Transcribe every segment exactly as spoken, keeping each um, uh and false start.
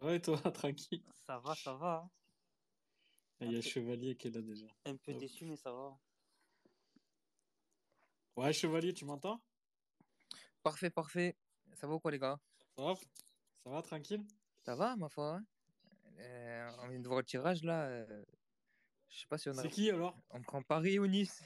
va et toi, tranquille. Ça va, ça va. hein. Il Un y a peu, Chevalier qui est là déjà. un peu Hop. déçu, mais ça va. Ouais, Chevalier, tu m'entends? Parfait, parfait. Ça va ou quoi, les gars? Ça va? Ça va, tranquille? Ça va, ma foi. hein Euh, on vient de voir le tirage, là. euh, je sais pas si on C'est a... qui alors? On prend Paris ou Nice?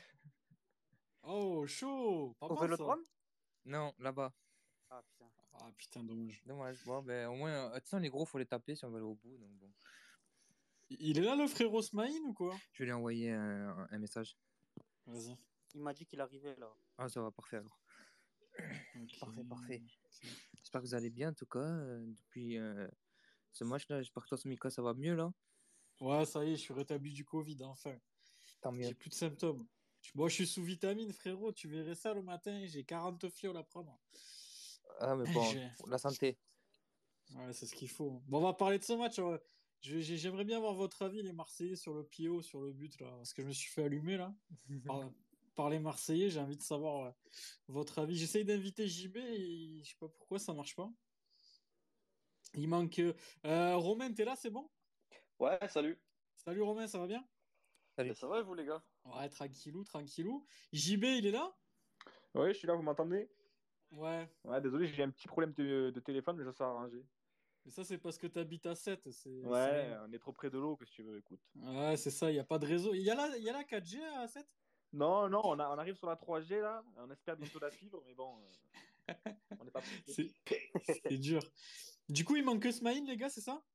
Oh, chaud! Pas Au mal ça. Vélodrome? Non, là-bas. Ah putain. Ah putain, dommage. Dommage. Bon, ben, au moins, euh, de toute façon, les gros, faut les taper si on veut aller au bout. Donc, bon. Il est là le frérot Smaïn ou quoi? Je vais lui envoyer un, un message. Vas-y. Il m'a dit qu'il arrivait là. Ah, ça va, parfait, alors. Ok. Parfait, parfait. Ok. J'espère que vous allez bien, en tout cas. euh, depuis euh, ce match-là, j'espère que toi, Mika, ça va mieux, là. Ouais, ça y est, je suis rétabli du Covid, enfin. Tant mieux. J'ai plus de symptômes. Moi, je suis sous vitamine, frérot. Tu verrais ça le matin, j'ai quarante fioles à prendre. Ah, mais bon, J'ai- pour la santé. Ouais, c'est ce qu'il faut. Bon, on va parler de ce match. ouais. Je- j'ai- J'aimerais bien avoir votre avis, les Marseillais, sur le P O, sur le but, là. Parce que je me suis fait allumer, là. Par, par les Marseillais, j'ai envie de savoir euh, votre avis. J'essaye d'inviter J B et je sais pas pourquoi ça marche pas. Il manque. euh, euh, Romain, t'es là, c'est bon? Ouais, salut. Salut Romain, ça va bien? Ben, Salut. ça va, et vous, les gars? Ouais, tranquillou, tranquillou. J B, il est là? Oui, je suis là, vous m'entendez? Ouais. Ouais, désolé, j'ai un petit problème de, de téléphone, mais ça s'est arrangé. Mais ça, c'est parce que t'habites à sept, c'est c'est Ouais, rien. on est trop près de l'eau, que si tu veux, écoute. Ouais, c'est ça, il n'y a pas de réseau. Il y a la, il y a la quatre G à sept? Non, non, on, a- on arrive sur la trois G là, on espère bientôt la fibre, mais bon, euh, on n'est pas pressé. C'est c'est dur. Du coup, il manque que Smaïn, les gars, c'est ça?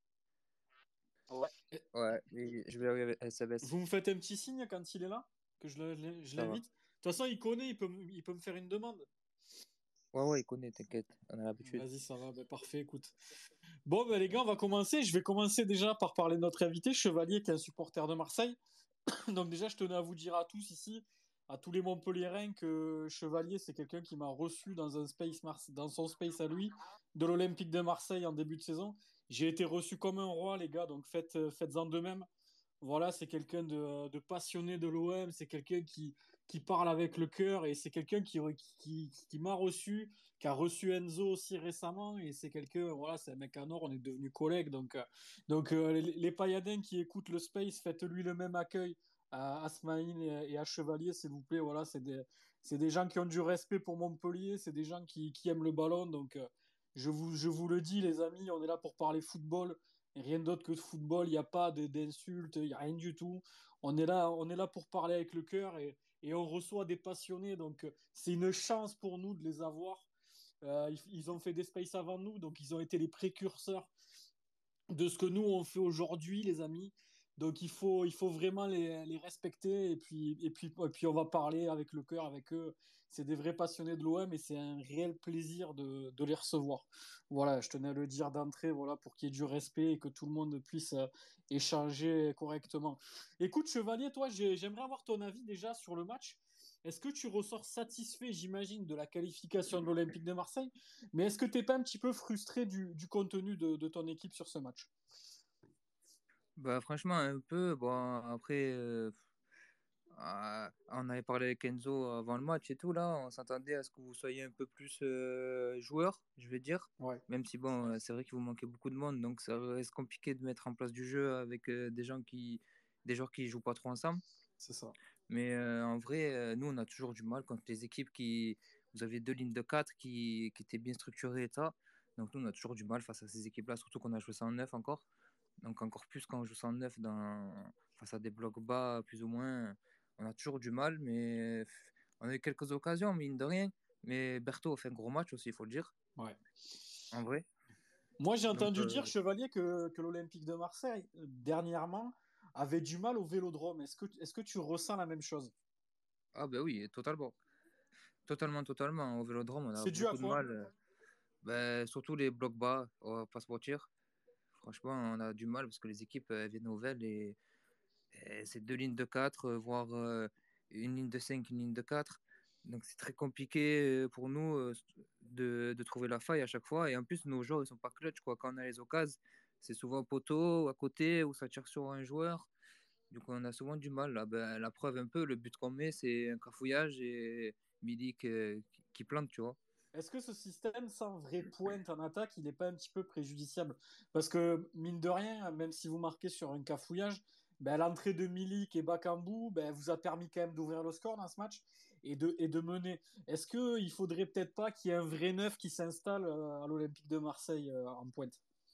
Ouais. Ouais, et je vais arriver à S M S. Vous me faites un petit signe quand il est là, que je le- je Ça va. l'invite. De toute façon, il connaît, il peut, me- il peut me faire une demande. Ouais, ouais, il connaît, t'inquiète. On a l'habitude. Vas-y, ça va, ben, parfait, écoute. Bon, ben, les gars, on va commencer. Je vais commencer déjà par parler de notre invité, Chevalier, qui est un supporter de Marseille. Donc déjà, je tenais à vous dire à tous ici, à tous les Montpelliérains, que Chevalier, c'est quelqu'un qui m'a reçu dans un space Marse- dans son space à lui, de l'Olympique de Marseille en début de saison. J'ai été reçu comme un roi, les gars, donc faites, faites-en de même. Voilà, c'est quelqu'un de, de passionné de l'O M, c'est quelqu'un qui, qui parle avec le cœur et c'est quelqu'un qui, qui, qui m'a reçu, qui a reçu Enzo aussi récemment et c'est quelqu'un, voilà, c'est un mec en or, on est devenus collègues. Donc, euh, donc euh, les, les Payadins qui écoutent le Space, faites-lui le même accueil à Asmaïn et, et à Chevalier, s'il vous plaît. Voilà, c'est des, c'est des gens qui ont du respect pour Montpellier, c'est des gens qui, qui aiment le ballon. Donc, euh, je vous, je vous le dis, les amis, on est là pour parler football. Et rien d'autre que de football, il n'y a pas de- d'insultes, il n'y a rien du tout. On est là, on est là pour parler avec le cœur et, et on reçoit des passionnés. Donc euh, c'est une chance pour nous de les avoir. Euh, ils, ils ont fait des spaces avant nous, donc ils ont été les précurseurs de ce que nous on fait aujourd'hui, les amis. Donc il faut, il faut vraiment les, les respecter et puis, et, puis, et puis on va parler avec le cœur avec eux. C'est des vrais passionnés de l'O M et c'est un réel plaisir de, de les recevoir. Voilà, je tenais à le dire d'entrée, voilà, pour qu'il y ait du respect et que tout le monde puisse euh, échanger correctement. Écoute, Chevalier, toi, j'ai- j'aimerais avoir ton avis déjà sur le match. Est-ce que tu ressors satisfait, j'imagine, de la qualification de l'Olympique de Marseille, mais est-ce que tu n'es pas un petit peu frustré du, du contenu de, de ton équipe sur ce match? Bah, franchement, un peu. Bon, après, euh, ah, on avait parlé avec Enzo avant le match et tout, là. On s'attendait à ce que vous soyez un peu plus euh, joueur, je vais dire. Ouais, Même si, bon, euh, c'est vrai qu'il vous manquait beaucoup de monde, donc ça reste compliqué de mettre en place du jeu avec euh, des gens qui, des joueurs qui jouent pas trop ensemble. c'est ça. Mais euh, en vrai, euh, nous, on a toujours du mal contre les équipes qui. Vous avez deux lignes de quatre qui, qui étaient bien structurées et ça. Donc, nous, on a toujours du mal face à ces équipes-là, surtout qu'on a joué ça en neuf encore. Donc, encore plus quand on joue ça en neuf dans... face à des blocs bas, plus ou moins. On a toujours du mal, mais on a eu quelques occasions, mine de rien. Mais Berthaud a fait un gros match aussi, il faut le dire, Ouais. en vrai. Moi, j'ai Donc, entendu dire, euh, Chevalier, que, que l'Olympique de Marseille, euh, dernièrement, avait du mal au Vélodrome. Est-ce que, est-ce que tu ressens la même chose? ah ben oui, totalement. Totalement, totalement. Au Vélodrome, on a C'est dû à beaucoup de quoi? mal. euh, Ben, surtout les blocs bas, on va pas se mentir. Franchement, on a du mal parce que les équipes elles viennent nouvelles et, et c'est deux lignes de quatre, euh, voire euh, une ligne de cinq, une ligne de quatre. Donc c'est très compliqué euh, pour nous euh, de, de trouver la faille à chaque fois. Et en plus, nos joueurs, ils sont pas clutch, quoi. Quand on a les occasions, c'est souvent au poteau, à côté, ou ça tire sur un joueur. Du coup, on a souvent du mal. Là. Ben, la preuve un peu, le but qu'on met, c'est un cafouillage et Milik euh, qui, qui plante, tu vois. est-ce que ce système sans vraie pointe en attaque, il n'est pas un petit peu préjudiciable? Parce que, mine de rien, même si vous marquez sur un cafouillage, ben, l'entrée de Milik et Bakambu ben, vous a permis quand même d'ouvrir le score dans ce match et de, et de mener. Est-ce qu'il faudrait peut-être pas qu'il y ait un vrai neuf qui s'installe euh, à l'Olympique de Marseille euh, en pointe?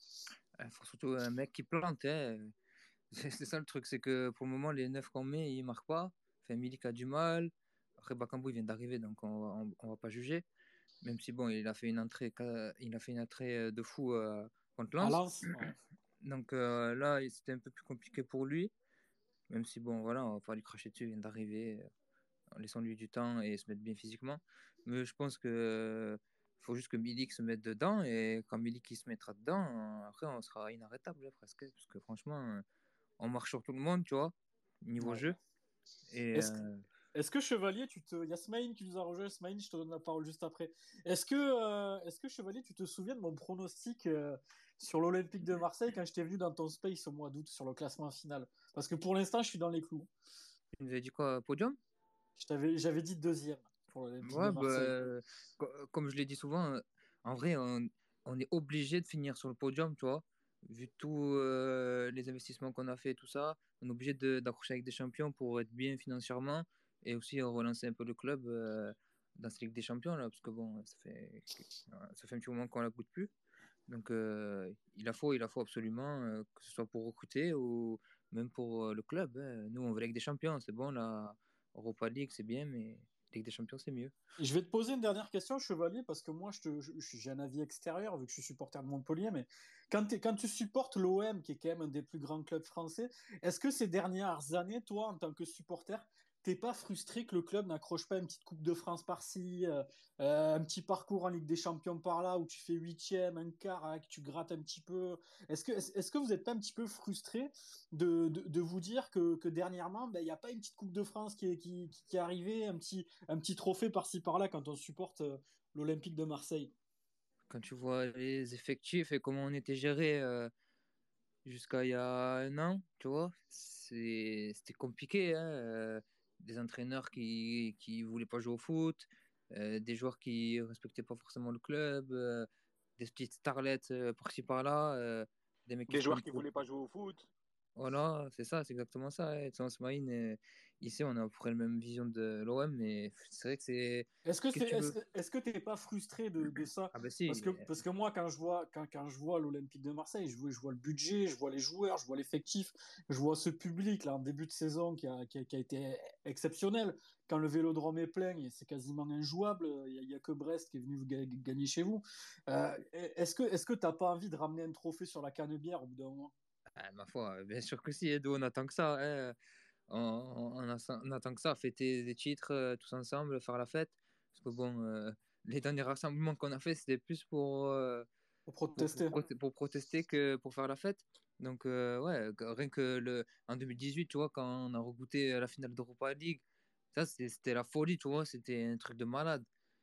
Il faut surtout un mec qui plante. Hein. C'est c'est ça le truc, c'est que pour le moment, les neuf qu'on met, ils marquent pas. Enfin, Milik a du mal. Après, Bakambu, il vient d'arriver, donc on, on, on va pas juger. Même si, bon, il a fait une entrée, ca- il a fait une entrée euh, de fou euh, contre À Lens. Lens, ouais. Donc euh, là, il- c'était un peu plus compliqué pour lui. Même si, bon, voilà, on va pas lui cracher dessus, il vient d'arriver. euh, Laissons-lui du temps et se mettre bien physiquement. Mais je pense que euh, faut juste que Milik se mette dedans. Et quand Milik il se mettra dedans, euh, après, on sera inarrêtable, là, presque. Parce que franchement, euh, on marche sur tout le monde, tu vois, niveau Ouais. jeu. Et Est-ce que, euh, est-ce que Chevalier, tu te... il y a Smaïn qui nous a rejoint. Smaïn, je te donne la parole juste après. Est-ce que, euh, est-ce que Chevalier, tu te souviens de mon pronostic euh, sur l'Olympique de Marseille quand je t'ai venu dans ton space au mois d'août sur le classement final? Parce que pour l'instant, je suis dans les clous. tu nous avais dit quoi, podium? Je t'avais, j'avais dit deuxième pour l'Olympique de Ouais, bah, Marseille. euh, co- comme je l'ai dit souvent, euh, en vrai, on, on est obligé de finir sur le podium, tu vois. Vu tous euh, les investissements qu'on a fait et tout ça, on est obligé de- d'accrocher avec des champions pour être bien financièrement et aussi euh, relancer un peu le club euh, dans cette Ligue des Champions, là, parce que bon, ça fait, ça fait un petit moment qu'on la goûte plus. Donc, euh, il la faut, il la faut absolument, euh, que ce soit pour recruter ou même pour euh, le club. Hein. Nous, on veut la Ligue des Champions, c'est bon, la Europa League, c'est bien, mais Ligue des Champions, c'est mieux. Et je vais te poser une dernière question, Chevalier, parce que moi, je te, je- j'ai un avis extérieur, vu que je suis supporter de Montpellier, mais quand, t'es- quand tu supportes l'O M, qui est quand même un des plus grands clubs français, est-ce que ces dernières années, toi, en tant que supporter, t'es pas frustré que le club n'accroche pas une petite Coupe de France par-ci, euh, euh, un petit parcours en Ligue des Champions par-là, où tu fais huitième, un quart, hein, que tu grattes un petit peu? Est-ce que, est-ce, est-ce que vous n'êtes pas un petit peu frustré de, de, de vous dire que, que dernièrement, ben, il n'y a pas une petite Coupe de France qui est, qui, qui est arrivée, un petit, un petit trophée par-ci par-là quand on supporte euh, l'Olympique de Marseille? Quand tu vois les effectifs et comment on était géré euh, jusqu'à il y a un an, tu vois, c'est, c'était compliqué. Hein, euh, des entraîneurs qui qui voulaient pas jouer au foot, euh, des joueurs qui respectaient pas forcément le club, euh, des petites starlets euh, par-ci par-là, euh, des mecs qui Des se joueurs prennent qui pour voulaient pas jouer au foot. voilà, c'est ça, c'est exactement ça. Ouais. Sans Smaïn, euh, ici, on a à peu près la même vision de l'O M, mais c'est vrai que c'est. Est-ce que Qu'est-ce c'est, que tu est-ce, veux? que- est-ce que t'es pas frustré de, de ça? Ah, bah Parce si. que, parce que moi, quand je vois, quand, quand je vois l'Olympique de Marseille, je vois, je vois le budget, je vois les joueurs, je vois l'effectif, je vois ce public là en début de saison qui a, qui a, qui a été exceptionnel. Quand le Vélodrome est plein, et c'est quasiment injouable. Il n'y a, il y a que Brest qui est venu ga- gagner chez vous. Euh, est-ce que, est-ce que t'as pas envie de ramener un trophée sur la canebière au bout d'un moment? Ah, ma foi, bien sûr que si, Edo, on attend que ça. Hein. On, on, a- on attend que ça, fêter des titres euh, tous ensemble, faire la fête. Parce que bon, euh, les derniers rassemblements qu'on a fait, c'était plus pour, euh, Pour pour, pour, protester. prote- pour protester que pour faire la fête. Donc, euh, ouais, que- rien que le, en deux mille dix-huit, tu vois, quand on a regoûté à la finale d'Europa League, ça, c'était c'était la folie, tu vois, c'était un truc de malade.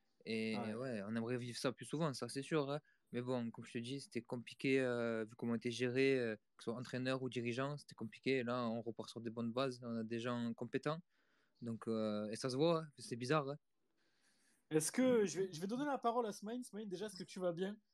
Et Ouais. ouais, on aimerait vivre ça plus souvent, ça, c'est sûr. Hein. Mais bon, comme je te dis, c'était compliqué, euh, vu comment on était géré, euh, que ce soit entraîneur ou dirigeant, c'était compliqué. Et là, on repart sur des bonnes bases, on a des gens compétents. Donc, euh, et ça se voit, hein, c'est bizarre. Hein. Est-ce que je vais, je vais donner la parole à Smaïn. Smaïn, déjà, est-ce que tu vas bien?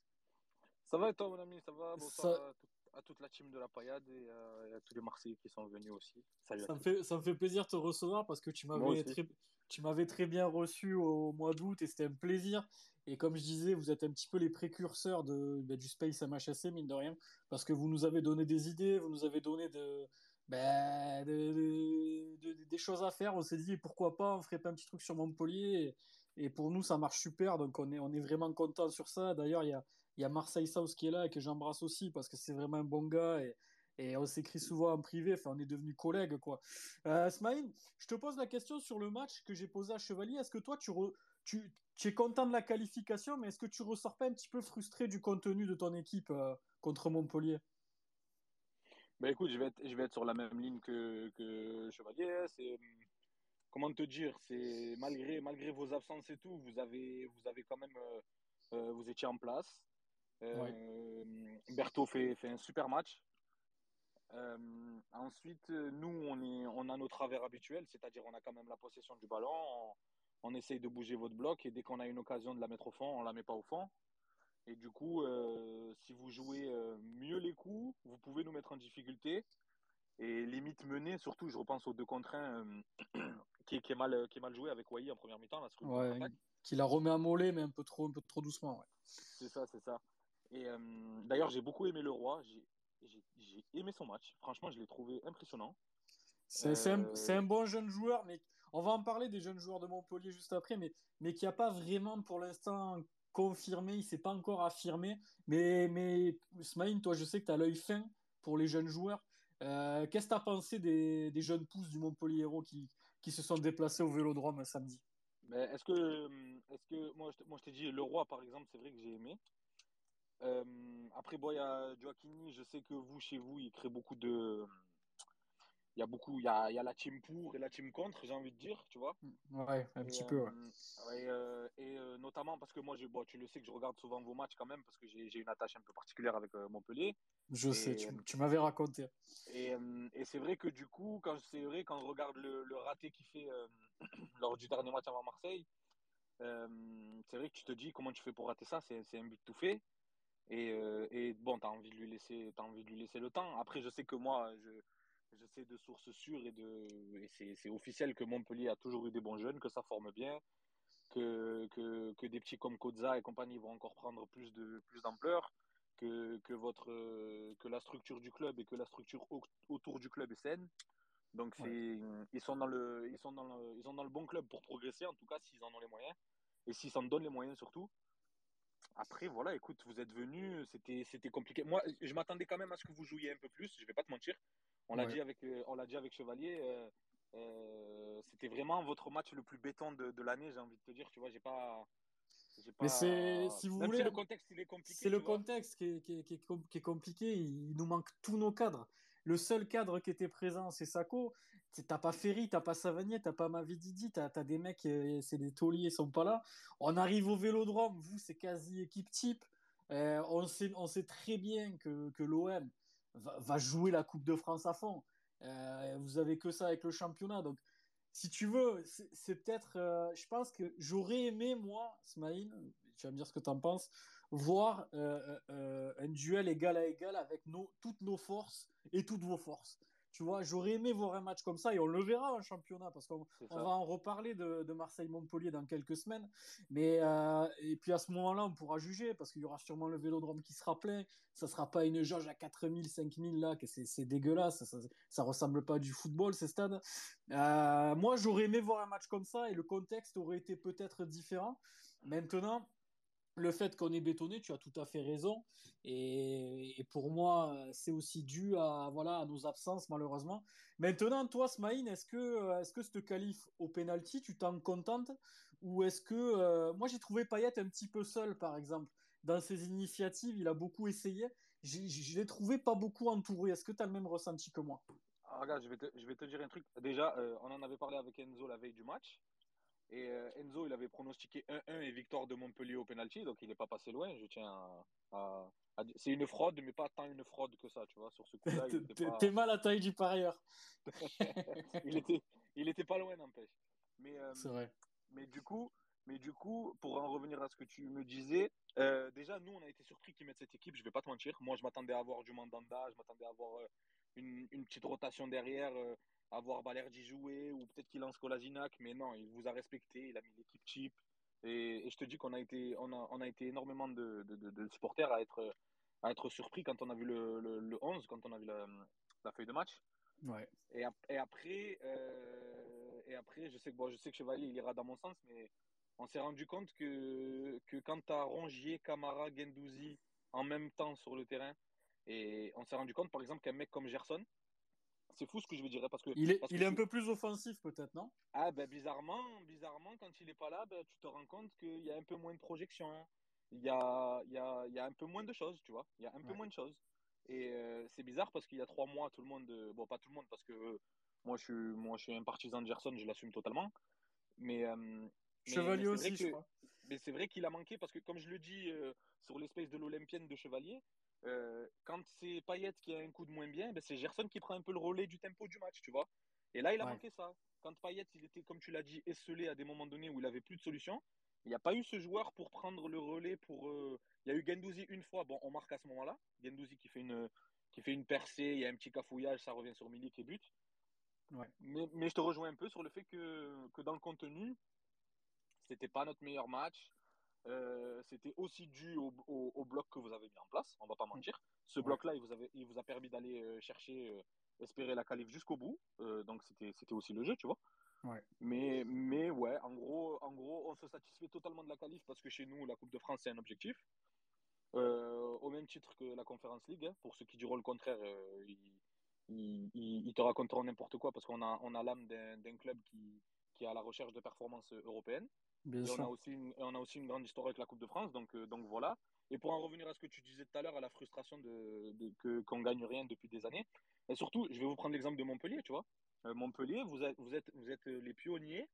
Ça va et toi, mon ami? Ça va? Bonsoir Ça, à, tout- à toute la team de la Payade et, euh, et à tous les Marseillais qui sont venus aussi. Salut à ça me tous. fait, ça me fait plaisir de te recevoir parce que tu Moi m'avais aussi. très, tu m'avais très bien reçu au mois d'août et c'était un plaisir. Et comme je disais, vous êtes un petit peu les précurseurs de, bah, du Space M H S C, mine de rien, parce que vous nous avez donné des idées, vous nous avez donné de, bah, de- de- de- des choses à faire. On s'est dit pourquoi pas, on ferait pas un petit truc sur Montpellier. Et, et pour nous, ça marche super, donc on est, on est vraiment content sur ça. D'ailleurs, il y a, il y a Marseille South qui est là et que j'embrasse aussi parce que c'est vraiment un bon gars. Et, et on s'écrit souvent en privé, enfin on est devenus collègues quoi. Euh, Smaïn, je te pose la question sur le match que j'ai posé à Chevalier. Est-ce que toi tu, re- tu, tu es content de la qualification, mais est-ce que tu ressors pas un petit peu frustré du contenu de ton équipe euh, contre Montpellier? Bah écoute, je vais être, je vais être sur la même ligne que, que Chevalier. Hein. C'est, comment te dire, c'est malgré, malgré vos absences et tout, vous avez, vous avez quand même, euh, euh, vous étiez en place. Ouais. Euh, Berthaud fait, fait un super match. Euh, ensuite, nous, on, est, on a nos travers habituels, c'est-à-dire on a quand même la possession du ballon, on essaye de bouger votre bloc et dès qu'on a une occasion de la mettre au fond, on la met pas au fond. Et du coup, euh, si vous jouez euh, mieux les coups, vous pouvez nous mettre en difficulté. Et limite mener, surtout, je repense aux deux contre un euh, qui, est, qui, est mal, qui est mal joué avec Wai en première mi-temps, là, sur une Ouais, contre-attaque. qui la remet à mollet, mais un peu trop, un peu trop doucement. Ouais. C'est ça, c'est ça. Et euh, d'ailleurs, j'ai beaucoup aimé le Roi. J'ai, j'ai, j'ai aimé son match. Franchement, je l'ai trouvé impressionnant. C'est c'est un, c'est Euh, un bon jeune joueur, mais on va en parler des jeunes joueurs de Montpellier juste après, mais, mais qui n'a pas vraiment pour l'instant confirmé, il ne s'est pas encore affirmé. Mais, mais Smaïn, toi, je sais que tu as l'œil fin pour les jeunes joueurs. Euh, Qu'est-ce que tu as pensé des, des jeunes pousses du Montpellier Hérault qui, qui se sont déplacés au Vélodrome samedi? mais est-ce que, est-ce que moi, je, moi, je t'ai dit, le Roi, par exemple, c'est vrai que j'ai aimé. Euh, après, bon, il y a Joaquini, je sais que vous, chez vous, il crée beaucoup de. Il y a beaucoup, il y a, il y a la team pour et la team contre, j'ai envie de dire, tu vois. Ouais, un Et, petit euh, peu. Ouais. ouais, euh, et euh, notamment parce que moi, je, bon, tu le sais que je regarde souvent vos matchs quand même, parce que j'ai j'ai une attache un peu particulière avec euh, Montpellier. Je sais, Et, tu, tu m'avais raconté. et, euh, et c'est vrai que du coup, quand c'est vrai, quand on regarde le, le raté qu'il fait euh, lors du dernier match avant Marseille, euh, c'est vrai que tu te dis comment tu fais pour rater ça, c'est c'est un but tout fait. Et, euh, et bon, tu as envie de lui laisser, t'as envie de lui laisser le temps. Après, je sais que moi, je, je sais de sources sûres et, de, et c'est, c'est officiel que Montpellier a toujours eu des bons jeunes, que ça forme bien, que, que, que des petits comme Koza et compagnie vont encore prendre plus, de, plus d'ampleur, que, que, votre, euh, que la structure du club et que la structure au, autour du club est saine. Donc, Ouais. c'est, ils, sont dans le, ils, sont dans le, ils sont dans le bon club pour progresser, en tout cas, s'ils en ont les moyens. Et s'ils s'en donnent les moyens surtout. Après, voilà, écoute, vous êtes venus, c'était, c'était compliqué. Moi, je m'attendais quand même à ce que vous jouiez un peu plus, je vais pas te mentir. On l'a Ouais. dit avec, euh, on l'a dit avec Chevalier, euh, euh, c'était vraiment votre match le plus béton de, de l'année, j'ai envie de te dire, tu vois, j'ai pas, j'ai Mais c'est, pas, si vous même si voulez, le contexte il est c'est compliqué, le tu vois. contexte qui est, qui est- qui est com- qui est compliqué. Il nous manque tous nos cadres. Le seul cadre qui était présent, c'est Sako. C'est- T'as pas Ferry, t'as pas Savanier, t'as pas Mavididi, t'as as des mecs, euh, c'est des tauliers, ils sont pas là. On arrive au Vélodrome, vous, c'est quasi équipe type. Euh, on sait, on sait très bien que, que l'O M va, va jouer la Coupe de France à fond. Euh, vous avez que ça avec le championnat. Donc, si tu veux, c'est c'est peut-être. Euh, je pense que j'aurais aimé, moi, Smaïn, tu vas me dire ce que tu en penses, voir euh, euh, un duel égal à égal avec nos, toutes nos forces et toutes vos forces. Tu vois, j'aurais aimé voir un match comme ça et on le verra en championnat parce qu'on C'est on ça. va en reparler de, de Marseille-Montpellier dans quelques semaines. Mais, euh, et puis à ce moment-là, on pourra juger parce qu'il y aura sûrement le vélodrome qui sera plein. Ça sera pas une jauge à quatre mille, cinq mille là, que c'est c'est dégueulasse. Ça, ça, ça ressemble pas à du football, ces stades. Euh, moi, j'aurais aimé voir un match comme ça et le contexte aurait été peut-être différent. Maintenant, le fait qu'on ait bétonné, tu as tout à fait raison. Et, et pour moi, c'est aussi dû à, voilà, à nos absences, malheureusement. Maintenant, toi, Smaïn, est-ce que, est-ce que ce qualif au penalty, tu t'en contentes? Ou est-ce que. Euh, moi, j'ai trouvé Payet un petit peu seul, par exemple. Dans ses initiatives, il a beaucoup essayé. J'ai- Je l'ai trouvé pas beaucoup entouré. Est-ce que tu as le même ressenti que moi? Ah, regarde, je vais te, je vais te dire un truc. Déjà, euh, on en avait parlé avec Enzo la veille du match. Et euh, Enzo, il avait pronostiqué un un et victoire de Montpellier au penalty, donc il n'est pas passé loin. Je tiens à, à- à dire- C'est une fraude, mais pas tant une fraude que ça, tu vois. Sur ce coup-là, il n'était T'es pas, mal à taille du parieur. il était, il était pas loin, n'empêche. Mais, euh, C'est vrai. mais du coup, mais du coup, pour en revenir à ce que tu me disais, euh, déjà, nous, on a été surpris qu'ils mettent cette équipe. Je vais pas te mentir. Moi, je m'attendais à avoir du Mandanda, je m'attendais à avoir euh, une, une petite rotation derrière, euh, à voir Balerdi jouer, ou peut-être qu'il lance Kolasinac, mais non, il vous a respecté, il a mis l'équipe type. Et, et je te dis qu'on a été, on a, on a été énormément de, de, de- de supporters à être, à être surpris quand on a vu le, le, le onze, quand on a vu la, la feuille de match. Ouais. Et, ap- et après, euh, et après, je sais que bon, je sais que Chevalier il ira dans mon sens, mais on s'est rendu compte que, que quand tu as Rongier, Camara, Gendouzi en même temps sur le terrain, et on s'est rendu compte par exemple qu'un mec comme Gerson, c'est fou ce que je veux dire, hein, parce que, Il est, parce que il est un c'est, peu plus offensif, peut-être, non? ah ben bizarrement, bizarrement quand il est pas là, ben, tu te rends compte qu'il y a un peu moins de projection, il y a, il y a, il y a un peu moins de choses, tu vois, il y a un peu Ouais. moins de choses. Et euh, c'est bizarre parce qu'il y a trois mois, tout le monde, euh, bon pas tout le monde parce que euh, moi je suis, moi je suis un partisan de Gerson, je l'assume totalement, mais euh, mais, mais Chevalier c'est vrai aussi, je que crois. mais c'est vrai qu'il a manqué parce que comme je le dis euh, sur l'espace de l'Olympienne de Chevalier, euh, quand c'est Payet qui a un coup de moins bien, ben c'est Gerson qui prend un peu le relais du tempo du match, tu vois. Et là, il a Ouais, manqué ça. Quand Payet, il était, comme tu l'as dit, esselé à des moments donnés où il avait plus de solution, il n'y a pas eu ce joueur pour prendre le relais. Pour, euh, Il y a eu Gendouzi une fois, bon, on marque à ce moment-là. Gendouzi qui fait une, qui fait une percée, il y a un petit cafouillage, ça revient sur Milik et but. ouais. Mais, mais je te rejoins un peu sur le fait que, que dans le contenu, c'était pas notre meilleur match. Euh, c'était aussi dû au, au- au bloc que vous avez mis en place, on va pas Mm. mentir. Ce Ouais, bloc-là, il vous, avait- il vous a permis d'aller euh, chercher, euh, espérer la qualif jusqu'au bout. Euh, donc c'était, c'était aussi le jeu, tu vois. ouais. Mais, mais ouais, en gros, en gros, on se satisfait totalement de la qualif parce que chez nous, la Coupe de France, c'est un objectif. Euh, au même titre que la Conference League, hein. Pour ceux qui diront le contraire, euh, ils, ils- ils- ils te raconteront n'importe quoi parce qu'on a, on a l'âme d'un d'un club qui, qui est à la recherche de performances européennes. Bien Et on a sûr. aussi une, et on a aussi une grande histoire avec la Coupe de France, donc, euh, donc voilà. Et pour en revenir à ce que tu disais tout à l'heure, à la frustration de, de- que, qu'on gagne rien depuis des années, et surtout, je vais vous prendre l'exemple de Montpellier, tu vois. Euh, Montpellier, vous êtes, vous êtes, vous êtes les pionniers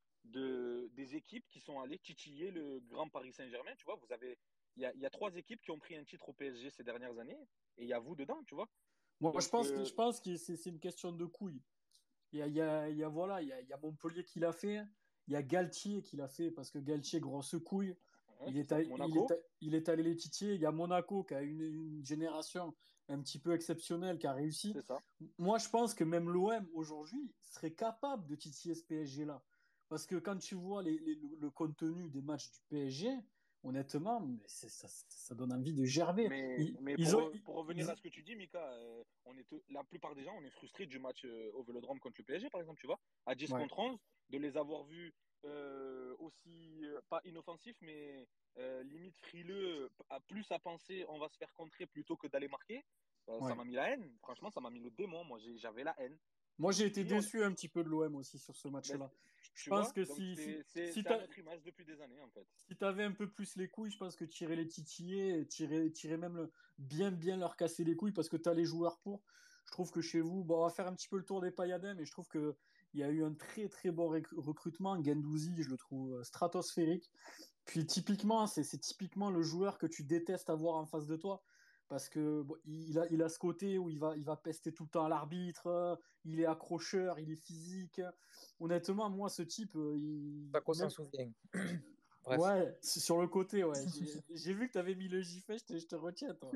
de, des équipes qui sont allées titiller le grand Paris Saint-Germain, tu vois. Vous avez, il y a, il y a trois équipes qui ont pris un titre au P S G ces dernières années, et il y a vous dedans, tu vois. Moi, je Donc, pense que euh, je pense que c'est c'est une question de couilles. Il y a, il y a, il y a, voilà, il y a, il y a Montpellier qui l'a fait. Il y a Galtier qui l'a fait parce que Galtier, grosse couille, ouais, il c'est est, ça. a- il est, Monaco, a- il est allé les titiller. Il y a Monaco qui a une, une génération un petit peu exceptionnelle qui a réussi. c'est ça. Moi, je pense que même l'O M aujourd'hui serait capable de titiller ce P S G-là. Parce que quand tu vois les, les- le, le contenu des matchs du P S G, honnêtement, mais c'est- ça, ça donne envie de gerber. Mais, Ils, mais ils ont, pour, pour revenir ils- à ce que tu dis, Mika, euh, on est, la plupart des gens, on est frustrés du match euh, au Vélodrome contre le P S G, par exemple, tu vois, à dix ouais. contre onze, de les avoir vus euh, aussi, euh, pas inoffensifs, mais euh, limite frileux, à plus à penser on va se faire contrer plutôt que d'aller marquer, euh, ça Ouais. m'a mis la haine. Franchement, ça m'a mis le démon. Moi, j'ai- j'avais la haine. Moi, Je me j'ai suis été dit, on- déçu un petit peu de l'O M aussi sur ce ben, match-là. Je tu pense vois, que donc si, si, c'est c'est- si c'est tu à notre image depuis des années, en fait. si t'avais un peu plus les couilles, je pense que tu irais les titiller, tirer, tirer même le, bien, bien leur casser les couilles parce que tu as les joueurs pour. Je trouve que chez vous, bon, on va faire un petit peu le tour des Payadins, mais je trouve qu'il y a eu un très, très bon rec- recrutement. Gendouzi, je le trouve euh, stratosphérique. Puis typiquement, c'est c'est typiquement le joueur que tu détestes avoir en face de toi. Parce que bon, il, a, il a ce côté où il va, il va pester tout le temps à l'arbitre, euh, il est accrocheur, il est physique. Honnêtement, moi, ce type, euh, il, Pas qu'on s'en même, souvient. Bref. ouais, sur le côté, ouais. J'ai j'ai vu que tu avais mis le gifet, je te, je te retiens, toi.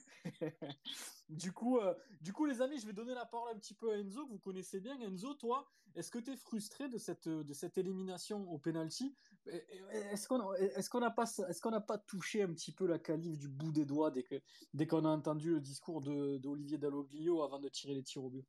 Du coup, euh, du coup, les amis, je vais donner la parole un petit peu à Enzo, que vous connaissez bien. Enzo, toi, est-ce que tu es frustré de cette, de cette élimination au penalty? Est-ce qu'on est-ce qu'on n'a pas, est-ce qu'on n'a pas touché un petit peu la calife du bout des doigts dès que, dès qu'on a entendu le discours de, d'Olivier Dalloglio avant de tirer les tirs au but?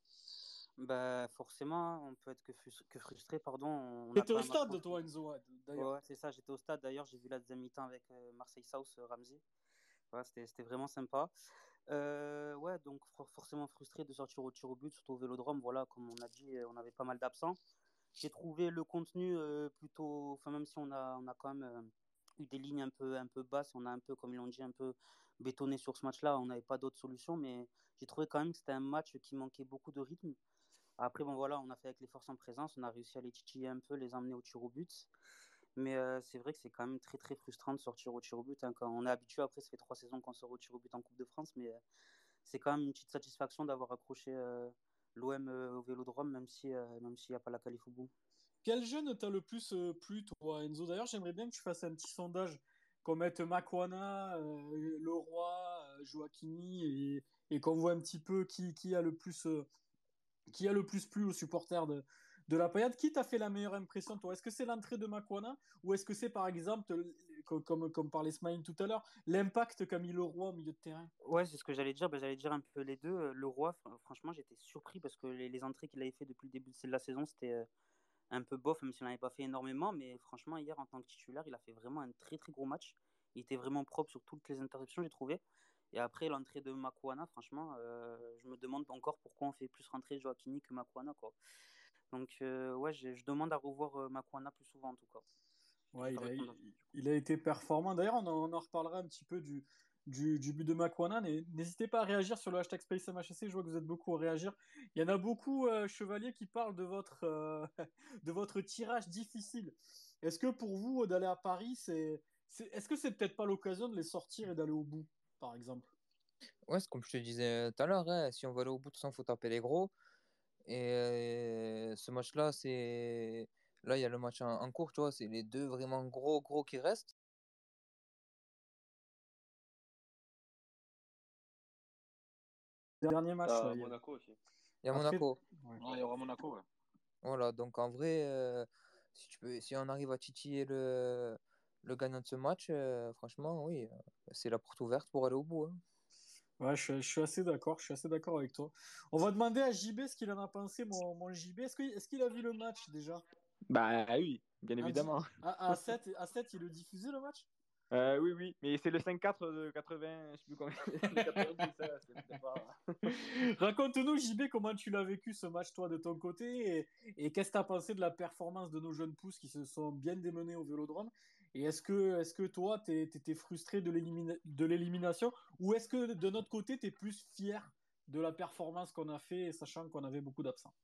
Bah, forcément, on peut être que, frus- que frustré, pardon. On a T'étais quand au même stade, accroché. toi, Enzo, ouais, d'ailleurs. Ouais, c'est ça, j'étais au stade. D'ailleurs, j'ai vu la deuxième mi-temps avec euh, Marseille South, euh, Ramsey. Ouais, c'était c'était vraiment sympa. Euh, ouais, donc for- forcément frustré de sortir au tir au but, surtout au Vélodrome. Voilà, comme on a dit, euh, on avait pas mal d'absents. J'ai trouvé le contenu euh, plutôt, enfin même si on a, on a quand même euh, eu des lignes un peu, un peu basses, on a un peu, comme ils l'ont dit, un peu bétonné sur ce match-là. On n'avait pas d'autre solution, mais j'ai trouvé quand même que c'était un match qui manquait beaucoup de rythme. Après, bon voilà, on a fait avec les forces en présence, on a réussi à les titiller un peu, les emmener au tir au but. Mais euh, c'est vrai que c'est quand même très très frustrant de sortir au tir au but, hein, quand on est habitué. Après, ça fait trois saisons qu'on sort au tir au but en Coupe de France, mais euh, c'est quand même une petite satisfaction d'avoir accroché euh, l'O M euh, au Vélodrome, même si euh, même s'il n'y a pas la qualif au bout. Quel jeune t'a le plus euh, plu, toi, Enzo? D'ailleurs, j'aimerais bien que tu fasses un petit sondage, qu'on mette Makwana, euh, Leroy, euh, Joaquini, et, et qu'on voit un petit peu qui, qui a le plus, euh, qui a le plus plu aux supporters de, de la Payade. Qui t'a fait la meilleure impression, toi? Est-ce que c'est l'entrée de Makwana ou est-ce que c'est, par exemple, comme, comme, comme parlait Smaïn tout à l'heure, l'impact qu'a mis Leroy au milieu de terrain? Ouais, c'est ce que j'allais dire. Ben, j'allais dire un peu les deux. Euh, Le Roi, fr- franchement, j'étais surpris parce que les, les entrées qu'il avait fait depuis le début de la saison, c'était euh, un peu bof, même s'il n'en avait pas fait énormément. Mais franchement, hier, en tant que titulaire, il a fait vraiment un très très gros match. Il était vraiment propre sur toutes les interceptions, j'ai trouvé. Et après, l'entrée de Makuana, franchement, euh, je me demande encore pourquoi on fait plus rentrer Joaquini que Makuana, quoi. Donc, euh, ouais, je, je demande à revoir euh, Makuana plus souvent, en tout cas. Je Ouais, te il a, réponds. il a été performant. D'ailleurs, on en, on en reparlera un petit peu du, du, du but de Makwana. N'hésitez pas à réagir sur le hashtag SpaceMHSC. Je vois que vous êtes beaucoup à réagir. Il y en a beaucoup, euh, Chevalier, qui parlent de votre, euh, de votre tirage difficile. Est-ce que pour vous, d'aller à Paris, c'est, c'est, est-ce que c'est peut-être pas l'occasion de les sortir et d'aller au bout, par exemple? Ouais, c'est comme je te disais tout à l'heure, hein, si on veut aller au bout, de toute façon, il faut taper les gros. Et euh, ce match-là, c'est. Là, il y a le match en, en cours, tu vois, c'est les deux vraiment gros, gros qui restent. Dernier match, là. T'as il y a- Monaco aussi. Il y a Après, Monaco. ouais. Ouais, il y aura Monaco, ouais. Voilà, donc en vrai, euh, si tu peux, si on arrive à titiller le, le gagnant de ce match, euh, franchement, oui, euh, c'est la porte ouverte pour aller au bout, hein. Ouais, je, je suis assez d'accord, je suis assez d'accord avec toi. On va demander à J B ce qu'il en a pensé, mon, mon J B. Est-ce qu'il est-ce qu'il a vu le match déjà? Bah oui, bien Un di- évidemment. à, à sept, à sept, il le diffusait le match? Euh, oui, oui, mais c'est le cinq quatre de quatre-vingts, je sais plus combien, de quatre-vingt-dix, ça, c'était pas... Raconte-nous, J B, comment tu l'as vécu ce match, toi, de ton côté, et, et qu'est-ce que tu as pensé de la performance de nos jeunes pousses qui se sont bien démenés au Vélodrome? Et est-ce que, est-ce que toi, tu étais frustré de l'élimina- de l'élimination, ou est-ce que de notre côté, tu es plus fier de la performance qu'on a fait, sachant qu'on avait beaucoup d'absents?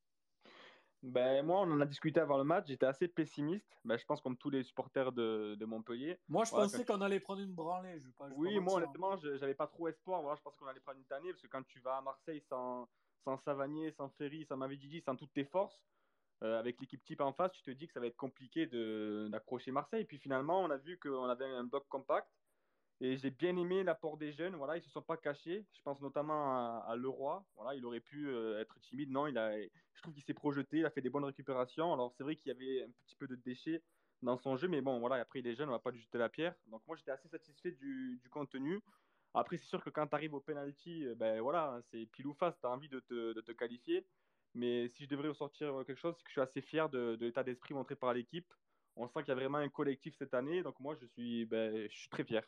Ben, moi, on en a discuté avant le match, j'étais assez pessimiste, ben, je pense comme tous les supporters de, de Montpellier. Moi, je Voilà, quand pensais qu'on allait prendre une branlée, je vais pas, je vais pas Oui, moi mentir, hein. honnêtement, je- j'avais pas trop espoir. Voilà, je pense qu'on allait prendre une tannée parce que quand tu vas à Marseille sans, sans Savanier, sans Ferry, sans Mavididi, sans toutes tes forces, euh, avec l'équipe type en face, tu te dis que ça va être compliqué de, d'accrocher Marseille. Et puis finalement, on a vu qu'on avait un bloc compact et j'ai bien aimé l'apport des jeunes. Voilà, ils se sont pas cachés. Je pense notamment à, à Leroy. Voilà, il aurait pu euh, être timide. Non, il a, je trouve qu'il s'est projeté. Il a fait des bonnes récupérations. Alors c'est vrai qu'il y avait un petit peu de déchets dans son jeu, mais bon, voilà. Après, il est jeune, on va pas lui jeter la pierre. Donc moi, j'étais assez satisfait du, du contenu. Après, c'est sûr que quand tu arrives au penalty, euh, ben voilà, hein, c'est pile ou face. Tu as envie de te, de te qualifier. Mais si je devrais ressortir quelque chose, c'est que je suis assez fier de, de l'état d'esprit montré par l'équipe. On sent qu'il y a vraiment un collectif cette année. Donc moi, je suis, ben, je suis très fier.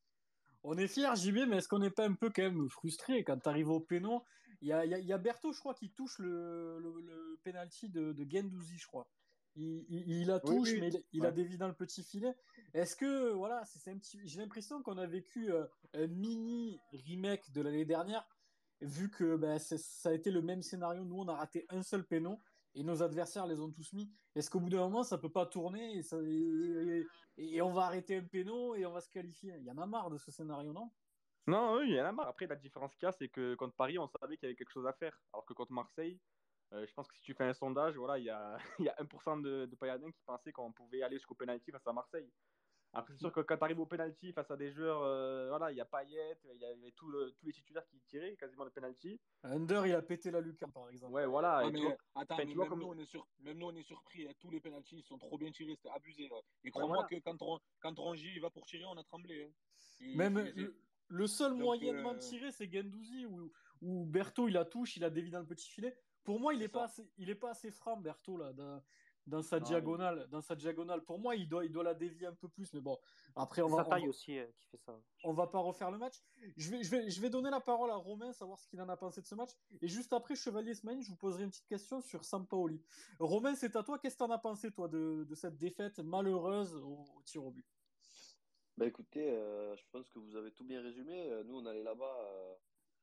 On est fiers, J B, mais est-ce qu'on n'est pas un peu quand même frustré quand tu arrives au péno? Il y a, il y a, il y a Berthaud, je crois, qui touche le, le, le penalty de, de Guendouzi, je crois. Il, il, il la Oui, touche, oui. mais il, il a Ouais. dévié dans le petit filet. Est-ce que, voilà, c'est c'est un petit... j'ai l'impression qu'on a vécu euh, un mini remake de l'année dernière, vu que ben, c'est- ça a été le même scénario. Nous, on a raté un seul péno et nos adversaires les ont tous mis. Est-ce qu'au bout d'un moment, ça peut pas tourner et, ça, et, et- et on va arrêter un péno et on va se qualifier? Il y en a marre de ce scénario, non? Non, oui, il y en a marre. Après, la différence qu'il y a, c'est que contre Paris, on savait qu'il y avait quelque chose à faire. Alors que contre Marseille, euh, je pense que si tu fais un sondage, voilà, il y a, il y a un pour cent de, de Payadins qui pensaient qu'on pouvait aller jusqu'au penalty face à Marseille. Après, c'est sûr que quand tu arrives au penalty face à des joueurs, euh, voilà, il y a Payet, il y avait tout le- tous les titulaires qui tiraient quasiment le penalty. Under, il a pété la lucarne, par exemple. Ouais, voilà. Ah, Et tu vois, mais attends, enfin, mais tu vois même comme. nous, on est, sur... même nous, on est surpris, hein. Tous les pénaltys, ils sont trop bien tirés, c'était abusé, là. Et Ouais, crois-moi voilà. que quand, Ron- quand Rongier il va pour tirer, on a tremblé, hein. Il Même faisait... le, le seul Donc, moyennement euh, tiré, c'est Guendouzi, où, où Berthaud, il la touche, il a dévié dans le petit filet. Pour moi, il c'est n'est pas ça. assez, il est pas assez franc, Berthaud, là, dans, dans sa Non, il- diagonale. Dans sa diagonale. Pour moi, il doit, il doit la dévier un peu plus. Mais bon, après, on C'est va, sa on va, taille aussi euh, qui fait ça. on va pas refaire le match. Je vais, je vais, je vais donner la parole à Romain, savoir ce qu'il en a pensé de ce match. Et juste après, Chevalier Smaïn, je vous poserai une petite question sur Sampaoli. Romain, c'est à toi. Qu'est-ce que tu en as pensé, toi, de, de cette défaite malheureuse au, au tir au but? Bah écoutez, euh, je pense que vous avez tout bien résumé. Euh, Nous, on allait là-bas euh,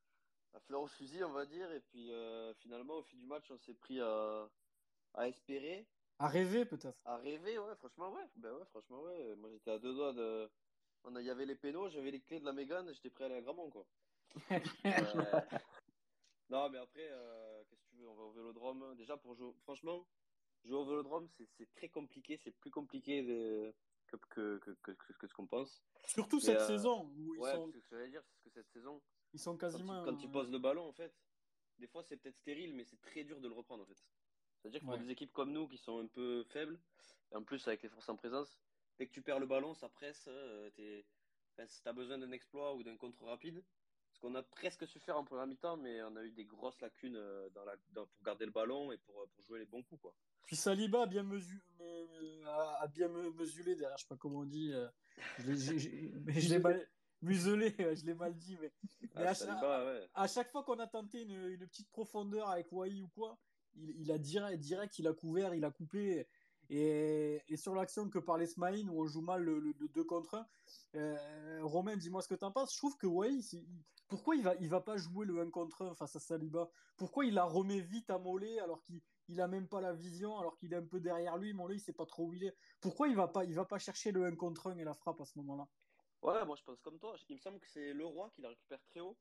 à fleur au fusil, on va dire. Et puis euh, finalement, au fil du match, on s'est pris à, à espérer, À rêver, peut-être. à rêver. Ouais, franchement, ouais. Ben ouais, franchement, ouais. Moi, j'étais à deux doigts de. On a- Il y avait les pénaux, j'avais les clés de la Mégane, j'étais prêt à aller à Gramont, quoi. Euh, Non, mais après, euh, qu'est-ce que tu veux? On va au Vélodrome. Déjà, pour jouer, franchement, jouer au Vélodrome, c'est c'est très compliqué. C'est plus compliqué de- que, que, que, que, que- que ce qu'on pense. Surtout Mais cette euh, saison, où ils ouais, parce sont, que ce que j'allais dire, c'est que cette saison, ils sont quand il, quasiment. quand il euh, pose le ballon, en fait, des fois, c'est peut-être stérile, mais c'est très dur de le reprendre, en fait. C'est-à-dire que pour Ouais. des équipes comme nous, qui sont un peu faibles, et en plus avec les forces en présence, dès que tu perds le ballon, ça presse. Euh, t'es- enfin, si tu as besoin d'un exploit ou d'un contre rapide, ce qu'on a presque su faire en première mi-temps, mais on a eu des grosses lacunes euh, dans la, dans- pour garder le ballon et pour, euh, pour jouer les bons coups, quoi. Puis Saliba a bien, mesu- me- a a bien me- mesulé derrière, je sais pas comment on dit. euh, Je l'ai j'ai- j'ai- mais je l'ai mal muselé, ouais, je l'ai mal dit. Mais, mais Ah, à, cha- Saliba, ouais. à chaque fois qu'on a tenté une, une petite profondeur avec Wai ou quoi, il, il a direct, direct, il a couvert, il a coupé. Et, et sur l'action que parlait Smaïn, où on joue mal le, deux contre un, euh, Romain, dis-moi ce que t'en penses. Je trouve que Wai, c'est- il- pourquoi il va, il va pas jouer le un contre un face à Saliba? Pourquoi il la remet vite à Mollet alors qu'il il a même pas la vision, alors qu'il est un peu derrière lui, Mollet, il sait pas trop où il est. Pourquoi il va pas, il va pas chercher le un contre un et la frappe à ce moment-là? Ouais, moi je pense comme toi. Il me semble que c'est Leroy qui la récupère très haut.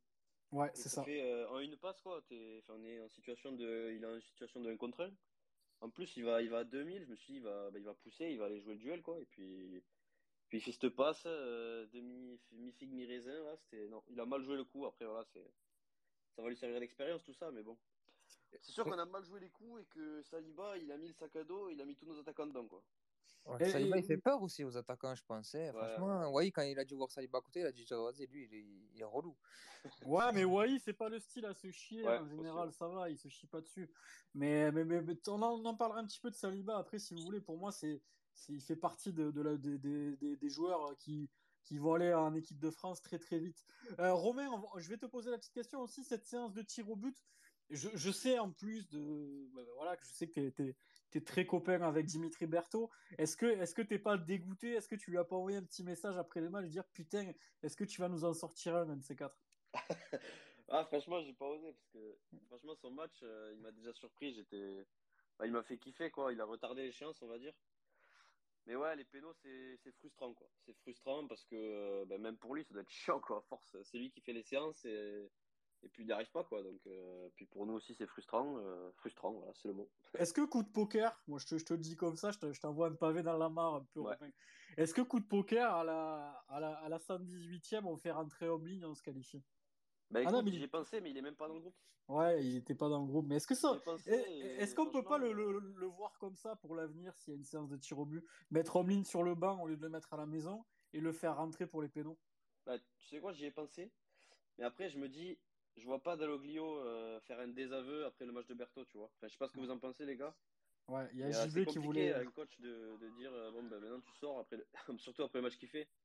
Ouais, Et c'est ça ça. fait euh, en une passe, quoi. T'es, enfin, on est en situation de, il est en situation de un contre un. En plus, il va, il va à deux mille. Je me suis dit, il va, bah, il va pousser, il va aller jouer le duel, quoi. Et puis, puis il fait cette passe, euh, demi, mi-figue, mi-raisin, là. C'était, non, il a mal joué le coup. Après, voilà, c'est, ça va lui servir d'expérience, tout ça, mais bon. C'est sûr qu'on a mal joué les coups et que Saliba, il a mis le sac à dos, il a mis tous nos attaquants dedans, quoi. Ouais, Et, Saliba, il et- fait peur aussi aux attaquants, je pensais. Ouais, ouais. Franchement, ouais, quand il a dû voir Saliba à côté, il a dit, vas-y, lui, il est, il est relou. Ouais, mais Wai, c'est pas le style à se chier. Ouais, En aussi, général, ouais. ça va, il se chie pas dessus. Mais, mais, mais, mais on, en, on en parlera un petit peu de Saliba après, si vous voulez. Pour moi, c'est, c'est, il fait partie de, de la, des, des, des- des joueurs qui, qui vont aller en équipe de France très très vite. Euh, Romain, on va- je vais te poser la petite question aussi. Cette séance de tir au but, je, je sais en plus de. Bah, voilà, que je sais que tu es, très copain avec Dimitri Berthaud. Est-ce que est-ce que t'es pas dégoûté? Est-ce que tu lui as pas envoyé un petit message après le match dire putain, est-ce que tu vas nous en sortir un, un de ces quatre? Ah, franchement, j'ai pas osé parce que franchement, son match, euh, il m'a déjà surpris. J'étais, bah, il m'a fait kiffer, quoi. Il a retardé l'échéance, on va dire. Mais ouais, les pénaux, c'est c'est frustrant, quoi. C'est frustrant parce que euh, bah, même pour lui, ça doit être chiant, quoi. À force, c'est lui qui fait les séances et, et puis il n'y arrive pas, quoi. Donc, euh, puis pour nous aussi, c'est frustrant. euh, frustrant, voilà, c'est le mot. Est-ce que coup de poker, moi je te, je te le dis comme ça, je te- je t'envoie un pavé dans la mare un peu, Ouais. Romain. Est-ce que coup de poker à la, à la, à la cent dix-huitième, on fait rentrer Omlin et on se qualifie? Bah Ah non, écoute, mais j'y ai il- pensé, mais il est même pas dans le groupe. ouais, il était pas dans le groupe. Mais est-ce que J'y ça, ai pensé est- est-ce et qu'on peut pas franchement, le, euh, le, le voir comme ça pour l'avenir s'il y a une séance de tir au but? Mettre Omlin sur le banc au lieu de le mettre à la maison et le faire rentrer pour les pénaux? bah, tu sais quoi, j'y ai pensé. Mais après, je me dis, je vois pas Dalloglio euh, faire un désaveu après le match de Berthaud, tu vois. Enfin, je sais pas ce que vous en pensez, les gars. Ouais, il y a Mais euh, c'est J B qui compliqué voulait. à un coach de, de dire, euh, bon, bah, maintenant tu sors, après le- surtout après le match qu'il fait.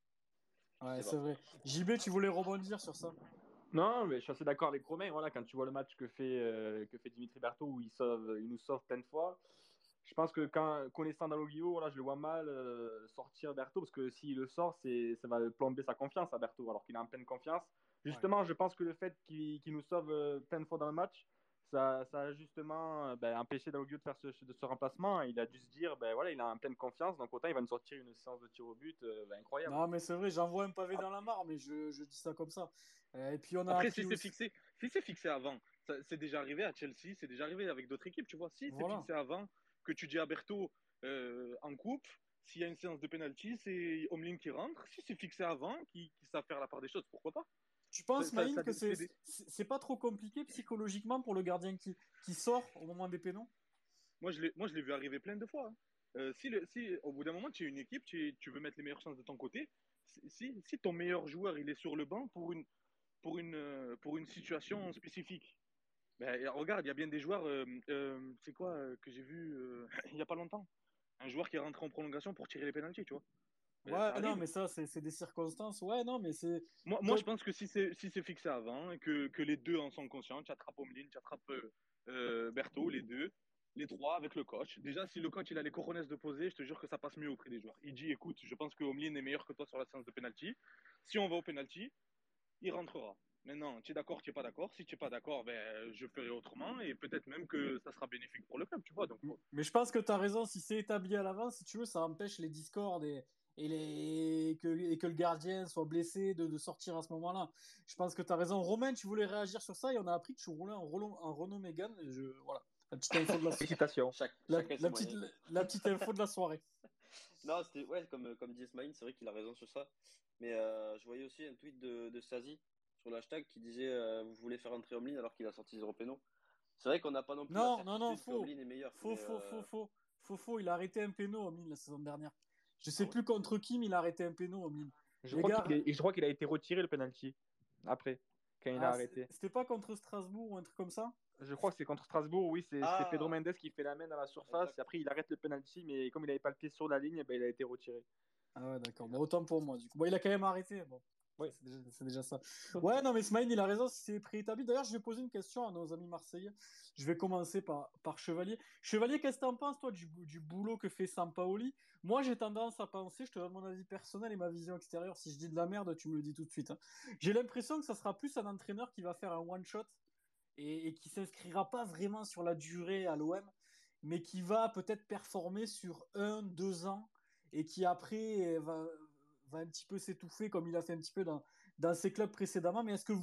Je Ouais, sais c'est pas. vrai. J B, tu voulais rebondir sur ça? Non, mais je suis assez d'accord avec Romain. Voilà, quand tu vois le match que fait, euh, que fait Dimitri Berthaud, où il, sauve, il nous sauve plein de fois, je pense que quand, connaissant Dalloglio, voilà, je le vois mal euh, sortir Berthaud, parce que s'il le sort, c'est, ça va plomber sa confiance à Berthaud, alors qu'il est en pleine confiance. Ouais. Justement, je pense que le fait qu'il, qu'il nous sauve euh, plein de fois dans le match, ça, ça a justement euh, ben, empêché Dalloglio de faire ce, de ce remplacement. Il a dû se dire, ben, voilà, il est en pleine confiance, donc autant il va nous sortir une séance de tir au but euh, ben, incroyable. Non, mais c'est vrai, j'envoie un pavé dans la mare, mais je, je dis ça comme ça. Euh, et puis on a Après, si appris c'est aussi. fixé, si c'est fixé avant, ça- c'est déjà arrivé à Chelsea, c'est déjà arrivé avec d'autres équipes, tu vois. Si c'est Voilà. fixé avant, que tu dis à Berthaud euh, en coupe, s'il y a une séance de penalty, c'est Omlin qui rentre. Si c'est fixé avant, qui, qui savent faire la part des choses, pourquoi pas? Tu Ça, penses, ça, Maïm, ça- que c'est c'est des- c'est c'est pas trop compliqué psychologiquement pour le gardien qui, qui sort au moment des pénaux? Moi, je l'ai, moi, je l'ai vu arriver plein de fois, hein. Euh, si, le- si au bout d'un moment, tu es une équipe, tu, es- tu veux mettre les meilleures chances de ton côté, si, si si ton meilleur joueur il est sur le banc pour une, pour une, euh, pour une situation spécifique, ben, regarde, il y a bien des joueurs, euh, euh, c'est quoi euh, que j'ai vu euh, il n'y a pas longtemps, un joueur qui est rentré en prolongation pour tirer les pénaltys, tu vois. Ben, Ouais, ça non, arrive. mais ça, c'est c'est des circonstances. Ouais, non, mais c'est. Moi, moi, je Comme... pense que si c'est si c'est fixé avant et que, que les deux en sont conscients, tu attrapes Omlin, tu attrapes euh, euh, Berthaud, les deux, les trois avec le coach. Déjà, si le coach il a les cojones de poser, je te jure que ça passe mieux auprès des joueurs. Il dit, écoute, je pense que Omlin est meilleur que toi sur la séance de penalty. Si on va au penalty, il rentrera. Maintenant, tu es d'accord, tu n'es pas d'accord. Si tu n'es pas d'accord, ben, je ferai autrement et peut-être même que ça sera bénéfique pour le club, tu vois. Donc, faut- Mais je pense que tu as raison, si c'est établi à l'avance, si tu veux, ça empêche les discords et, et, les... et, que, et que le gardien soit blessé de, de sortir à ce moment-là. Je pense que tu as raison. Romain, tu voulais réagir sur ça et on a appris que tu roulais en Renault, en Renault Mégane. Et je... Voilà, la petite info de la, Félicitations. Chaque, la, chacun ses la petite, moyens. la petite info de la soirée. Non, c'était, ouais, comme, comme dit Smaïn, c'est vrai qu'il a raison sur ça. Mais euh, je voyais aussi un tweet de, de Sazi sur l'hashtag qui disait euh, vous voulez faire entrer Omlin alors qu'il a sorti zéro péno. C'est vrai qu'on n'a pas non plus la Non, non, non, certitude que faux. Omlin est meilleur. Faux, Mais faux, faux, euh, faux. Faux, faux. Il a arrêté un péno, Omlin, la saison dernière. Je ah sais ouais? plus contre qui, mais il a arrêté un péno, Omlin. Je Les crois qu'il gars, est- je crois qu'il a été retiré le penalty après, quand il a ah, arrêté. c'était pas contre Strasbourg ou un truc comme ça? Je crois que c'est contre Strasbourg, oui, c'est c'est Pedro Ah, Mendes qui fait la main dans la surface, exact, et après il arrête le penalty, mais comme il n'avait pas le pied sur la ligne, ben, il a été retiré. Ah ouais, d'accord. Bon, exact. autant pour moi, du coup. Bon, il a quand même arrêté. Bon, ça, Oui. c'est déjà, c'est déjà ça. Ouais, non, mais Smaïn, il a raison, si c'est préétabli. D'ailleurs, je vais poser une question à nos amis marseillais. Je vais commencer par, par Chevalier. Chevalier, qu'est-ce que t'en penses, toi, du, du boulot que fait Sampaoli? Moi, j'ai tendance à penser, je te donne mon avis personnel et ma vision extérieure. Si je dis de la merde, tu me le dis tout de suite, hein. J'ai l'impression que ça sera plus un entraîneur qui va faire un one-shot et, et qui s'inscrira pas vraiment sur la durée à l'O M, mais qui va peut-être performer sur un, deux ans et qui après va, va un petit peu s'étouffer comme il a fait un petit peu dans, dans ses clubs précédemment. Mais est-ce que vous,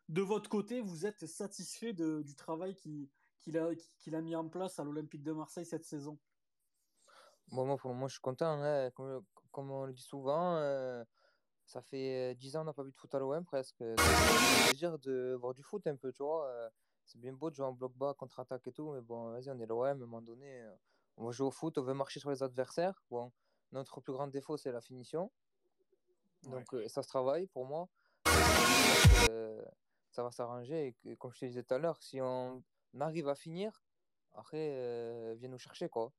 de votre côté, vous êtes satisfait de- du travail qui- qu'il a, qu'il a mis en place à l'Olympique de Marseille cette saison? Bon, moi, pour le moment, je suis content, hein. Comme, comme on le dit souvent, euh, ça fait euh, dix ans qu'on n'a pas vu de foot à l'O M presque. Donc, ça fait plaisir de voir du foot un peu, tu vois. euh, C'est bien beau de jouer en bloc bas, contre-attaque et tout, mais bon, vas-y, on est l'O M, à un moment donné, euh, on va jouer au foot, on veut marcher sur les adversaires. Bon, notre plus grand défaut, c'est la finition. Ouais. Donc, euh, ça se travaille pour moi. J'espère que, euh, ça va s'arranger. Et que, comme je te disais tout à l'heure, si on arrive à finir, après, euh, viens nous chercher, quoi.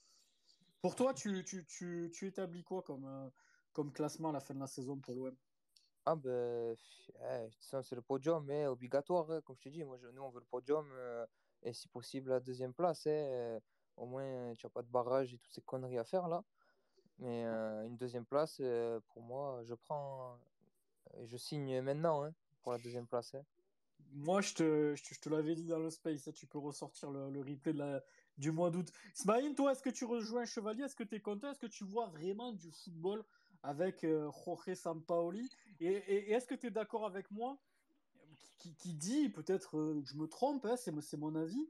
Pour toi, tu, tu, tu, tu établis quoi comme, euh, comme classement à la fin de la saison pour l'O M? Ah ben, eh, ça c'est le podium, mais obligatoire, hein, comme je te dis, moi, je- nous on veut le podium, euh, et si possible la deuxième place, hein, euh, au moins euh, tu n'as pas de barrage et toutes ces conneries à faire là. Mais euh, une deuxième place, euh, pour moi, je prends, euh, je signe maintenant, hein, pour la deuxième place, hein. Moi, je te, je te, je te l'avais dit dans le space, hein, tu peux ressortir le, le replay de la, du mois d'août. Smaïn, toi, est-ce que tu rejoins Chevalier? Est-ce que tu es content? Est-ce que tu vois vraiment du football avec euh, Jorge Sampaoli? Et, et- et est-ce que tu es d'accord avec moi qui, qui dit, peut-être euh, que je me trompe, hein, c'est, c'est mon avis,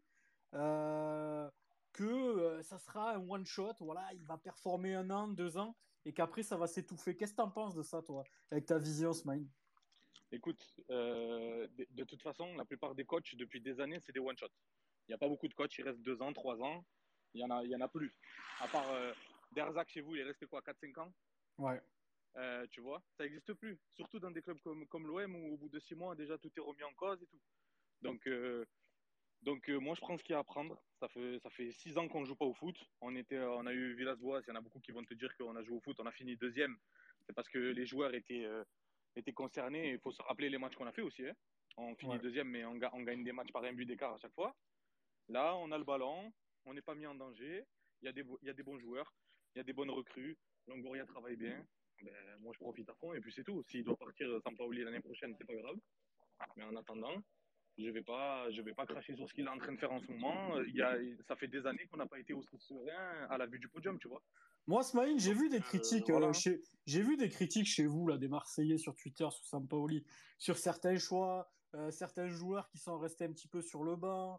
euh, que euh, ça sera un one-shot, voilà, il va performer un an, deux ans, et qu'après ça va s'étouffer. Qu'est-ce que tu en penses de ça, toi, avec ta vision, Smaïn? Écoute, euh, de, de toute façon, la plupart des coachs depuis des années, c'est des one-shot. Il n'y a pas beaucoup de coachs, il reste deux ans, trois ans. Il y en a, il y en a plus. À part euh, Derzak chez vous, il est resté quoi, quatre cinq ans. Ouais. Euh, tu vois, ça n'existe plus. Surtout dans des clubs comme, comme l'O M où au bout de six mois, déjà tout est remis en cause et tout. Donc, euh, donc euh, moi, je prends ce qu'il y a à prendre. Ça fait, ça fait six ans qu'on ne joue pas au foot. On, était, on a eu Villas-Boas, il y en a beaucoup qui vont te dire qu'on a joué au foot, on a fini deuxième. C'est parce que les joueurs étaient, euh, étaient concernés. Il faut se rappeler les matchs qu'on a fait aussi, hein. On finit Ouais. deuxième, mais on, ga- on gagne des matchs par un but d'écart à chaque fois. Là, on a le ballon, on n'est pas mis en danger. Il y, a des, il y a des bons joueurs, il y a des bonnes recrues. Longoria travaille bien. Ben, moi, je profite à fond et puis c'est tout. S'il doit partir sans pas oublier l'année prochaine, c'est pas grave. Mais en attendant, je vais pas, je vais pas cracher sur ce qu'il est en train de faire en ce moment. Il y a, ça fait des années qu'on n'a pas été aussi serein à la vue du podium, tu vois. Moi, Smaïn, j'ai Donc vu des euh, critiques voilà. euh, Hein. chez, j'ai vu des critiques chez vous là, des Marseillais sur Twitter sous Sampaoli, sur certains choix, euh, certains joueurs qui sont restés un petit peu sur le banc,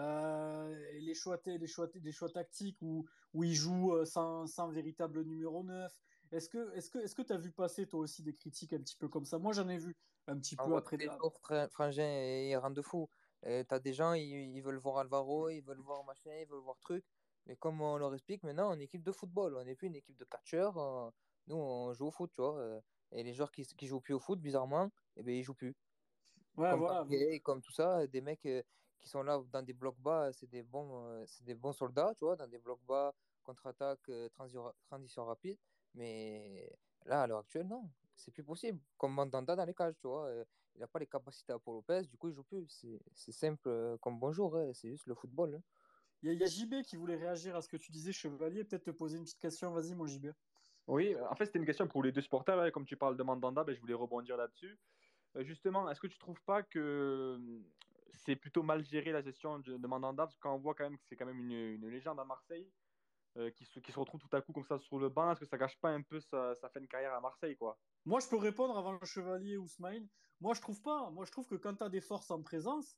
euh, et les choix, les choix, des choix tactiques où, où ils jouent euh, sans, sans véritable numéro neuf. Est-ce que, est-ce que, est-ce que tu as vu passer toi aussi des critiques un petit peu comme ça? Moi, j'en ai vu un petit On peu voit après. tous les jours, Fra- Frangin, et il rend de fou. Et t'as des gens, ils, ils veulent voir Alvaro, ils veulent voir machin, ils veulent voir truc. Mais comme on leur explique, maintenant, on est une équipe de football, on n'est plus une équipe de catcheurs. euh, Nous, on joue au foot, tu vois. euh, Et les joueurs qui, qui jouent plus au foot, bizarrement, eh ben, ils jouent plus. Ouais, Comme voilà. Tanguay, comme tout ça, des mecs euh, qui sont là dans des blocs bas, c'est des bons, euh, c'est des bons soldats, tu vois, dans des blocs bas, contre-attaque, euh, transi- transition rapide. Mais là, à l'heure actuelle, non, c'est plus possible. Comme Mandanda dans les cages, tu vois, euh, il n'a pas les capacités à Paul Lopez, du coup, il joue plus. C'est c'est simple euh, comme bonjour, hein, c'est juste le football, hein. Il y, a- il y a J B qui voulait réagir à ce que tu disais, Chevalier, peut-être te poser une petite question. Vas-y, mon J B. Oui, en fait, c'était une question pour les deux supporters, hein. Comme tu parles de Mandanda, ben, je voulais rebondir là-dessus. Euh, justement, est-ce que tu trouves pas que euh, c'est plutôt mal géré la gestion de, de Mandanda? Parce que quand on voit quand même que c'est quand même une, une légende à Marseille, euh, qui se, qui se retrouve tout à coup comme ça sur le banc, est-ce que ça gâche pas un peu sa, sa fin de carrière à Marseille, quoi? Moi, je peux répondre avant le Chevalier ou Smaïn. Moi, je trouve pas. Moi, je trouve que quand tu as des forces en présence,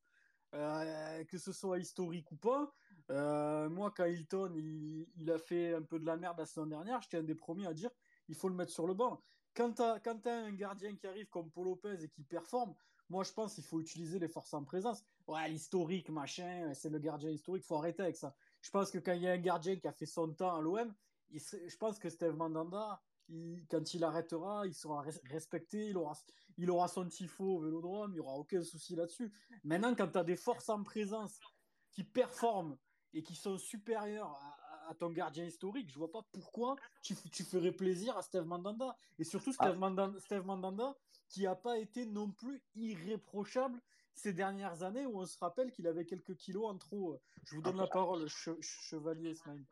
euh, que ce soit historique ou pas, euh, moi, quand Hilton il, il a fait un peu de la merde la saison dernière, j'étais un des premiers à dire il faut le mettre sur le banc. Quand tu as, quand t'as un gardien qui arrive comme Paul Lopez et qui performe, moi, je pense qu'il faut utiliser les forces en présence. Ouais, l'historique, machin, c'est le gardien historique, il faut arrêter avec ça. Je pense que quand il y a un gardien qui a fait son temps à l'O M, il serait- je pense que Steve Mandanda, il- quand il arrêtera, il sera res- respecté, il aura, il aura son tifo au Vélodrome, il n'y aura aucun souci là-dessus. Maintenant, quand tu as des forces en présence qui performent et qui sont supérieures à, à ton gardien historique, je vois pas pourquoi tu, tu ferais plaisir à Steve Mandanda. Et surtout Ah, Steve Mandanda, Steve Mandanda qui n'a pas été non plus irréprochable ces dernières années où on se rappelle qu'il avait quelques kilos en trop. Je vous donne la après, parole, che- chevalier Ismail.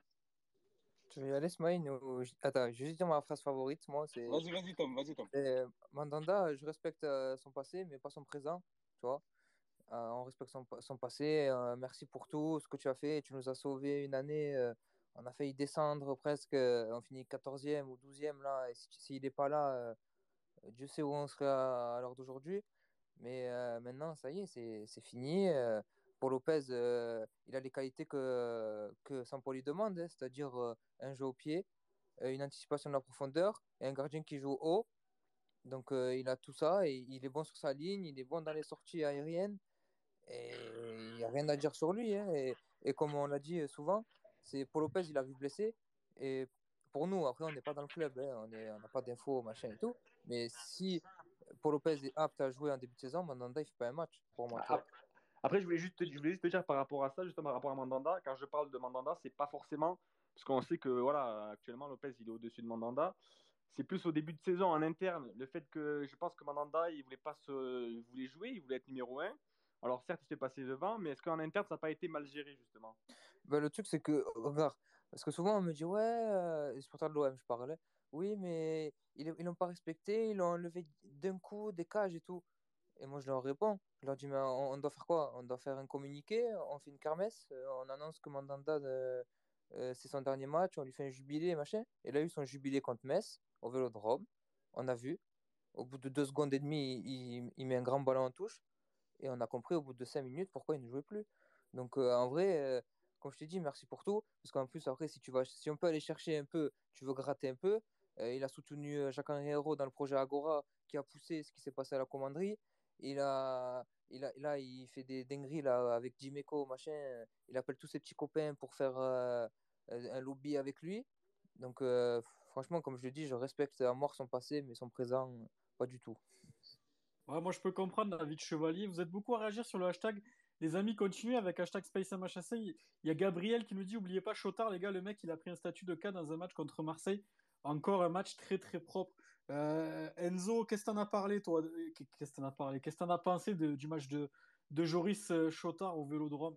Tu veux y aller, Smaïn ou... Attends, je vais juste dire ma phrase favorite, moi, c'est Vas-y, vas-y, Tom, vas-y, Tom. c'est, Mandanda, je respecte euh, son passé, mais pas son présent, tu vois. Euh, on respecte son, son passé. Euh, merci pour tout ce que tu as fait. Tu nous as sauvé une année. Euh, on a failli descendre presque. Euh, on finit quatorzième ou douzième là. Et si- s'il n'est pas là, euh, Dieu sait où on serait à, à l'heure d'aujourd'hui. Mais euh, maintenant, ça y est, c'est c'est fini. Euh, pour Lopez, euh, il a les qualités que, que Sampaoli demande, hein, c'est-à-dire euh, un jeu au pied, euh, une anticipation de la profondeur et un gardien qui joue haut. Donc euh, il a tout ça et il est bon sur sa ligne, il est bon dans les sorties aériennes et il n'y a rien à dire sur lui, hein. Et, et comme on l'a dit souvent, c'est Paul Lopez, il arrive blessé. Et pour nous, après, on n'est pas dans le club, hein, on est, on n'a pas d'infos, machin et tout. Mais si Paul Lopez est apte à jouer en début de saison, Mandanda, il ne fait pas un match pour moi, tu vois. Ap- Après, je voulais juste te, je voulais juste te dire par rapport à ça, justement par rapport à Mandanda, quand je parle de Mandanda, c'est pas forcément parce qu'on sait que voilà, actuellement Lopez il est au-dessus de Mandanda. C'est plus au début de saison en interne, le fait que je pense que Mandanda il voulait pas se, il voulait jouer, il voulait être numéro un. Alors certes, il s'est passé devant, mais est-ce qu'en interne ça n'a pas été mal géré justement? Ben, le truc, c'est que, regarde, parce que souvent on me dit, ouais, euh, les supporters de l'O M, je parlais, oui, mais ils ils l'ont pas respecté, ils l'ont enlevé d'un coup des cages et tout. Et moi, je leur réponds, je leur dis, mais on, on doit faire quoi? On doit faire un communiqué, on fait une kermesse, euh, on annonce que Mandanda, euh, euh, c'est son dernier match, on lui fait un jubilé, machin. Et là, ils sont jubilés contre Metz, au Vélodrome, on a vu. Au bout de deux secondes et demie, il, il- il met un grand ballon en touche. Et on a compris au bout de cinq minutes pourquoi il ne jouait plus. Donc euh, en vrai, euh, comme je t'ai dit, merci pour tout. Parce qu'en plus, après, si tu vas, si on peut aller chercher un peu, tu veux gratter un peu. Euh, il a soutenu euh, Jacques Henriero dans le projet Agora qui a poussé ce qui s'est passé à la commanderie. Il a, il a, là, il fait des dingueries là, avec Dimeco, machin. Il appelle tous ses petits copains pour faire euh, un lobby avec lui. Donc euh, franchement, comme je le dis, je respecte à mort son passé, mais son présent, pas du tout. Ouais, moi, je peux comprendre David Chevalier. Vous êtes beaucoup à réagir sur le hashtag. Les amis, continuez avec hashtag SpaceMHSC. Il y a Gabriel qui nous dit, oubliez pas Chotard, les gars, le mec, il a pris un statut de cas dans un match contre Marseille. Encore un match très très propre. Euh, Enzo, qu'est-ce que t'en as parlé, toi? Qu'est-ce que t'en as parlé? Qu'est-ce que t'en as pensé de- du match de, de Joris euh, Chotard au Vélodrome?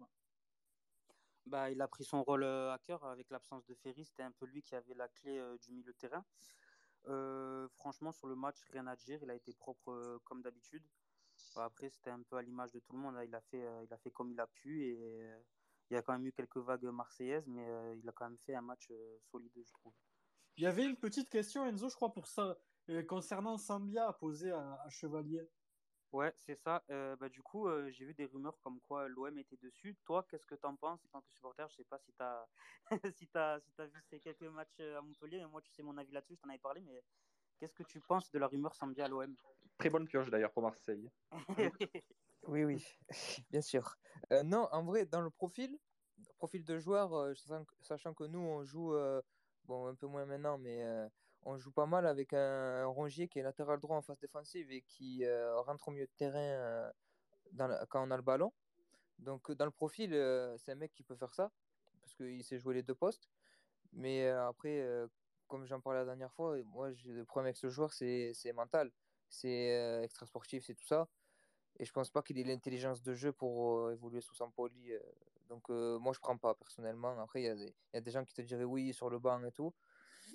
Bah, il a pris son rôle euh, à cœur avec l'absence de Ferry. C'était un peu lui qui avait la clé euh, du milieu de terrain. Euh, franchement, sur le match, rien à dire. Il a été propre euh, comme d'habitude. Bah, après, c'était un peu à l'image de tout le monde, hein. Il a fait, euh, il a fait comme il a pu. Et euh, il y a quand même eu quelques vagues marseillaises, mais euh, il a quand même fait un match euh, solide, je trouve. Il y avait une petite question, Enzo, je crois, pour ça, euh, concernant Sambia à poser à, à Chevalier. Ouais, c'est ça. Euh, bah, du coup, euh, j'ai vu des rumeurs comme quoi l'O M était dessus. Toi, qu'est-ce que tu en penses en tant que supporter? Je sais pas si tu as si t'as, si t'as vu ces quelques matchs euh, à Montpellier, mais moi, tu sais mon avis là-dessus, je t'en avais parlé, mais qu'est-ce que tu penses de la rumeur Sambia à l'O M? Très bonne pioche d'ailleurs pour Marseille. Oui, oui, bien sûr. Euh, non, en vrai, dans le profil, profil de joueur, euh, sachant, que sachant que nous, on joue, euh, bon, un peu moins maintenant, mais euh, on joue pas mal avec un, un Rongier qui est latéral droit en phase défensive et qui euh, rentre au milieu de terrain euh, dans la- quand on a le ballon. Donc, dans le profil, euh, c'est un mec qui peut faire ça, parce qu'il sait jouer les deux postes. Mais euh, après, euh, comme j'en parlais la dernière fois, moi, j'ai le problème avec ce joueur, c'est c'est mental. C'est euh, extra sportif, c'est tout ça. Et je pense pas qu'il ait l'intelligence de jeu pour euh, évoluer sous Sampaoli. euh. Donc euh, moi, je prends pas personnellement. Après, il y a des, il y a des gens qui te diraient oui sur le banc et tout.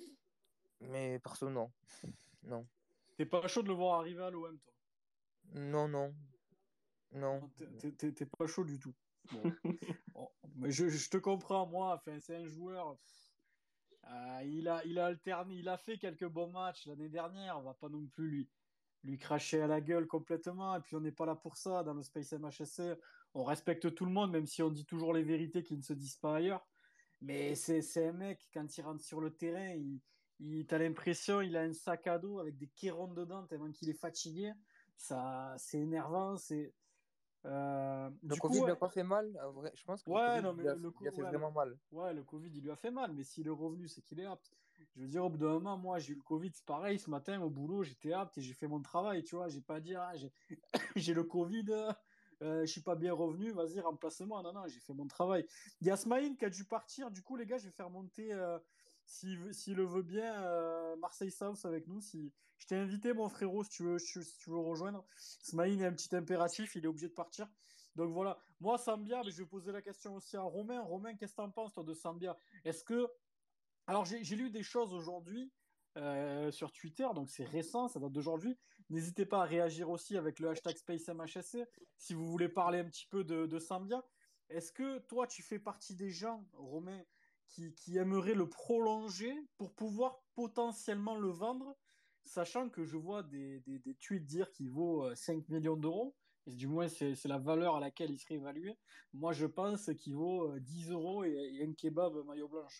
Mais perso, non. Non. T'es pas chaud de le voir arriver à l'O M, toi? Non, non. Non. Non, t'es- t'es t'es- t'es pas chaud du tout. Bon. Bon. Mais je, je te comprends, moi. Enfin, c'est un joueur. euh, il a, il a alterné, il a fait quelques bons matchs l'année dernière. On va pas non plus lui, lui cracher à la gueule complètement. Et puis, on n'est pas là pour ça dans le Space M H S C. On respecte tout le monde, même si on dit toujours les vérités qui ne se disent pas ailleurs. Mais c'est, c'est un mec, quand il rentre sur le terrain, il, il, t'as l'impression il a un sac à dos avec des kérons dedans, tellement qu'il est fatigué. Ça, c'est énervant. C'est, euh, Le du Covid coup, lui a ouais, pas fait mal. En vrai, je pense que le ouais, Covid non, mais lui a, le, lui a fait ouais, le, vraiment mal. ouais, le Covid, il lui a fait mal, mais s'il est revenu, c'est qu'il est apte. Je veux dire, au bout d'un moment, moi, j'ai eu le Covid, c'est pareil, ce matin, au boulot, j'étais apte et j'ai fait mon travail, tu vois, j'ai pas dit, ah, j'ai, j'ai le Covid, euh, euh, je suis pas bien revenu, vas-y, remplace-moi. Non, non, j'ai fait mon travail. Il y a Smaïn qui a dû partir, du coup, les gars, je vais faire monter, euh, s'il, veut- s'il le veut bien, euh, Marseille South avec nous. Si... Je t'ai invité, mon frérot, si tu veux, si tu veux rejoindre. Smaïn a un petit impératif, il est obligé de partir. Donc voilà, moi Sambia, mais je vais poser la question aussi à Romain. Romain, qu'est-ce que tu en penses toi de Sambia? Est-ce que... Alors j'ai j'ai lu des choses aujourd'hui euh, sur Twitter, donc c'est récent, ça date d'aujourd'hui. N'hésitez pas à réagir aussi avec le hashtag SpaceMHSC si vous voulez parler un petit peu de, de Sambia. Est-ce que toi tu fais partie des gens, Romain, qui, qui aimeraient le prolonger pour pouvoir potentiellement le vendre, sachant que je vois des, des, des tweets dire qu'il vaut euh, cinq millions d'euros, et du moins c'est c'est la valeur à laquelle il serait évalué. Moi, je pense qu'il vaut euh, dix euros et, et un kebab maillot blanche.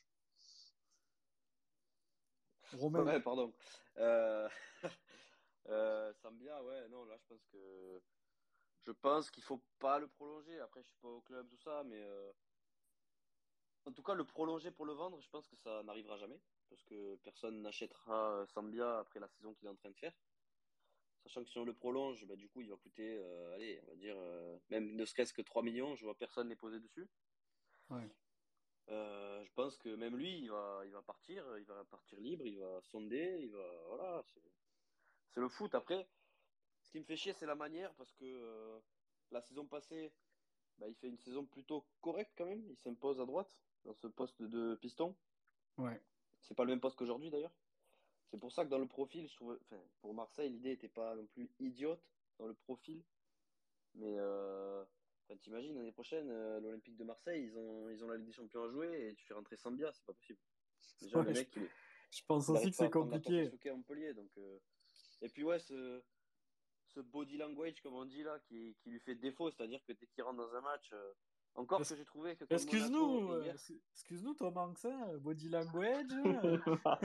Romain. Ouais, pardon. Euh... euh, Sambia, ouais, non, là, je pense que je pense qu'il faut pas le prolonger. Après, je suis pas au club, tout ça, mais euh, en tout cas, le prolonger pour le vendre, je pense que ça n'arrivera jamais. Parce que personne n'achètera Sambia après la saison qu'il est en train de faire. Sachant que si on le prolonge, bah, du coup, il va coûter, euh, allez, on va dire, euh, même ne serait-ce que trois millions. Je vois personne les poser dessus. Ouais. Euh, je pense que même lui, il va, il va partir, il va partir libre, il va sonder, il va, voilà, c'est c'est le foot. Après, ce qui me fait chier, c'est la manière, parce que euh, la saison passée, bah, il fait une saison plutôt correcte quand même. Il s'impose à droite dans ce poste de piston. Ouais. C'est pas le même poste qu'aujourd'hui d'ailleurs. C'est pour ça que dans le profil, je trouve, enfin, pour Marseille, l'idée n'était pas non plus idiote dans le profil. Mais euh, enfin, t'imagines, l'année prochaine, euh, l'Olympique de Marseille, ils ont, ils ont la Ligue des Champions à jouer et tu fais rentrer Sambia, c'est pas possible. Déjà, le Ouais, je, mec, il est, je pense il aussi arrive que pas c'est à prendre la place à compliqué. Souquet à Montpellier. Donc, euh, et puis, ouais, ce, ce body language, comme on dit là, qui, qui lui fait défaut, c'est-à-dire que dès qu'il rentre dans un match, euh, encore Est-ce- que j'ai trouvé que contre Monaco Excuse-nous, euh, hier, ex- excuse-nous, Thomas Anxin, euh, body language. euh.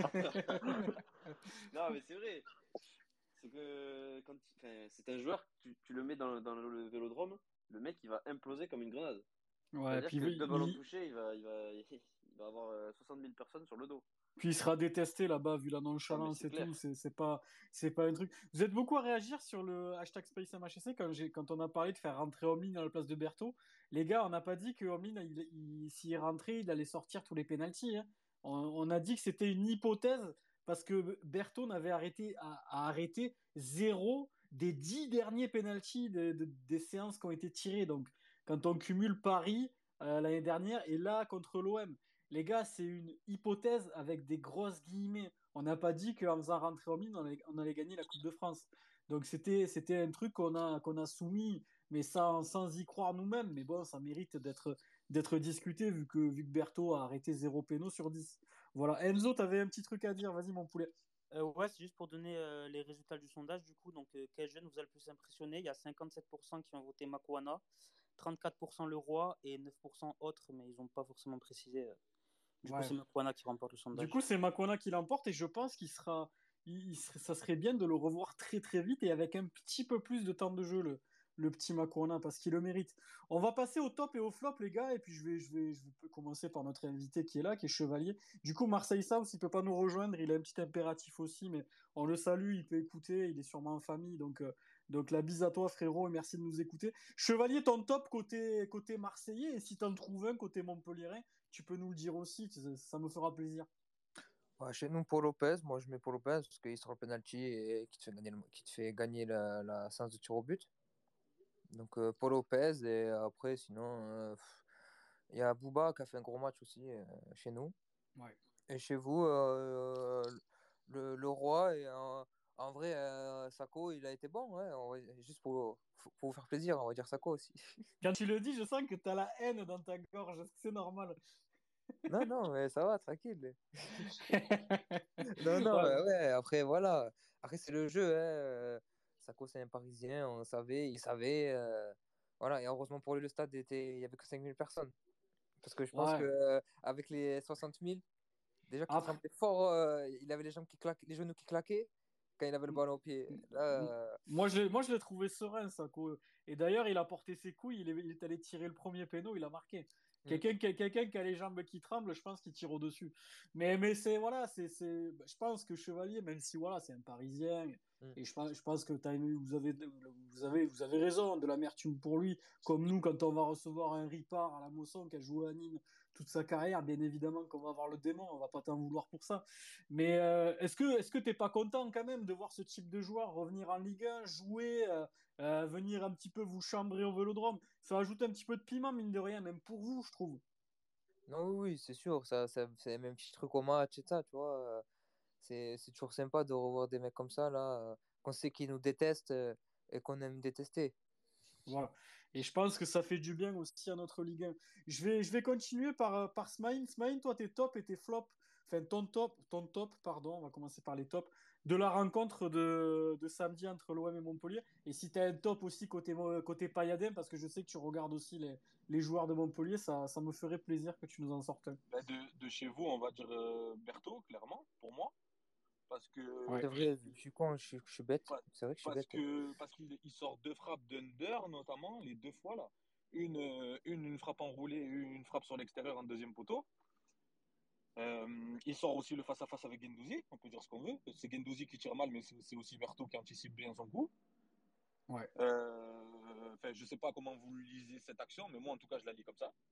non, mais c'est vrai, c'est que quand, enfin, c'est un joueur, tu, tu le mets dans, dans le vélodrome, le mec il va imploser comme une grenade. Ouais, C'est-à-dire puis que deux ballons il, touchés, il va, il va, il va avoir euh, soixante mille personnes sur le dos. Puis il sera détesté là-bas, vu la Ah, mais nonchalance c'est et clair. tout. C'est c'est pas, c'est pas un truc. Vous êtes beaucoup à réagir sur le hashtag SpaceMHSC quand, j'ai- quand on a parlé de faire rentrer Omlin à la place de Berthaud. Les gars, on n'a pas dit que Omlin, il, il- s'il rentrait, il allait sortir tous les pénaltys, hein. On, on a dit que c'était une hypothèse parce que Berthaud n'avait arrêté, a, a arrêté zéro des dix derniers pénaltys de- de- des séances qui ont été tirées. Donc, quand on cumule Paris euh, l'année dernière et là contre l'O M, les gars, c'est une hypothèse avec des grosses guillemets. On n'a pas dit qu'en faisant rentrer en mine, on allait, on allait gagner la Coupe de France. Donc c'était, c'était un truc qu'on a, qu'on a soumis, mais sans, sans y croire nous-mêmes. Mais bon, ça mérite d'être, d'être discuté vu que, vu que Berthaud a arrêté zéro péno sur dix. Voilà. Enzo, tu avais un petit truc à dire. Vas-y, mon poulet. Euh, ouais, c'est juste pour donner euh, les résultats du sondage. Du coup, donc, euh, quel jeune vous a le plus impressionné? Il y a cinquante-sept pour cent qui ont voté Makuana, trente-quatre pour cent le roi et neuf pour cent autres, mais ils n'ont pas forcément précisé. euh. Du coup, Ouais. c'est Makuana qui remporte le Du sondage. coup, c'est Makona qui l'emporte et je pense qu'il sera, il, il serait- ça serait bien de le revoir très très vite et avec un petit peu plus de temps de jeu, le, le petit Makona, parce qu'il le mérite. On va passer au top et au flop, les gars, et puis je vais, je vais, je vais commencer par notre invité qui est là, qui est Chevalier. Du coup, Marseille South, il peut pas nous rejoindre, il a un petit impératif aussi, mais on le salue, il peut écouter, il est sûrement en famille, donc, euh, donc la bise à toi, frérot, et merci de nous écouter. Chevalier, ton top côté, côté marseillais, et si t'en trouves un côté montpelliérain, tu peux nous le dire aussi, ça, ça me fera plaisir. Ouais, chez nous, Paul Lopez, moi je mets Paul Lopez parce qu'il sort le penalty et qui te fait gagner, le- qui te fait gagner la, la séance de tir au but. Donc euh, Paul Lopez et après sinon euh, pff, il y a Bouba qui a fait un gros match aussi euh, chez nous. Ouais. Et chez vous, euh, le, le roi et en, en vrai euh, Sako il a été bon, ouais, on va- juste pour, pour vous faire plaisir, on va dire Sako aussi. Quand tu le dis, je sens que tu as la haine dans ta gorge. Est-ce que c'est normal? Non, non, mais ça va, tranquille. Non, non, Ouais. euh, ouais, après, voilà. Après, c'est le jeu, hein. euh, Sako, c'est un Parisien, on savait, il savait. euh, Voilà, et heureusement pour lui, le stade était, il n'y avait que cinq mille personnes. Parce que je pense que Ouais. euh, avec les soixante mille, déjà qu'il Après, tremblait fort, euh, il avait les jambes qui claquaient, les genoux qui claquaient quand il avait le ballon au pied. Là, euh, moi, je, l'ai- moi, je l'ai trouvé serein, ça. Quoi. Et d'ailleurs, il a porté ses couilles, il est, il est allé tirer le premier péno, il a marqué. hmm. Quelqu'un qui, quelqu'un qui a les jambes qui tremblent, je pense qu'il tire au-dessus. Mais, mais c'est, voilà, c'est, c'est, je pense que Chevalier, même si, voilà, c'est un Parisien, Hmm. et je pense, je pense que t'as une- vous, avez, vous, avez, vous avez raison, de l'amertume pour lui, comme nous, quand on va recevoir un Ripard à la Mosson qui a joué à Nîmes toute sa carrière, bien évidemment qu'on va avoir le démon, on va pas t'en vouloir pour ça. Mais euh, est-ce que est-ce que t'es pas content quand même de voir ce type de joueur revenir en Ligue un, jouer, euh, euh, venir un petit peu vous chambrer au Vélodrome? Ça ajoute un petit peu de piment, mine de rien, même pour vous, je trouve. Non, oui, oui, c'est sûr, ça, ça, c'est le même petit truc au match et ça, tu vois. euh, C'est, c'est toujours sympa de revoir des mecs comme ça, là, euh, qu'on sait qu'ils nous détestent euh, et qu'on aime détester. Voilà. Et je pense que ça fait du bien aussi à notre Ligue un. Je vais, je vais continuer par, euh, par Smaïn. Smaïn, toi, tes top et tes flops. Enfin, ton top, ton top, pardon, on va commencer par les tops. de la rencontre de, de samedi entre l'O M et Montpellier. Et si tu as un top aussi côté, côté Payadin, parce que je sais que tu regardes aussi les, les joueurs de Montpellier, ça, ça me ferait plaisir que tu nous en sortes un. Ben, de, de chez vous, on va dire euh, Berthaud, clairement, pour moi. Parce que, C'est Ouais. vrai, je suis con, je suis, je suis bête. pa- C'est vrai que je suis parce bête. que, parce qu'il il sort deux frappes d'under, notamment, les deux fois là. Une, euh, une, une frappe enroulée et une frappe sur l'extérieur en deuxième poteau. Euh, il sort aussi le face-à-face avec Gendouzi, on peut dire ce qu'on veut. C'est Gendouzi qui tire mal, mais c'est c'est aussi Berthaud qui anticipe bien son coup. Ouais. Euh, Enfin, je sais pas comment vous lisez cette action, mais moi, en tout cas, je la lis comme ça.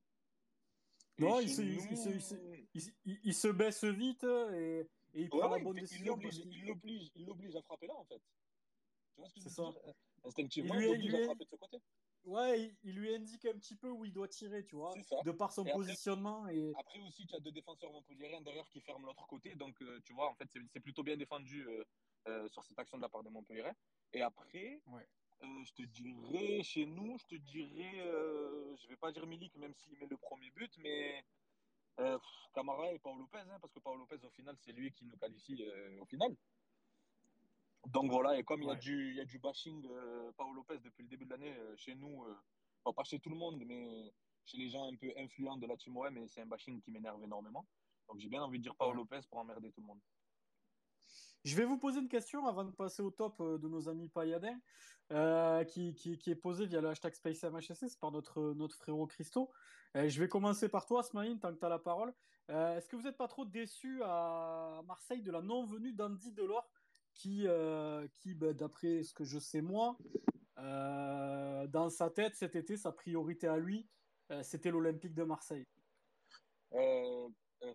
Et Non, il chez se, il, il se, il se, nous, il, il- il se baisse vite et, et il ouais, prend la ouais, il bonne fait- il décision parce l'oblige, qu'il. il l'oblige, il l'oblige à frapper là, en fait. Tu vois ce que je C'est veux te dire? ça. Il Instinctivement, il lui, il l'oblige à lui, frapper de ce côté. ouais, il, il lui indique un petit peu où il doit tirer, tu vois, C'est ça. de par son Et après, positionnement. Et après aussi, tu as deux défenseurs montpelliérains derrière qui ferment l'autre côté. Donc, euh, tu vois, en fait, c'est c'est plutôt bien défendu euh, euh, sur cette action de la part des Montpelliérains. Et après, ouais. euh, je te dirais, chez nous, je te dirais, euh, je vais pas dire Milik, même s'il met le premier but, mais euh, pff, Camara et Paul Lopez, hein, parce que Paul Lopez, au final, c'est lui qui nous qualifie euh, au final. Donc voilà, et comme il y a Ouais. du, il y a du bashing euh, Paul Lopez depuis le début de l'année euh, chez nous, euh, enfin, pas chez tout le monde, mais chez les gens un peu influents de la team O M, et c'est un bashing qui m'énerve énormément. Donc j'ai bien envie de dire Paul Ouais. Lopez pour emmerder tout le monde. Je vais vous poser une question avant de passer au top euh, de nos amis Payadins, euh, qui, qui, qui est posée via le hashtag SpaceMHSS par notre, notre frérot Christo. Euh, je vais commencer par toi, Smaïn, tant que tu as la parole. Euh, est-ce que vous n'êtes pas trop déçu à Marseille de la non-venue d'Andy Delors, qui, euh, qui bah, d'après ce que je sais moi, euh, dans sa tête cet été, sa priorité à lui, euh, c'était l'Olympique de Marseille. Euh, euh,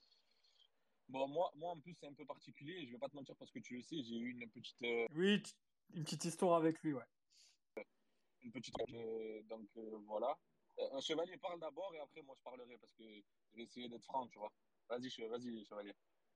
bon, moi, moi, en plus, c'est un peu particulier, je vais pas te mentir parce que tu le sais, j'ai eu une petite, euh, Oui, t- une petite histoire avec lui, ouais. une petite, euh, donc euh, voilà. Euh, un chevalier parle d'abord et après moi je parlerai parce que je vais essayer d'être franc, tu vois. Vas-y, che- vas-y, chevalier.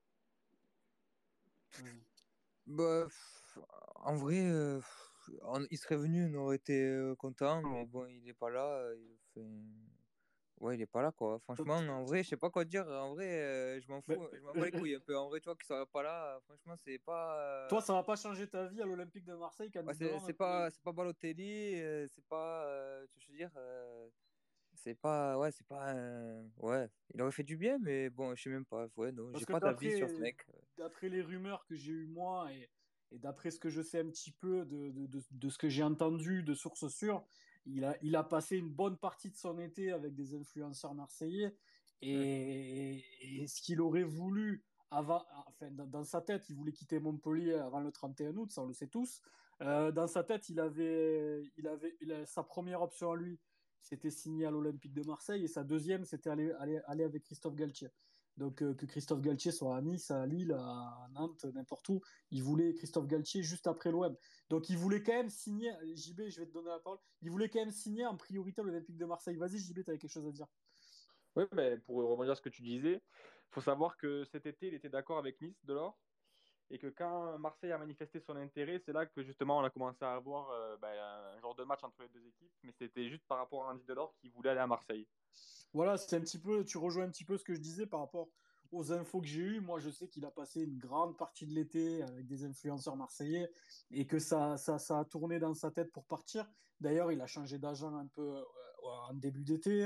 Vas-y. Bah, pff, en vrai, euh, pff, on- il serait venu, on aurait été euh, content, mais bon, il est pas là. euh, Il fait... Ouais, il est pas là, quoi. Franchement, Donc, en vrai, je sais pas quoi dire. En vrai, euh, je m'en bah, fous, je m'en bats les euh, couilles un peu. En vrai, tu vois, qu'il soit pas là, euh, franchement, c'est pas. toi, euh, ça va pas changer ta vie à l'Olympique de Marseille, Ouais, Candy c'est Delors c'est ne peut. pas, c'est pas Balotelli, euh, c'est pas. euh, Tu vois, je veux dire, euh, c'est pas. Ouais, c'est pas. euh, Ouais, il aurait fait du bien, mais bon, je sais même pas. Ouais, non, Parce j'ai que pas d'avis sur ce d'après mec. d'après les rumeurs que j'ai eues moi et, et d'après ce que je sais un petit peu de, de, de, de ce que j'ai entendu de sources sûres, il a, il a passé une bonne partie de son été avec des influenceurs marseillais Hmm. et, et ce qu'il aurait voulu avant, enfin dans, dans sa tête, il voulait quitter Montpellier avant le trente et un août, ça on le sait tous. Euh, dans sa tête, il avait, il avait, il a- sa première option à lui, c'était signer à l'Olympique de Marseille et sa deuxième, c'était aller, aller, aller avec Christophe Galtier. Donc euh, que Christophe Galtier soit à Nice, à Lille, à Nantes, n'importe où, il voulait Christophe Galtier juste après l'O M. Donc il voulait quand même signer, J B, je vais te donner la parole, il voulait quand même signer en priorité à l'Olympique de Marseille. Vas-y J B, tu avais quelque chose à dire. Oui, mais pour rebondir sur ce que tu disais, il faut savoir que cet été, il était d'accord avec Nice, Delors, et que quand Marseille a manifesté son intérêt, c'est là que justement on a commencé à avoir euh, ben, un genre de match entre les deux équipes, mais c'était juste par rapport à Andy Delors qui voulait aller à Marseille. Voilà, c'est un petit peu, tu rejoins un petit peu ce que je disais par rapport aux infos que j'ai eues. Moi, je sais qu'il a passé une grande partie de l'été avec des influenceurs marseillais et que ça, ça, ça a tourné dans sa tête pour partir. D'ailleurs, il a changé d'agent un peu euh, en début d'été.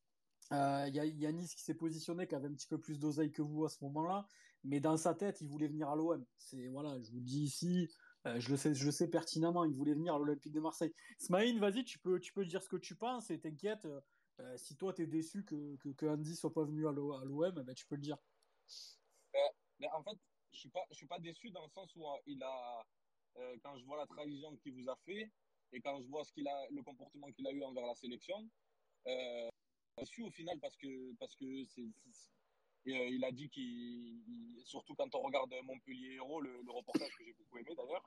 Euh, Il y a Yanis qui s'est positionné, qui avait un petit peu plus d'oseille que vous à ce moment-là, mais dans sa tête, il voulait venir à l'O M. C'est voilà, je vous le dis ici, euh, je le sais, je le sais pertinemment, il voulait venir à l'Olympique de Marseille. Smaïn, vas-y, tu peux, tu peux dire ce que tu penses et t'inquiète. Euh, euh, si toi t'es déçu que, que, que Andy soit pas venu à l'O M, ben, tu peux le dire. Mais, mais en fait, je suis pas, je suis pas déçu dans le sens où euh, il a, euh, quand je vois la trahison qu'il vous a fait et quand je vois ce qu'il a, le comportement qu'il a eu envers la sélection, euh, déçu au final parce que parce que c'est, c'est- et, euh, il a dit qu'il, il- surtout quand on regarde Montpellier Héros, le, le reportage que j'ai beaucoup aimé d'ailleurs,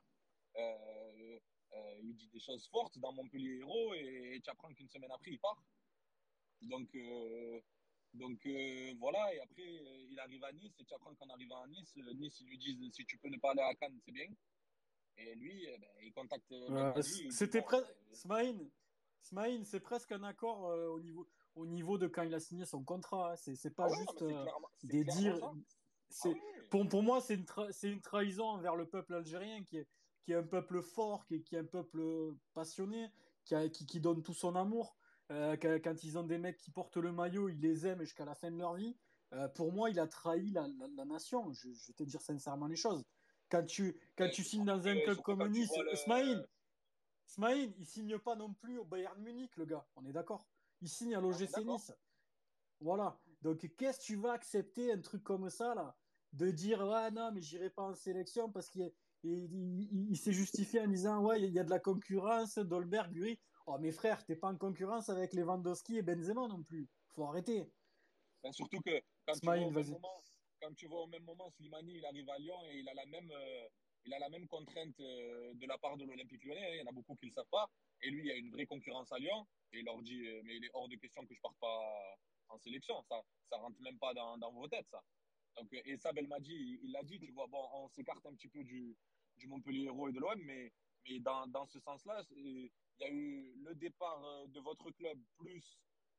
euh, euh, il dit des choses fortes dans Montpellier Héros et, et tu apprends qu'une semaine après il part. Donc euh, donc euh, voilà, et après euh, il arrive à Nice et tu apprends qu'en arrivant à Nice, euh, Nice ils lui disent si tu peux ne pas aller à Cannes, c'est bien. Et lui, euh, ben, il contacte euh, Euh, Belmadi et il dit c'était bon, presque, euh, Smaïn, Smaïn, c'est presque un accord euh, au niveau, au niveau de quand il a signé son contrat. Hein. C'est, c'est ah pas ouais, non, mais juste c'est euh, clairement, c'est des clairement dires, ça. Ah c'est, ouais, ouais. pour, pour moi, c'est une, tra- c'est une trahison envers le peuple algérien qui est, qui est un peuple fort, qui est, qui est un peuple passionné, qui, a- qui, qui donne tout son amour. Euh, quand, quand ils ont des mecs qui portent le maillot, ils les aiment jusqu'à la fin de leur vie. Euh, pour moi, il a trahi la, la- la nation. Je, je vais te dire sincèrement les choses. Quand tu, quand Et tu signes surtout dans un que, club surtout comme quand tu Nice, vois le. Smaïn, Smaïn, il signe pas non plus au Bayern Munich, le gars. On est d'accord. Il signe à On est l'O G C d'accord? Nice. Voilà. Donc, qu'est-ce que tu vas accepter un truc comme ça, là? De dire, ouais, non, mais j'irai pas en sélection parce qu'il il, il- il s'est justifié en disant, ouais, il y a de la concurrence, Dolberg, Guri. Oh, mes frères, t'es pas en concurrence avec Lewandowski et Benzema non plus. Faut arrêter. Ben, surtout que quand tu vois Smaïn, au même vas-y. moment, quand tu vois au même moment, Slimani, il arrive à Lyon et il a la même, euh, il a la même contrainte euh, de la part de l'Olympique Lyonnais, hein. Il y en a beaucoup qui ne le savent pas. Et lui, il y a une vraie concurrence à Lyon. Et il leur dit, euh, mais il est hors de question que je parte pas en sélection. Ça, ça rentre même pas dans, dans vos têtes, ça. Donc, euh, et ça, Belmadi, il l'a dit, tu vois, bon, on s'écarte un petit peu du, du Montpellier Hérault et de l'O M, mais, mais dans, dans ce sens-là, il y a eu le départ euh, de votre club plus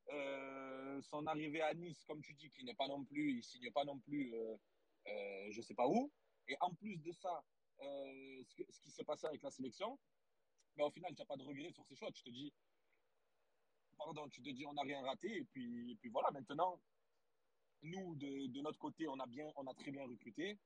euh, son arrivée à Nice, comme tu dis, qui n'est pas non plus, il signe pas non plus, euh, euh, je sais pas où. Et en plus de ça, euh, ce, que, ce, qui s'est passé avec la sélection, mais au final, tu n'as pas de regret sur ces choix. Tu te dis, pardon, tu te dis, on n'a rien raté. Et puis, et puis voilà, maintenant, nous, de, de, notre côté, on a, bien, on a très bien recruté.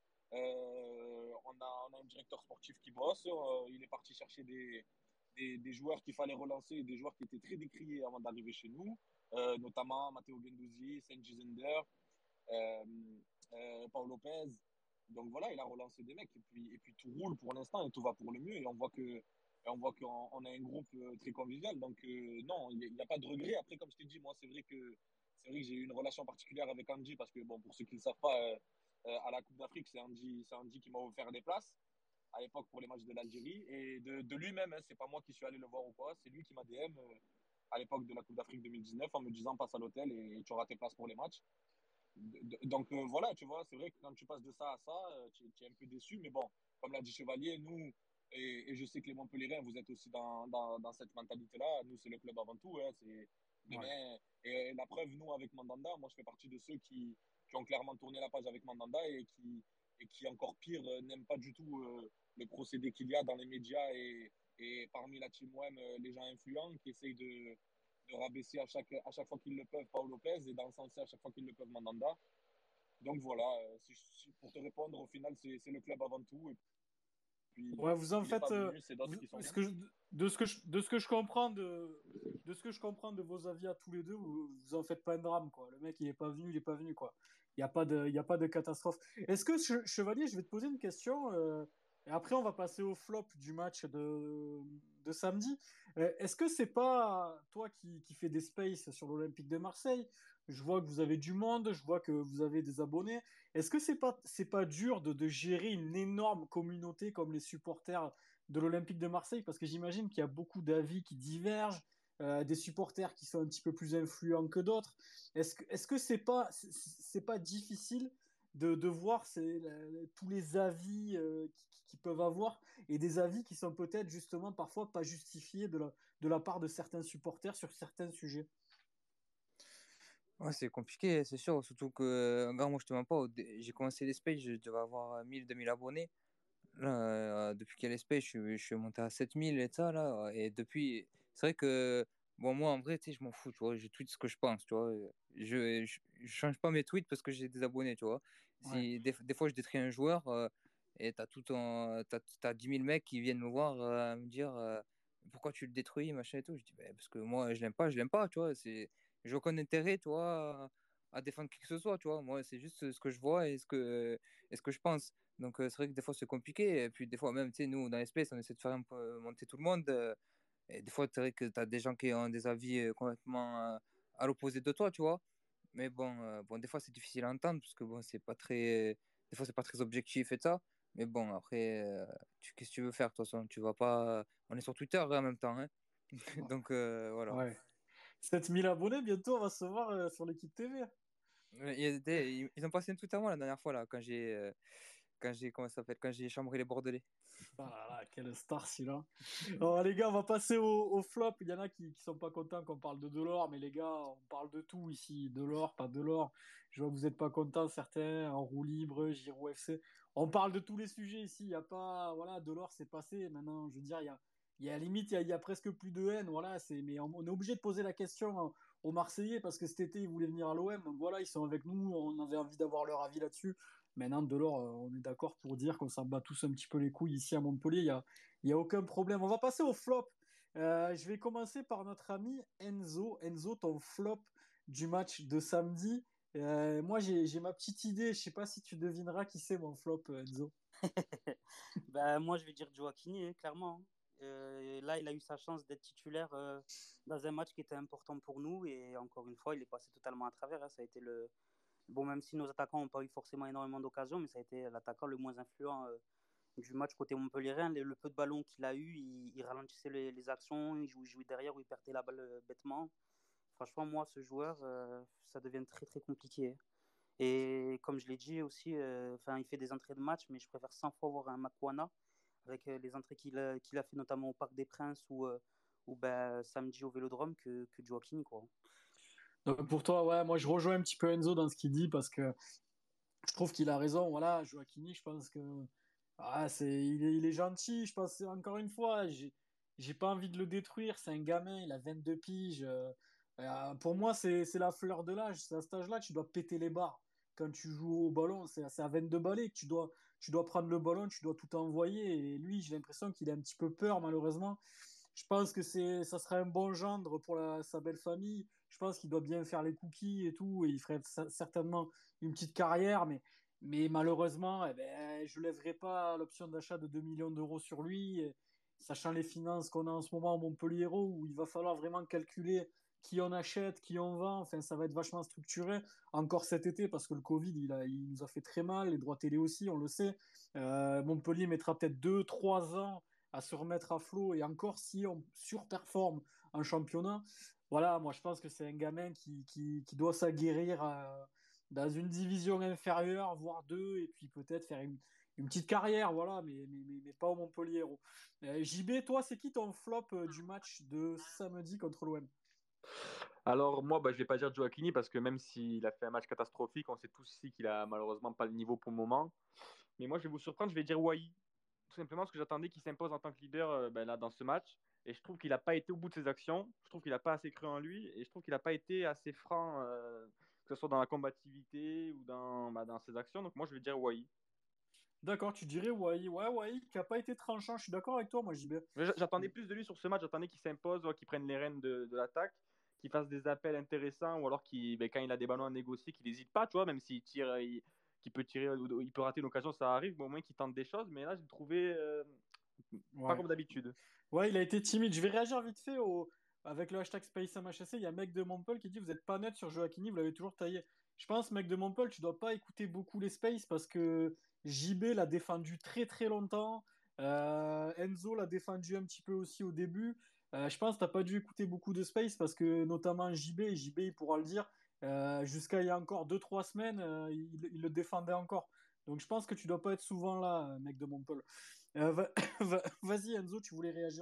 Euh, on, a, on a un directeur sportif qui bosse. Euh, il est parti chercher des, des, des joueurs qu'il fallait relancer, des joueurs qui étaient très décriés avant d'arriver chez nous, euh, notamment Matteo Guendouzi, Senji Zender, euh, euh, Paul Lopez. Donc voilà, il a relancé des mecs et puis, et puis tout roule pour l'instant et tout va pour le mieux. Et on voit que et on voit qu'on on a un groupe euh, très convivial. Donc euh, non, il n'y a, a, pas de regret. Après, comme je t'ai dit, moi, c'est vrai que c'est vrai que j'ai eu une relation particulière avec Andy parce que, bon, pour ceux qui ne le savent pas, euh, euh, à la Coupe d'Afrique, c'est Andy, c'est Andy qui m'a offert des places à l'époque pour les matchs de l'Algérie. Et de, de lui-même, hein, c'est pas moi qui suis allé le voir ou quoi, c'est lui qui m'a D M euh, à l'époque de la Coupe d'Afrique deux mille dix-neuf en me disant passe à l'hôtel et tu auras tes places pour les matchs. Donc euh, voilà, tu vois, c'est vrai que quand tu passes de ça à ça, euh, tu, tu es un peu déçu. Mais bon, comme l'a dit Chevalier, nous, et, et je sais que les Montpellierins, vous êtes aussi dans, dans, dans cette mentalité-là. Nous, c'est le club avant tout. Hein, c'est demain. Ouais. Et la preuve, nous, avec Mandanda, moi, je fais partie de ceux qui, qui ont clairement tourné la page avec Mandanda et qui, et qui encore pire, euh, n'aiment pas du tout euh, le procédé qu'il y a dans les médias et, et parmi la team O M, euh, les gens influents qui essayent de, de rabaisser à chaque, à chaque fois qu'ils le peuvent Paul Lopez et d'encenser à chaque fois qu'ils le peuvent Mandanda. Donc voilà, euh, si, si, pour te répondre, au final, c'est le club avant tout. Et puis, Ouais, vous en il n'est pas faites. Euh, venu, c'est d'autres vous, qui sont ce venus. que je, de, ce que je, de ce que je comprends de, de ce que je comprends de vos avis à tous les deux, vous, vous en faites pas un drame, quoi. Le mec, il est pas venu, il est pas venu, quoi. Il n'y a pas de, il y a pas de catastrophe. Est-ce que, Chevalier, je vais te poser une question, euh, et après, on va passer au flop du match de, de samedi. Euh, Est-ce que c'est pas toi qui, qui fais des spaces sur l'Olympique de Marseille? Je vois que vous avez du monde, je vois que vous avez des abonnés. Est-ce que c'est pas c'est pas dur de, de gérer une énorme communauté comme les supporters de l'Olympique de Marseille? Parce que j'imagine qu'il y a beaucoup d'avis qui divergent, euh, des supporters qui sont un petit peu plus influents que d'autres. Est-ce que est-ce que c'est pas c'est c'est pas difficile de, de voir ces, la- tous les avis euh, qui, qui peuvent avoir et des avis qui sont peut-être justement parfois pas justifiés de la, de la part de certains supporters sur certains sujets? Ouais, c'est compliqué, c'est sûr. Surtout que, gars, moi, je te mens pas. au dé- J'ai commencé les Space, je devais avoir mille, deux mille abonnés. Là, euh, depuis qu'il y a les Space, je, suis- je suis monté à sept mille et ça, là. Et depuis, c'est vrai que, bon, moi, en vrai, tu sais, je m'en fous, tu vois. Je tweete ce que je pense, tu vois. Je, je, je change pas mes tweets parce que j'ai des abonnés, tu vois. Ouais. Si, des, des fois, je détruis un joueur euh, et t'as tout un, t'as, t'as dix mille mecs qui viennent me voir euh, me dire euh, pourquoi tu le détruis, machin et tout. Je dis, bah, parce que moi, je l'aime pas, je l'aime pas, tu vois. C'est, j'ai aucun intérêt, tu vois, à, à défendre qui que ce soit, tu vois. Moi, c'est juste ce que je vois et ce que, et ce que je pense. Donc, euh, c'est vrai que des fois, c'est compliqué. Et puis, des fois, même, tu sais, nous, dans l'espèce, on essaie de faire un peu monter tout le monde. euh, et des fois, c'est vrai que tu as des gens qui ont des avis euh, complètement euh, à l'opposé de toi, tu vois. Mais bon, euh, bon, des fois, c'est difficile à entendre parce que bon, c'est pas très. Des fois, c'est pas très objectif et ça. Mais bon, après, euh, tu, qu'est-ce que tu veux faire, de toute façon? Tu vas pas. On est sur Twitter hein, en même temps, hein. Donc, euh, voilà. Ouais. sept mille abonnés, bientôt on va se voir euh, sur l'équipe T V. Il y a des- ils ils ont passé un tweet à moi la dernière fois, là, quand j'ai. euh, quand j'ai, comment ça s'appelle, quand j'ai chambré les Bordelais. Ah là là, quelle star celui-là. Alors les gars, on va passer au, au flop. Il y en a qui, qui sont pas contents qu'on parle de Delors, mais les gars, on parle de tout ici. Delors, pas Delors. Je vois que vous n'êtes pas contents, certains, en roue libre, Giroud F C. On parle de tous les sujets ici. Il y a pas, voilà, Delors, c'est passé. Maintenant, je veux dire, il y a, il y a limite, il y a, il y a presque plus de haine. Voilà, c'est, mais on, on est obligé de poser la question aux Marseillais parce que cet été, ils voulaient venir à l'O M. Donc voilà, ils sont avec nous. On avait envie d'avoir leur avis là-dessus. Maintenant, Delors, euh, on est d'accord pour dire qu'on s'en bat tous un petit peu les couilles ici à Montpellier. Il n'y a, il y a aucun problème. On va passer au flop. Euh, je vais commencer par notre ami Enzo. Enzo, ton flop du match de samedi. Euh, moi, j'ai, j'ai ma petite idée. Je ne sais pas si tu devineras qui c'est mon flop, Enzo. Bah, moi, je vais dire Joaquini, hein, clairement. Euh, là, il a eu sa chance d'être titulaire euh, dans un match qui était important pour nous. Et encore une fois, il est passé totalement à travers. Hein. Ça a été le... Bon, même si nos attaquants n'ont pas eu forcément énormément d'occasions, mais ça a été l'attaquant le moins influent euh, du match côté montpelliérain. Le, le peu de ballons qu'il a eu, il, il ralentissait les, les actions, il jouait, jouait derrière où il perdait la balle euh, bêtement. Franchement, moi, ce joueur, euh, ça devient très très compliqué. Et comme je l'ai dit aussi, euh, il fait des entrées de match, mais je préfère cent fois voir un Makwana avec euh, les entrées qu'il a, qu'il a fait notamment au Parc des Princes ou, euh, ou ben, samedi au Vélodrome que, que Joaquin, quoi. Donc pour toi, ouais, moi je rejoins un petit peu Enzo dans ce qu'il dit parce que je trouve qu'il a raison. Voilà, Joaquini, je pense que ah, c'est, il est, il est gentil. Je pense encore une fois, j'ai, j'ai pas envie de le détruire. C'est un gamin, il a vingt-deux piges. Euh, euh, pour moi, c'est, c'est la fleur de l'âge. C'est à cet âge-là que tu dois péter les barres. Quand tu joues au ballon, c'est, c'est à vingt-deux balais que tu dois, tu dois prendre le ballon, tu dois tout envoyer. Et lui, j'ai l'impression qu'il a un petit peu peur, malheureusement. Je pense que c'est, ça serait un bon gendre pour la, sa belle famille. Je pense qu'il doit bien faire les cookies et tout. Et il ferait certainement une petite carrière. Mais, mais malheureusement, eh ben, je ne lèverai pas l'option d'achat de deux millions d'euros sur lui. Et, sachant les finances qu'on a en ce moment au Montpellier, où il va falloir vraiment calculer qui on achète, qui on vend. Enfin, ça va être vachement structuré. Encore cet été, parce que le Covid, il, a, il nous a fait très mal. Les droits télé aussi, on le sait. Euh, Montpellier mettra peut-être deux trois ans à se remettre à flot, et encore si on surperforme en championnat, voilà, moi je pense que c'est un gamin qui, qui, qui doit s'aguerrir à, dans une division inférieure, voire deux, et puis peut-être faire une, une petite carrière, voilà, mais, mais, mais, mais pas au Montpellier. Euh, J B, toi, c'est qui ton flop euh, du match de samedi contre l'O M? Alors moi, bah, je vais pas dire Joaquini parce que même s'il a fait un match catastrophique, on sait tous ici qu'il a malheureusement pas le niveau pour le moment. Mais moi, je vais vous surprendre, je vais dire Wai. Tout simplement parce que j'attendais qu'il s'impose en tant que leader euh, ben, là, dans ce match. Et je trouve qu'il n'a pas été au bout de ses actions. Je trouve qu'il n'a pas assez cru en lui. Et je trouve qu'il n'a pas été assez franc, euh, que ce soit dans la combativité ou dans, bah, dans ses actions. Donc moi, je vais dire Wai. D'accord, tu dirais Wai. Ouais, Wai, qui n'a pas été tranchant, je suis d'accord avec toi, moi, J B. J'attendais plus de lui sur ce match. J'attendais qu'il s'impose, qu'il prenne les rênes de, de l'attaque, qu'il fasse des appels intéressants ou alors qu'il, ben, quand il a des ballons à négocier, qu'il n'hésite pas, tu vois, même s'il tire, il, qu'il peut tirer, il peut rater une occasion, ça arrive, mais au moins qu'il tente des choses. Mais là, j'ai trouvé euh, pas Ouais. comme d'habitude. Ouais, il a été timide. Je vais réagir vite fait au... avec le hashtag SpaceMHC. Il y a un mec de Montpellier qui dit: vous n'êtes pas net sur Joaquini, vous l'avez toujours taillé. Je pense, mec de Montpellier, tu dois pas écouter beaucoup les Space parce que J B l'a défendu très très longtemps. Euh, Enzo l'a défendu un petit peu aussi au début. Euh, je pense que tu n'as pas dû écouter beaucoup de Space parce que notamment J B, J B il pourra le dire, euh, jusqu'à il y a encore deux trois semaines, euh, il, il le défendait encore. Donc je pense que tu dois pas être souvent là, mec de Montpellier. Euh, va- va- Vas-y Enzo, tu voulais réagir.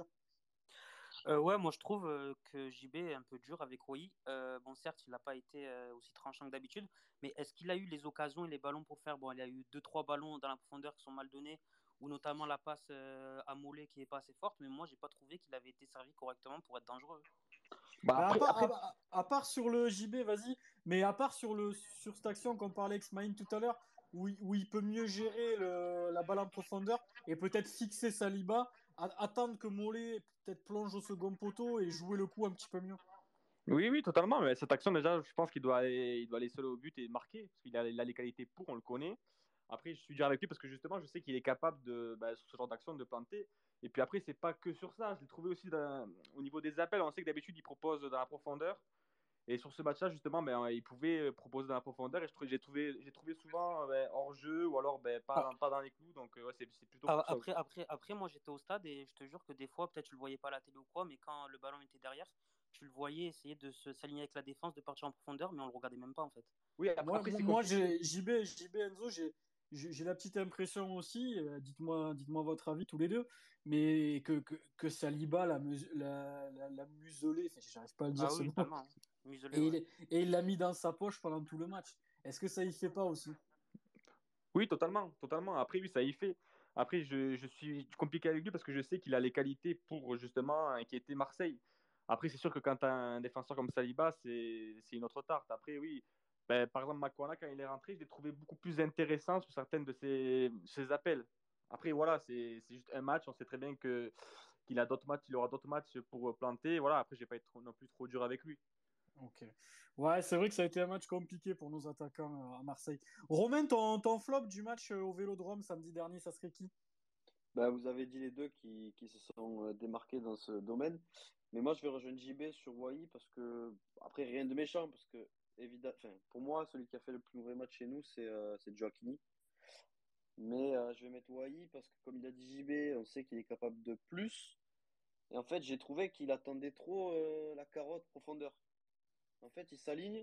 Euh, ouais, moi je trouve euh, que J B est un peu dur avec Wai. Euh, bon, certes, il n'a pas été euh, aussi tranchant que d'habitude, mais est-ce qu'il a eu les occasions et les ballons pour faire? Bon, il a eu deux trois ballons dans la profondeur qui sont mal donnés, ou notamment la passe euh, à Mollet qui n'est pas assez forte, mais moi j'ai pas trouvé qu'il avait été servi correctement pour être dangereux. Bah, Bah, à, après, part, après, à, à part sur le J B, vas-y, mais à part sur, le, sur cette action qu'on parlait avec Smaïn tout à l'heure, où, il- où il peut mieux gérer le- la balle en profondeur et peut-être fixer Saliba, a- attendre que Mollet peut-être plonge au second poteau et jouer le coup un petit peu mieux. oui, oui, totalement. Mais cette action, déjà, je pense qu'il doit aller, il doit aller seul au but et marquer, parce qu'il a, il a les qualités pour, on le connaît. Après, je suis dur avec lui parce que justement, je sais qu'il est capable de, bah, sur ce genre d'action, de planter. Et puis après, c'est pas que sur ça. Je l'ai trouvé aussi dans- au niveau des appels. On sait que d'habitude, il propose dans la profondeur. Et sur ce match-là, justement, ben, il pouvait proposer dans la profondeur. Et je trouve- j'ai trouvé, j'ai trouvé souvent ben, hors jeu ou alors ben, pas, Ah, dans, pas dans les clous. Donc, euh, ouais, c'est c'est plutôt Ah, pour ça aussi. Après, après, après, moi j'étais au stade et je te jure que des fois, peut-être tu le voyais pas à la télé ou quoi, mais quand le ballon était derrière, tu le voyais essayer de se s'aligner avec la défense, de partir en profondeur, mais on le regardait même pas en fait. Oui, après, moi, après, moi, c'est moi, compliqué. j'ai J B, J B Enzo, j'ai j'ai j'ai la petite impression aussi, euh, dites-moi, dites-moi votre avis tous les deux, mais que, que, que Saliba l'a mus- l'a- l'a- l'a muselé, enfin, j'arrive pas à le dire Ah ce oui, mot, totalement. Hein. Muselé, et ouais. il, et il l'a mis dans sa poche pendant tout le match. Est-ce que ça y fait pas aussi? Oui, totalement, totalement. Après, oui, ça y fait. Après, je, je suis compliqué avec lui parce que je sais qu'il a les qualités pour justement inquiéter Marseille. Après, c'est sûr que quand tu as un défenseur comme Saliba, c'est c'est une autre tarte. Après, oui, ben, par exemple, Makwana, quand il est rentré, je l'ai trouvé beaucoup plus intéressant sur certaines de ses, ses appels. Après, voilà, c'est c'est juste un match. On sait très bien que qu'il a d'autres matchs, il aura d'autres matchs pour planter. Voilà, après, je vais pas être trop- non plus trop dur avec lui. Ok. Ouais, c'est vrai que ça a été un match compliqué pour nos attaquants euh, à Marseille. Romain, ton, ton flop du match euh, au Vélodrome samedi dernier, ça serait qui? Bah, vous avez dit les deux qui, qui se sont euh, démarqués dans ce domaine. Mais moi, je vais rejoindre J B sur Wai parce que, après, rien de méchant, parce que, évidemment, enfin, pour moi, celui qui a fait le plus mauvais match chez nous, c'est euh, c'est Joaquini. Mais euh, je vais mettre Wai parce que, comme il a dit J B, on sait qu'il est capable de plus. Et en fait, j'ai trouvé qu'il attendait trop euh, la carotte profondeur. En fait, il s'aligne,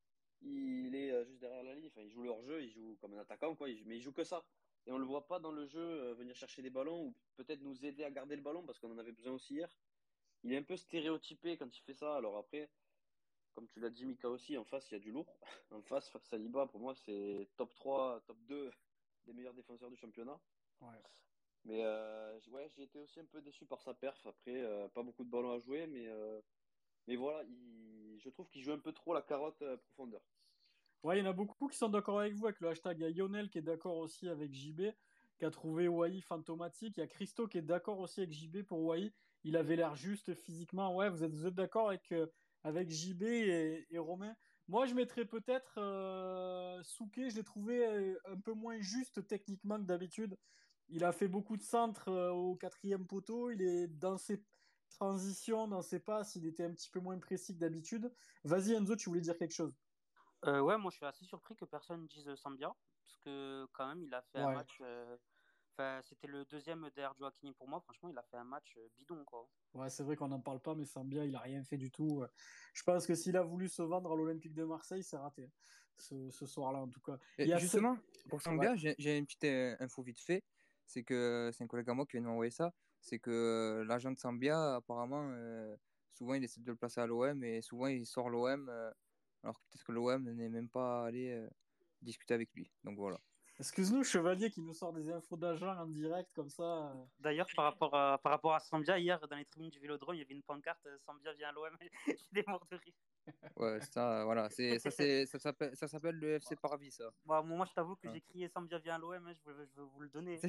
il est euh, juste derrière la ligne. Enfin, il joue leur jeu, il joue comme un attaquant, quoi. Il- mais il joue que ça. Et on le voit pas dans le jeu euh, venir chercher des ballons ou peut-être nous aider à garder le ballon parce qu'on en avait besoin aussi hier. Il est un peu stéréotypé quand il fait ça. Alors après, comme tu l'as dit, Mika aussi, en face, il y a du lourd. En face, Saliba, pour moi, c'est top trois, top deux des meilleurs défenseurs du championnat. Ouais. Mais euh, ouais, j'ai été aussi un peu déçu par sa perf. Après, euh, pas beaucoup de ballons à jouer, mais, euh, mais voilà, il- je trouve qu'il joue un peu trop la carotte euh, profondeur. Ouais, il y en a beaucoup qui sont d'accord avec vous avec le hashtag. Il y a Lionel qui est d'accord aussi avec J B, qui a trouvé Wai fantomatique. Il y a Christo qui est d'accord aussi avec J B pour Wai. Il avait l'air juste physiquement. Ouais, vous êtes, vous êtes d'accord avec, euh, avec J B et, et Romain. Moi, je mettrais peut-être euh, Souquet. Je l'ai trouvé euh, un peu moins juste techniquement que d'habitude. Il a fait beaucoup de centres euh, au quatrième poteau. Il est dans ses transitions, dans ses passes, il était un petit peu moins précis que d'habitude. Vas-y, Enzo, tu voulais dire quelque chose? Euh, ouais, moi je suis assez surpris que personne dise Sambia, parce que quand même il a fait un Ouais. match. euh, Enfin, c'était le deuxième derrière Joaquini pour moi. Franchement, il a fait un match euh, bidon, quoi. Ouais, c'est vrai qu'on n'en parle pas, mais Sambia, il a rien fait du tout. Je pense que s'il a voulu se vendre à l'Olympique de Marseille, c'est raté. Ce, ce soir-là, en tout cas. Et Il y a ce... justement, pour Ouais. Sambia, j'ai j'ai une petite euh, info vite fait. C'est que c'est un collègue à moi qui vient de m'envoyer ça. C'est que euh, l'agent de Sambia, apparemment, euh, souvent il essaie de le placer à l'O M et souvent il sort l'O M, euh, alors que peut-être que l'O M n'est même pas allé euh, discuter avec lui. Donc voilà. Excuse-nous, Chevalier, qui nous sort des infos d'agent en direct, comme ça. euh. D'ailleurs, par rapport à, par rapport à Sambia, hier dans les tribunes du Vélodrome, il y avait une pancarte euh, Sambia vient à l'O M. J'étais mort de rire. Ouais, ça, voilà. C'est, ça, c'est, ça s'appelle, ça s'appelle le F C Parvis, ça. Bon, moi, je t'avoue que Hein. j'ai crié Sambia vient à l'O M, hein, je, veux, je veux vous le donner.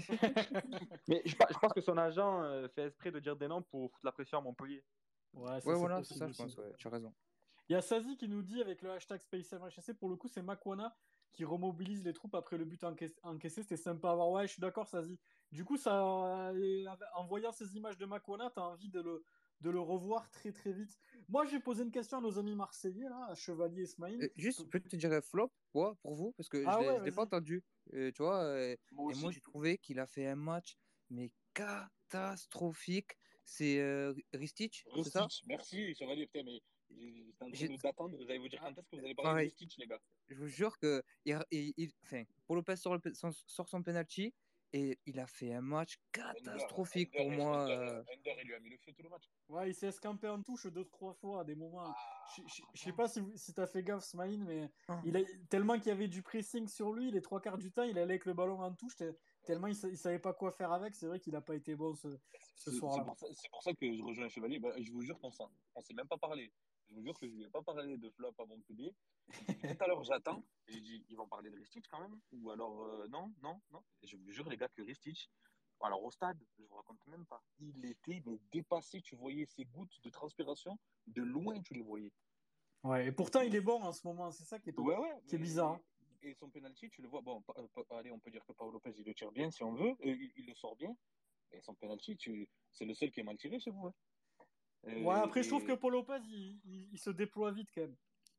Mais je, pa- je pense que son agent euh, fait exprès de dire des noms pour foutre la pression à Montpellier. Ouais, ça Ouais, c'est voilà, c'est possible ça, je aussi. pense. Ouais, tu as raison. Il y a Sazi qui nous dit avec le hashtag SpaceMHC, pour le coup, c'est Makwana qui remobilise les troupes après le but encaissé. encaissé. C'était sympa à voir. Ouais, je suis d'accord, Sazi. Du coup, ça, euh, en voyant ces images de Makwana, tu as envie de le, de le revoir très très vite. Moi, j'ai posé une question à nos amis marseillais, là, à Chevalier et Smaïn. Euh, juste, je peux te dire flop, ouais, pour vous, parce que je Ah ne l'ai ouais, je l'ai pas vas-y. entendu. Euh, tu vois, euh, Moi et moi, aussi. j'ai trouvé qu'il a fait un match, mais catastrophique. C'est euh, Ristich, c'est ça? Ristich, merci, Chevalier, putain, mais j'étais en train J'ai- de d'attendre. Vous allez vous dire Ah, quand est-ce que vous allez parler de Pareil, Ristich, les gars. je vous jure que il, il, il- enfin, Paul Lopez sort, le pe- son, sort son penalty et il a fait un match Under, catastrophique Under, pour moi. Under, euh. Under, il lui a mis le feu tout le match. ouais, il s'est escampé en touche deux, trois fois à des moments. Je Ah, je- je sais franchement. pas si, vous- si tu as fait gaffe, Smaïn, mais Oh. il a, tellement qu'il y avait du pressing sur lui, les trois quarts du temps, il allait avec le ballon en touche, te- tellement il, sa- il savait pas quoi faire avec. C'est vrai qu'il a pas été bon ce, ce C'est c'est soir-là. pour ça, c'est pour ça que je rejoins Chevalier. Bah, je vous jure qu'on s'en- on s'est même pas parlé. Je vous jure que je lui ai pas parlé de flop à Montpellier. Depuis tout à l'heure, j'attends. Et j'ai dit, ils vont parler de Ristich quand même. Ou alors, euh, non, non, non. Et je vous jure, les gars, que Ristich, alors au stade, je vous raconte même pas. Il était mais dépassé. Tu voyais ses gouttes de transpiration. De loin, tu les voyais. Ouais, et pourtant il est bon en ce moment, c'est ça qui est, Ouais, ouais. qui est bizarre. Mais... Hein. Et son penalty, tu le vois. Bon, pa- pa- allez, on peut dire que Paolo Lopez, il le tire bien si on veut. Et il, il le sort bien. Et son penalty, tu... c'est le seul qui est mal tiré chez vous. Hein. Ouais, Et, après je trouve que et... Paul Lopez il, il- il se déploie vite quand même.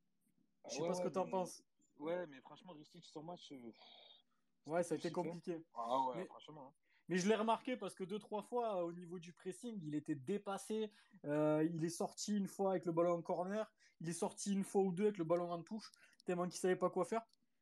Je Ah sais ouais, pas ce que ouais, t'en mais... penses. ouais, mais franchement, Ristich, son match, euh, Ouais, c'était ça a plus été sifflé. compliqué. Ah ouais, Mais, franchement. Hein. mais je l'ai remarqué parce que deux, trois fois, euh, au niveau du pressing, il était dépassé. Euh, il est sorti une fois avec le ballon en corner. Il est sorti une fois ou deux avec le ballon en touche, tellement qu'il savait pas quoi faire.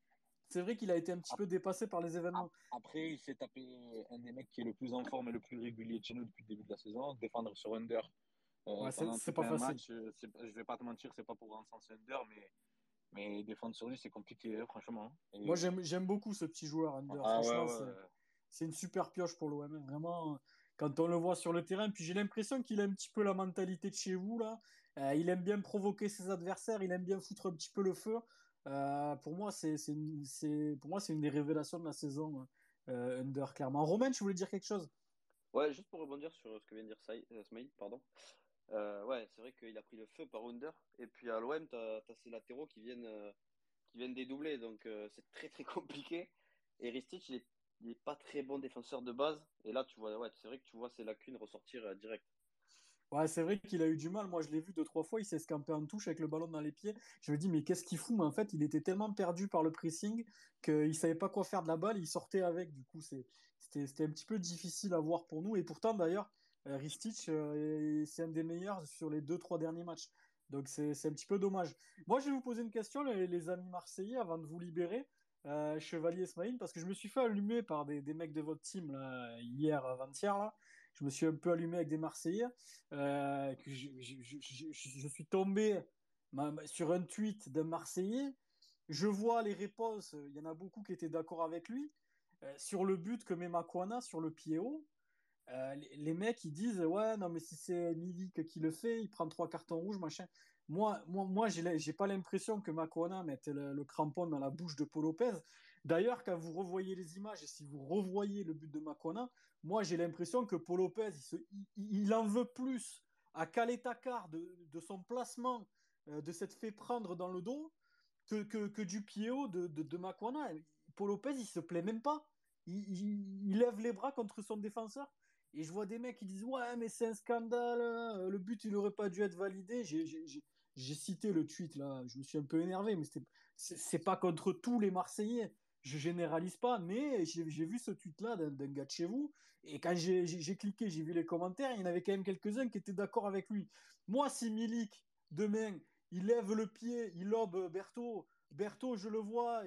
c'est vrai qu'il a été un petit Ap- peu dépassé par les ap- événements. Après, il s'est tapé un des mecs qui est le plus en forme et le plus régulier de chez nous depuis le début de la saison. Défendre sur under euh, Ouais, c'est pendant c'est tout pas un facile. match, euh, c'est- je vais pas te mentir, c'est pas pour encenser under, mais, mais défendre sur lui, c'est compliqué, hein, franchement. Moi, Et, j'aime j'aime beaucoup ce petit joueur, Under. ah ouais, Franchement, ouais, c'est ouais. c'est une super pioche pour l'O M. hein. Vraiment, quand on le voit sur le terrain, puis j'ai l'impression qu'il a un petit peu la mentalité de chez vous, là. Euh, il aime bien provoquer ses adversaires, il aime bien foutre un petit peu le feu. Euh, pour moi, c'est c'est une, c'est- pour moi, c'est une des révélations de la saison, euh, Under, clairement. Romain, tu voulais dire quelque chose? Ouais, juste pour rebondir sur ce que vient de dire Saï- euh, Smaïd, pardon. Euh, ouais, c'est vrai qu'il a pris le feu par Under. Et puis à l'O M, t'as, t'as ces latéraux qui viennent, euh, qui viennent dédoubler. Donc euh, c'est très très compliqué. Et Ristich, il est, il est pas très bon défenseur de base. Et là, tu vois, ouais, c'est vrai que tu vois ses lacunes ressortir euh, direct. Ouais, c'est vrai qu'il a eu du mal. Moi, je l'ai vu deux, trois fois. Il s'est escampé en touche avec le ballon dans les pieds. Je me dis, mais qu'est-ce qu'il fout? Mais en fait, il était tellement perdu par le pressing qu'il savait pas quoi faire de la balle. Il sortait avec. Du coup, c'est- c'était, c'était un petit peu difficile à voir pour nous. Et pourtant, d'ailleurs, euh, Ristich, euh, c'est un des meilleurs sur les deux, trois derniers matchs. Donc, c'est, c'est un petit peu dommage. Moi, je vais vous poser une question, les, les amis marseillais, avant de vous libérer. Euh, Chevalier Ismaïl, parce que je me suis fait allumer par des, des mecs de votre team là, hier, avant-hier. Là. Je me suis un peu allumé avec des Marseillais euh, que je, je, je, je, je suis tombé ma, ma, sur un tweet d'un Marseillais. Je vois les réponses, il y en a beaucoup qui étaient d'accord avec lui. Euh, sur le but que met Makwana sur le pied haut, euh, les, les, mecs ils disent ouais, non, mais si c'est Milik qui le fait, il prend trois cartons rouges, machin. Moi, moi, moi j'ai, j'ai pas l'impression que Makwana mette le, le crampon dans la bouche de Paul Lopez. D'ailleurs, quand vous revoyez les images et si vous revoyez le but de Makwana, moi j'ai l'impression que Paul Lopez il, se, il, il en veut plus à Calais Takar de, de son placement, euh, de s'être fait prendre dans le dos que, que, que du pied haut de, de, de Makwana. Paul Lopez il se plaît même pas. Il, il, il lève les bras contre son défenseur. Et je vois des mecs qui disent ouais, mais c'est un scandale, hein. Le but il aurait pas dû être validé. J'ai, j'ai, j'ai cité le tweet là, je me suis un peu énervé, mais c'était, c'est, c'est pas contre tous les Marseillais. Je généralise pas, mais j'ai, j'ai vu ce tweet là d'un, d'un gars de chez vous. Et quand j'ai, j'ai, j'ai cliqué, j'ai vu les commentaires, il y en avait quand même quelques-uns qui étaient d'accord avec lui. Moi, si Milik, demain, il lève le pied, il lobe Berthaud, Berthaud, je le vois,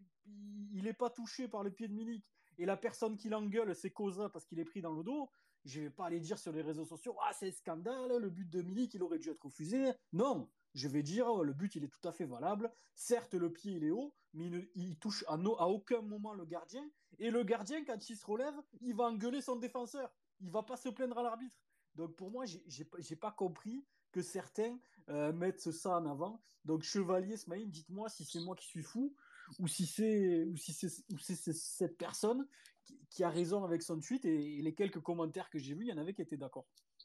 il n'est pas touché par le pied de Milik et la personne qui l'engueule, c'est Cosa parce qu'il est pris dans le dos, je vais pas aller dire sur les réseaux sociaux ah c'est scandale, le but de Milik il aurait dû être refusé. Non, je vais dire oh, le but il est tout à fait valable. Certes le pied il est haut, mais il, ne, il touche à, no, à aucun moment le gardien. Et le gardien quand il se relève, il va engueuler son défenseur. Il va pas se plaindre à l'arbitre. Donc pour moi j'ai, j'ai, j'ai pas compris que certains euh, mettent ça en avant. Donc Chevalier, Smaïn, dites-moi si c'est moi qui suis fou ou si c'est ou si c'est ou si c'est cette personne qui, qui, a raison avec son tweet et, et les quelques commentaires que j'ai vus, il y en avait qui étaient d'accord.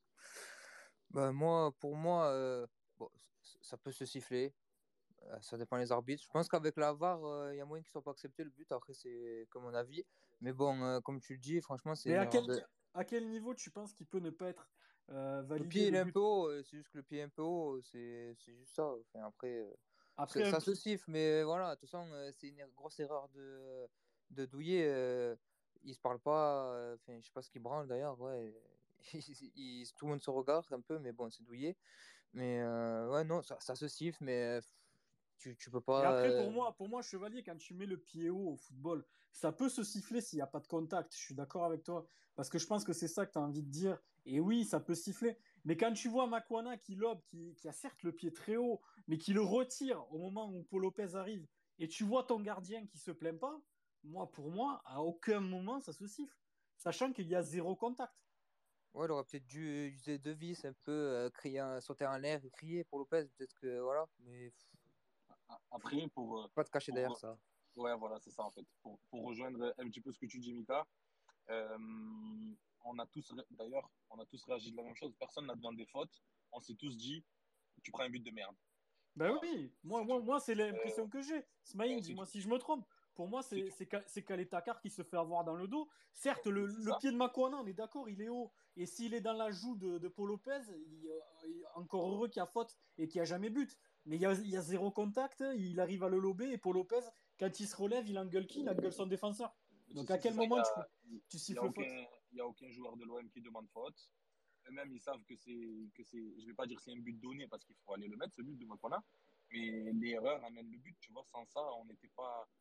Bah, moi, pour moi, euh, bon, ça peut se siffler. Euh, Ça dépend des arbitres. Je pense qu'avec la V A R, il euh, y a moyen qu'ils ne soient pas acceptés le but. Après, c'est comme mon avis. Mais bon, euh, comme tu le dis, franchement, c'est Mais une à erreur quel, de. à quel niveau tu penses qu'il peut ne pas être euh, Le validé pied, il le est un but? peu haut. euh, C'est juste que le pied est un peu haut. C'est c'est juste ça. Enfin, après, euh, ça, Après un ça se pied. siffle. Mais voilà, de toute façon, euh, c'est une er- grosse erreur de, de Douillet. Euh, il se parle pas. euh, Enfin, je sais pas ce qu'il branle d'ailleurs. Ouais. Il- il- tout le monde se regarde un peu. Mais bon, c'est Douillet. Mais euh, ouais, non, ça, ça se siffle. Mais euh, tu, tu peux Mais pas. après, pour euh, moi, pour moi, Chevalier, quand tu mets le pied haut au football, ça peut se siffler s'il n'y a pas de contact. Je suis d'accord avec toi. Parce que je pense que c'est ça que tu as envie de dire. Et oui, ça peut siffler. Mais quand tu vois Makwana qui lobe, qui, qui a certes le pied très haut, mais qui le retire au moment où Paul Lopez arrive, et tu vois ton gardien qui se plaint pas, moi, pour moi, à aucun moment ça se siffle. Sachant qu'il y a zéro contact. Ouais, il aurait peut-être dû user deux vis, un peu euh, crier, un- sauter en l'air et crier pour Lopez, peut-être que voilà, mais pff, Après, pour, euh, pas te cacher derrière pour, ça. ouais, voilà, c'est ça en fait. Pour, pour rejoindre un petit peu ce que tu dis, Mika, euh, on a tous, d'ailleurs, on a tous réagi de la même chose. Personne n'a demandé faute. On s'est tous dit, tu prends un but de merde. Ben Voilà. oui, moi, Si moi, tu, moi c'est euh, l'impression que j'ai. Smaïn, ben, si dis-moi tu, si je me trompe. Pour moi, si c'est tu, c'est Calais Takar qui se fait avoir dans le dos. Certes, le, c'est le ça. pied de Makwana, on est d'accord, il est haut. Et s'il est dans la joue de, de Paul Lopez, il, il, encore heureux qu'il y a faute et qu'il n'y a jamais but. Mais il y, a, il y a zéro contact, il arrive à le lober et Paul Lopez, quand il se relève, il engueule qui? Il engueule son défenseur. C'est Donc à quel c'est ça. Il y moment tu, a, tu il y a siffles faute? aucun, il y a aucun joueur de l'O M qui demande faute. Eux-mêmes, ils savent que c'est, que c'est, je vais pas dire que c'est un but donné parce qu'il faut aller le mettre, ce but de Makona. Mais l'erreur amène le but, tu vois. Sans ça, on n'était pas,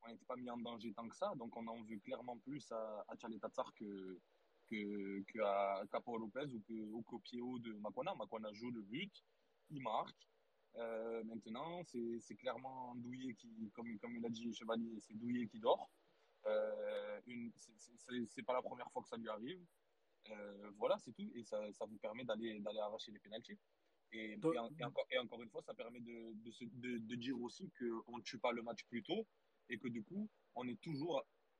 on n'était pas mis en danger tant que ça. Donc, on en veut clairement plus à, à Tchale Tatsar que, que, que à, qu'à Paul Lopez ou, que, ou qu'au pied haut de Makwana. Makwana joue le but, il marque. Euh, maintenant, c'est, c'est clairement Douillet qui, comme, comme il a dit Chevalier, c'est Douillet qui dort. Euh, une, c'est, c'est, c'est pas la première fois que ça lui arrive. Euh, voilà, c'est tout. Et ça, ça vous permet d'aller, d'aller arracher les pénaltys. Et, Toi- et, en- et encore, et encore une fois, ça permet de, de, se- de, de dire aussi qu'on ne tue pas le match plus tôt et que du coup, on est toujours,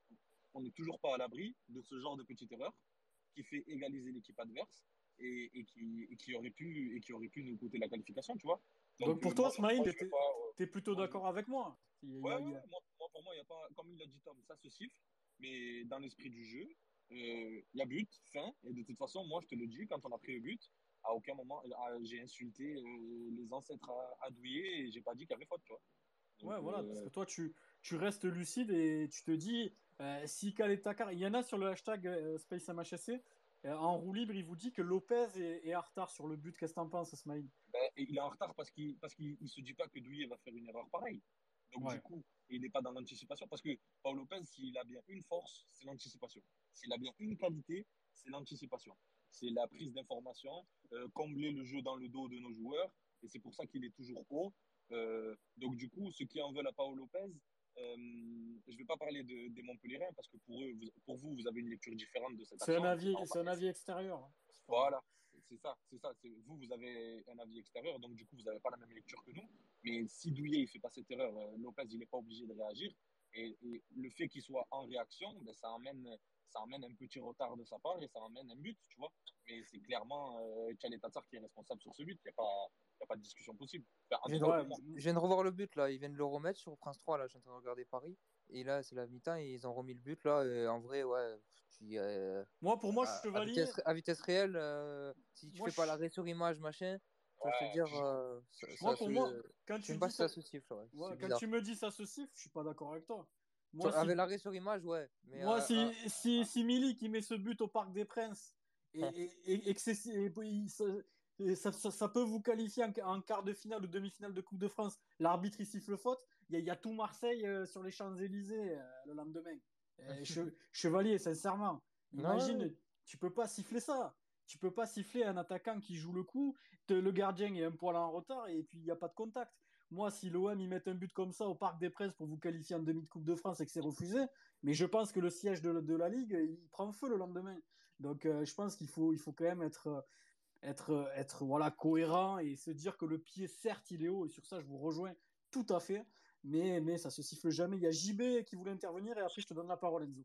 on n'est toujours pas à l'abri de ce genre de petite erreur qui fait égaliser l'équipe adverse et, et qui, et qui aurait pu, et qui aurait pu nous coûter la qualification, tu vois. Donc Donc, euh, pour toi, moi, Smaïn, moi, je vais t'es pas. euh, t'es plutôt moi, je vais- d'accord avec moi. Il y a- il y Ouais, a- ouais, il y ouais, a- moi, moi, pour moi, il y a pas, comme il l'a dit Tom, ça se siffle, mais dans l'esprit du jeu, euh, il y a but, fin, et de toute façon, moi, je te le dis, quand on a pris le but, à aucun moment, ah, j'ai insulté euh, les ancêtres à, à Douillet et j'ai pas dit qu'il y avait faute, tu vois. Donc, Ouais, voilà, parce euh, que toi, tu, tu restes lucide et tu te dis, euh, si Khaled Takar, il y en a sur le hashtag euh, SpaceMHSC, euh, en roue libre, il vous dit que Lopez est, est en retard sur le but. Qu'est-ce que t'en penses, Smaïn? ben, et il est en retard parce qu'il parce qu'il il se dit pas que Douillet va faire une erreur pareille. Donc, du Ouais. coup, il n'est pas dans l'anticipation. Parce que Paul Lopez, s'il a bien une force, c'est l'anticipation. S'il a bien une qualité, c'est l'anticipation. C'est la prise d'information, euh, combler le jeu dans le dos de nos joueurs. Et c'est pour ça qu'il est toujours haut. Euh, donc, du coup, ceux qui en veulent à Paul Lopez, euh, je ne vais pas parler de, des Montpellierins parce que pour, eux, vous, pour vous, vous avez une lecture différente de cette C'est un action. Et c'est avis, normal. c'est un avis extérieur, hein. C'est pas- Voilà, c'est ça, c'est ça. C'est, vous, vous avez un avis extérieur, donc du coup, vous n'avez pas la même lecture que nous. Mais si Douillet ne fait pas cette erreur, euh, Lopez, il n'est pas obligé de réagir. Et, et le fait qu'il soit en réaction, ben, ça, amène, ça amène un petit retard de sa part et ça amène un but, tu vois. Mais c'est clairement euh, Tchale Tatsar qui est responsable sur ce but. Il n'y a, pas- il y a pas de discussion possible. Enfin, en Je tout viens, cas, de, Ouais, pour moi. je viens de revoir le but là, ils viennent de le remettre sur Prince trois là, je suis en train de regarder Paris. Et là, c'est la mi-temps et ils ont remis le but là. Et en vrai, ouais, tu, euh, moi, pour moi, à, à Chevalier, vitesse, à vitesse réelle, euh, si tu moi, fais pas je- l'arrêt sur image, machin, ça se Ouais, dire, tu- euh, ça, tu- ça moi, ça pour se. moi, se. quand Je sais tu même pas dis si ça, ça se siffle, ouais. ouais, C'est quand bizarre. tu me dis ça se siffle, je suis pas d'accord avec toi. Moi, Sur- si, Avec l'arrêt sur image, ouais. Mais moi, euh, si, ah, si, ah, si Milik qui met ce but au Parc des Princes et, et, et- et que c'est- et il- ça, et ça, ça- ça peut vous qualifier en, en quart de finale ou demi-finale de Coupe de France, l'arbitre il siffle faute, il y, a- il y a tout Marseille euh, sur les Champs-Élysées euh, le lendemain. Euh, che- Chevalier, sincèrement, non, ouais, ouais. imagine, tu peux pas siffler ça. Tu peux pas siffler un attaquant qui joue le coup, te- le gardien est un poil en retard et puis il n'y a pas de contact. Moi, si l'O M ils mettent un but comme ça au Parc des Princes pour vous qualifier en demi de Coupe de France et que c'est refusé, mais je pense que le siège de, de la Ligue, il prend feu le lendemain. Donc euh, je pense qu'il faut, il faut quand même être, être, être voilà, cohérent et se dire que le pied, certes, il est haut, et sur ça, je vous rejoins tout à fait, mais, mais ça se siffle jamais. Il y a J B qui voulait intervenir et après, je te donne la parole, Enzo.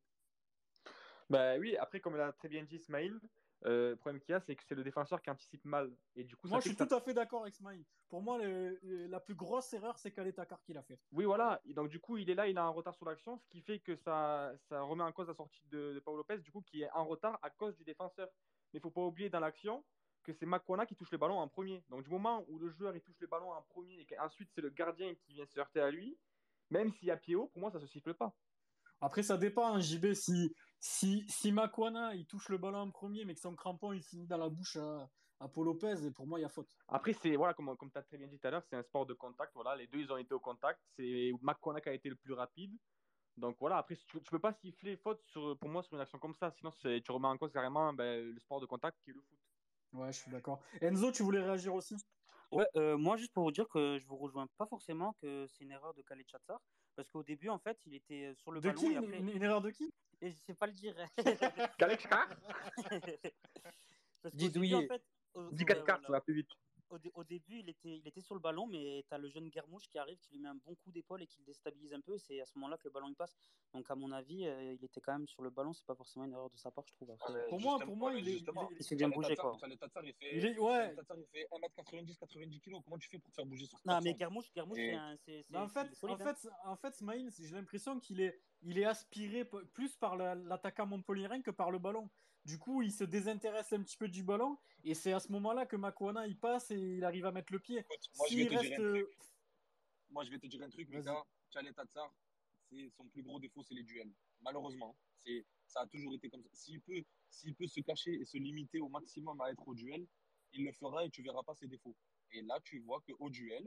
Bah oui, après, comme l'a très bien dit Ismail, euh, le problème qu'il y a, c'est que c'est le défenseur qui anticipe mal. Et du coup, ça Moi, je fait suis que ça. tout à fait d'accord avec Smaïn. Pour moi, le- le- la plus grosse erreur, c'est Khaled Takar qui l'a fait. Oui, voilà. Et donc, du coup, il est là, il a un retard sur l'action, ce qui fait que ça, ça remet en cause la sortie de, de Paul Lopez, du coup, qui est en retard à cause du défenseur. Mais il faut pas oublier dans l'action que c'est Makwana qui touche le ballon en premier. Donc, du moment où le joueur il touche le ballon en premier et qu'ensuite c'est le gardien qui vient se heurter à lui, même s'il y a pied haut, pour moi, ça se siffle pas. Après, ça dépend, hein, J B. Si, si, si Makwana, il touche le ballon en premier, mais que son crampon, il finit dans la bouche à, à Paul Lopez, et pour moi, il y a faute. Après, c'est voilà, comme, comme tu as très bien dit tout à l'heure, c'est un sport de contact. Voilà, les deux, ils ont été au contact. C'est Makwana qui a été le plus rapide. Donc voilà, après, tu, tu peux pas siffler faute sur, pour moi sur une action comme ça. Sinon, c'est- tu remets en cause carrément ben, le sport de contact qui est le foot. Ouais, je suis d'accord. Enzo, tu voulais réagir aussi? Ouais, euh, moi, juste pour vous dire que je vous rejoins pas forcément que c'est une erreur de Khaled Chatzar. Parce qu'au début, en fait, il était sur le De ballon qui? et Une, après. une- une erreur de qui? Et je sais pas le dire. Kalechka. Parce qu'au Dis début, en Douillet. fait. au- Dis ouais, quatre cartes, ça voilà. va plus vite. Au, dé- au début, il était, il était sur le ballon, mais tu as le jeune Guermouche qui arrive, qui lui met un bon coup d'épaule et qui le déstabilise un peu. Et c'est à ce moment-là que le ballon il passe. Donc, à mon avis, euh, il était quand même sur le ballon. C'est pas forcément une erreur de sa part, je trouve. Après, Ouais, Pour moi, justement, pour ouais, moi, mais il est, il justement, est, il s'est bien Tchale bougé, Tatsar, quoi. Tchale Tatsar, il il fait, est- Tchale ouais. Tatsar, il fait un mètre quatre-vingt-dix, quatre-vingt-dix kilos. Comment tu fais pour te faire bouger sur cette Non, mais action? Guermouche, Guermouche c'est Et un, c'est, Mais en c'est, fait, il est en solide. Hein. fait, en fait, Smaïn, j'ai l'impression qu'il est, il est aspiré p- plus par la- l'attaquant montpellierin que par le ballon. Du coup, il se désintéresse un petit peu du ballon et c'est à ce moment-là que Makwana il passe et il arrive à mettre le pied. écoute, moi, je vais S'il te dire reste, un truc. euh, Moi, je vais te dire un truc, vas-y. Mika. Tchale Tatsar, c'est son plus gros défaut, c'est les duels. Malheureusement, c'est, ça a toujours été comme ça. S'il peut, s'il peut se cacher et se limiter au maximum à être au duel, il le fera et tu verras pas ses défauts. Et là, tu vois qu'au duel,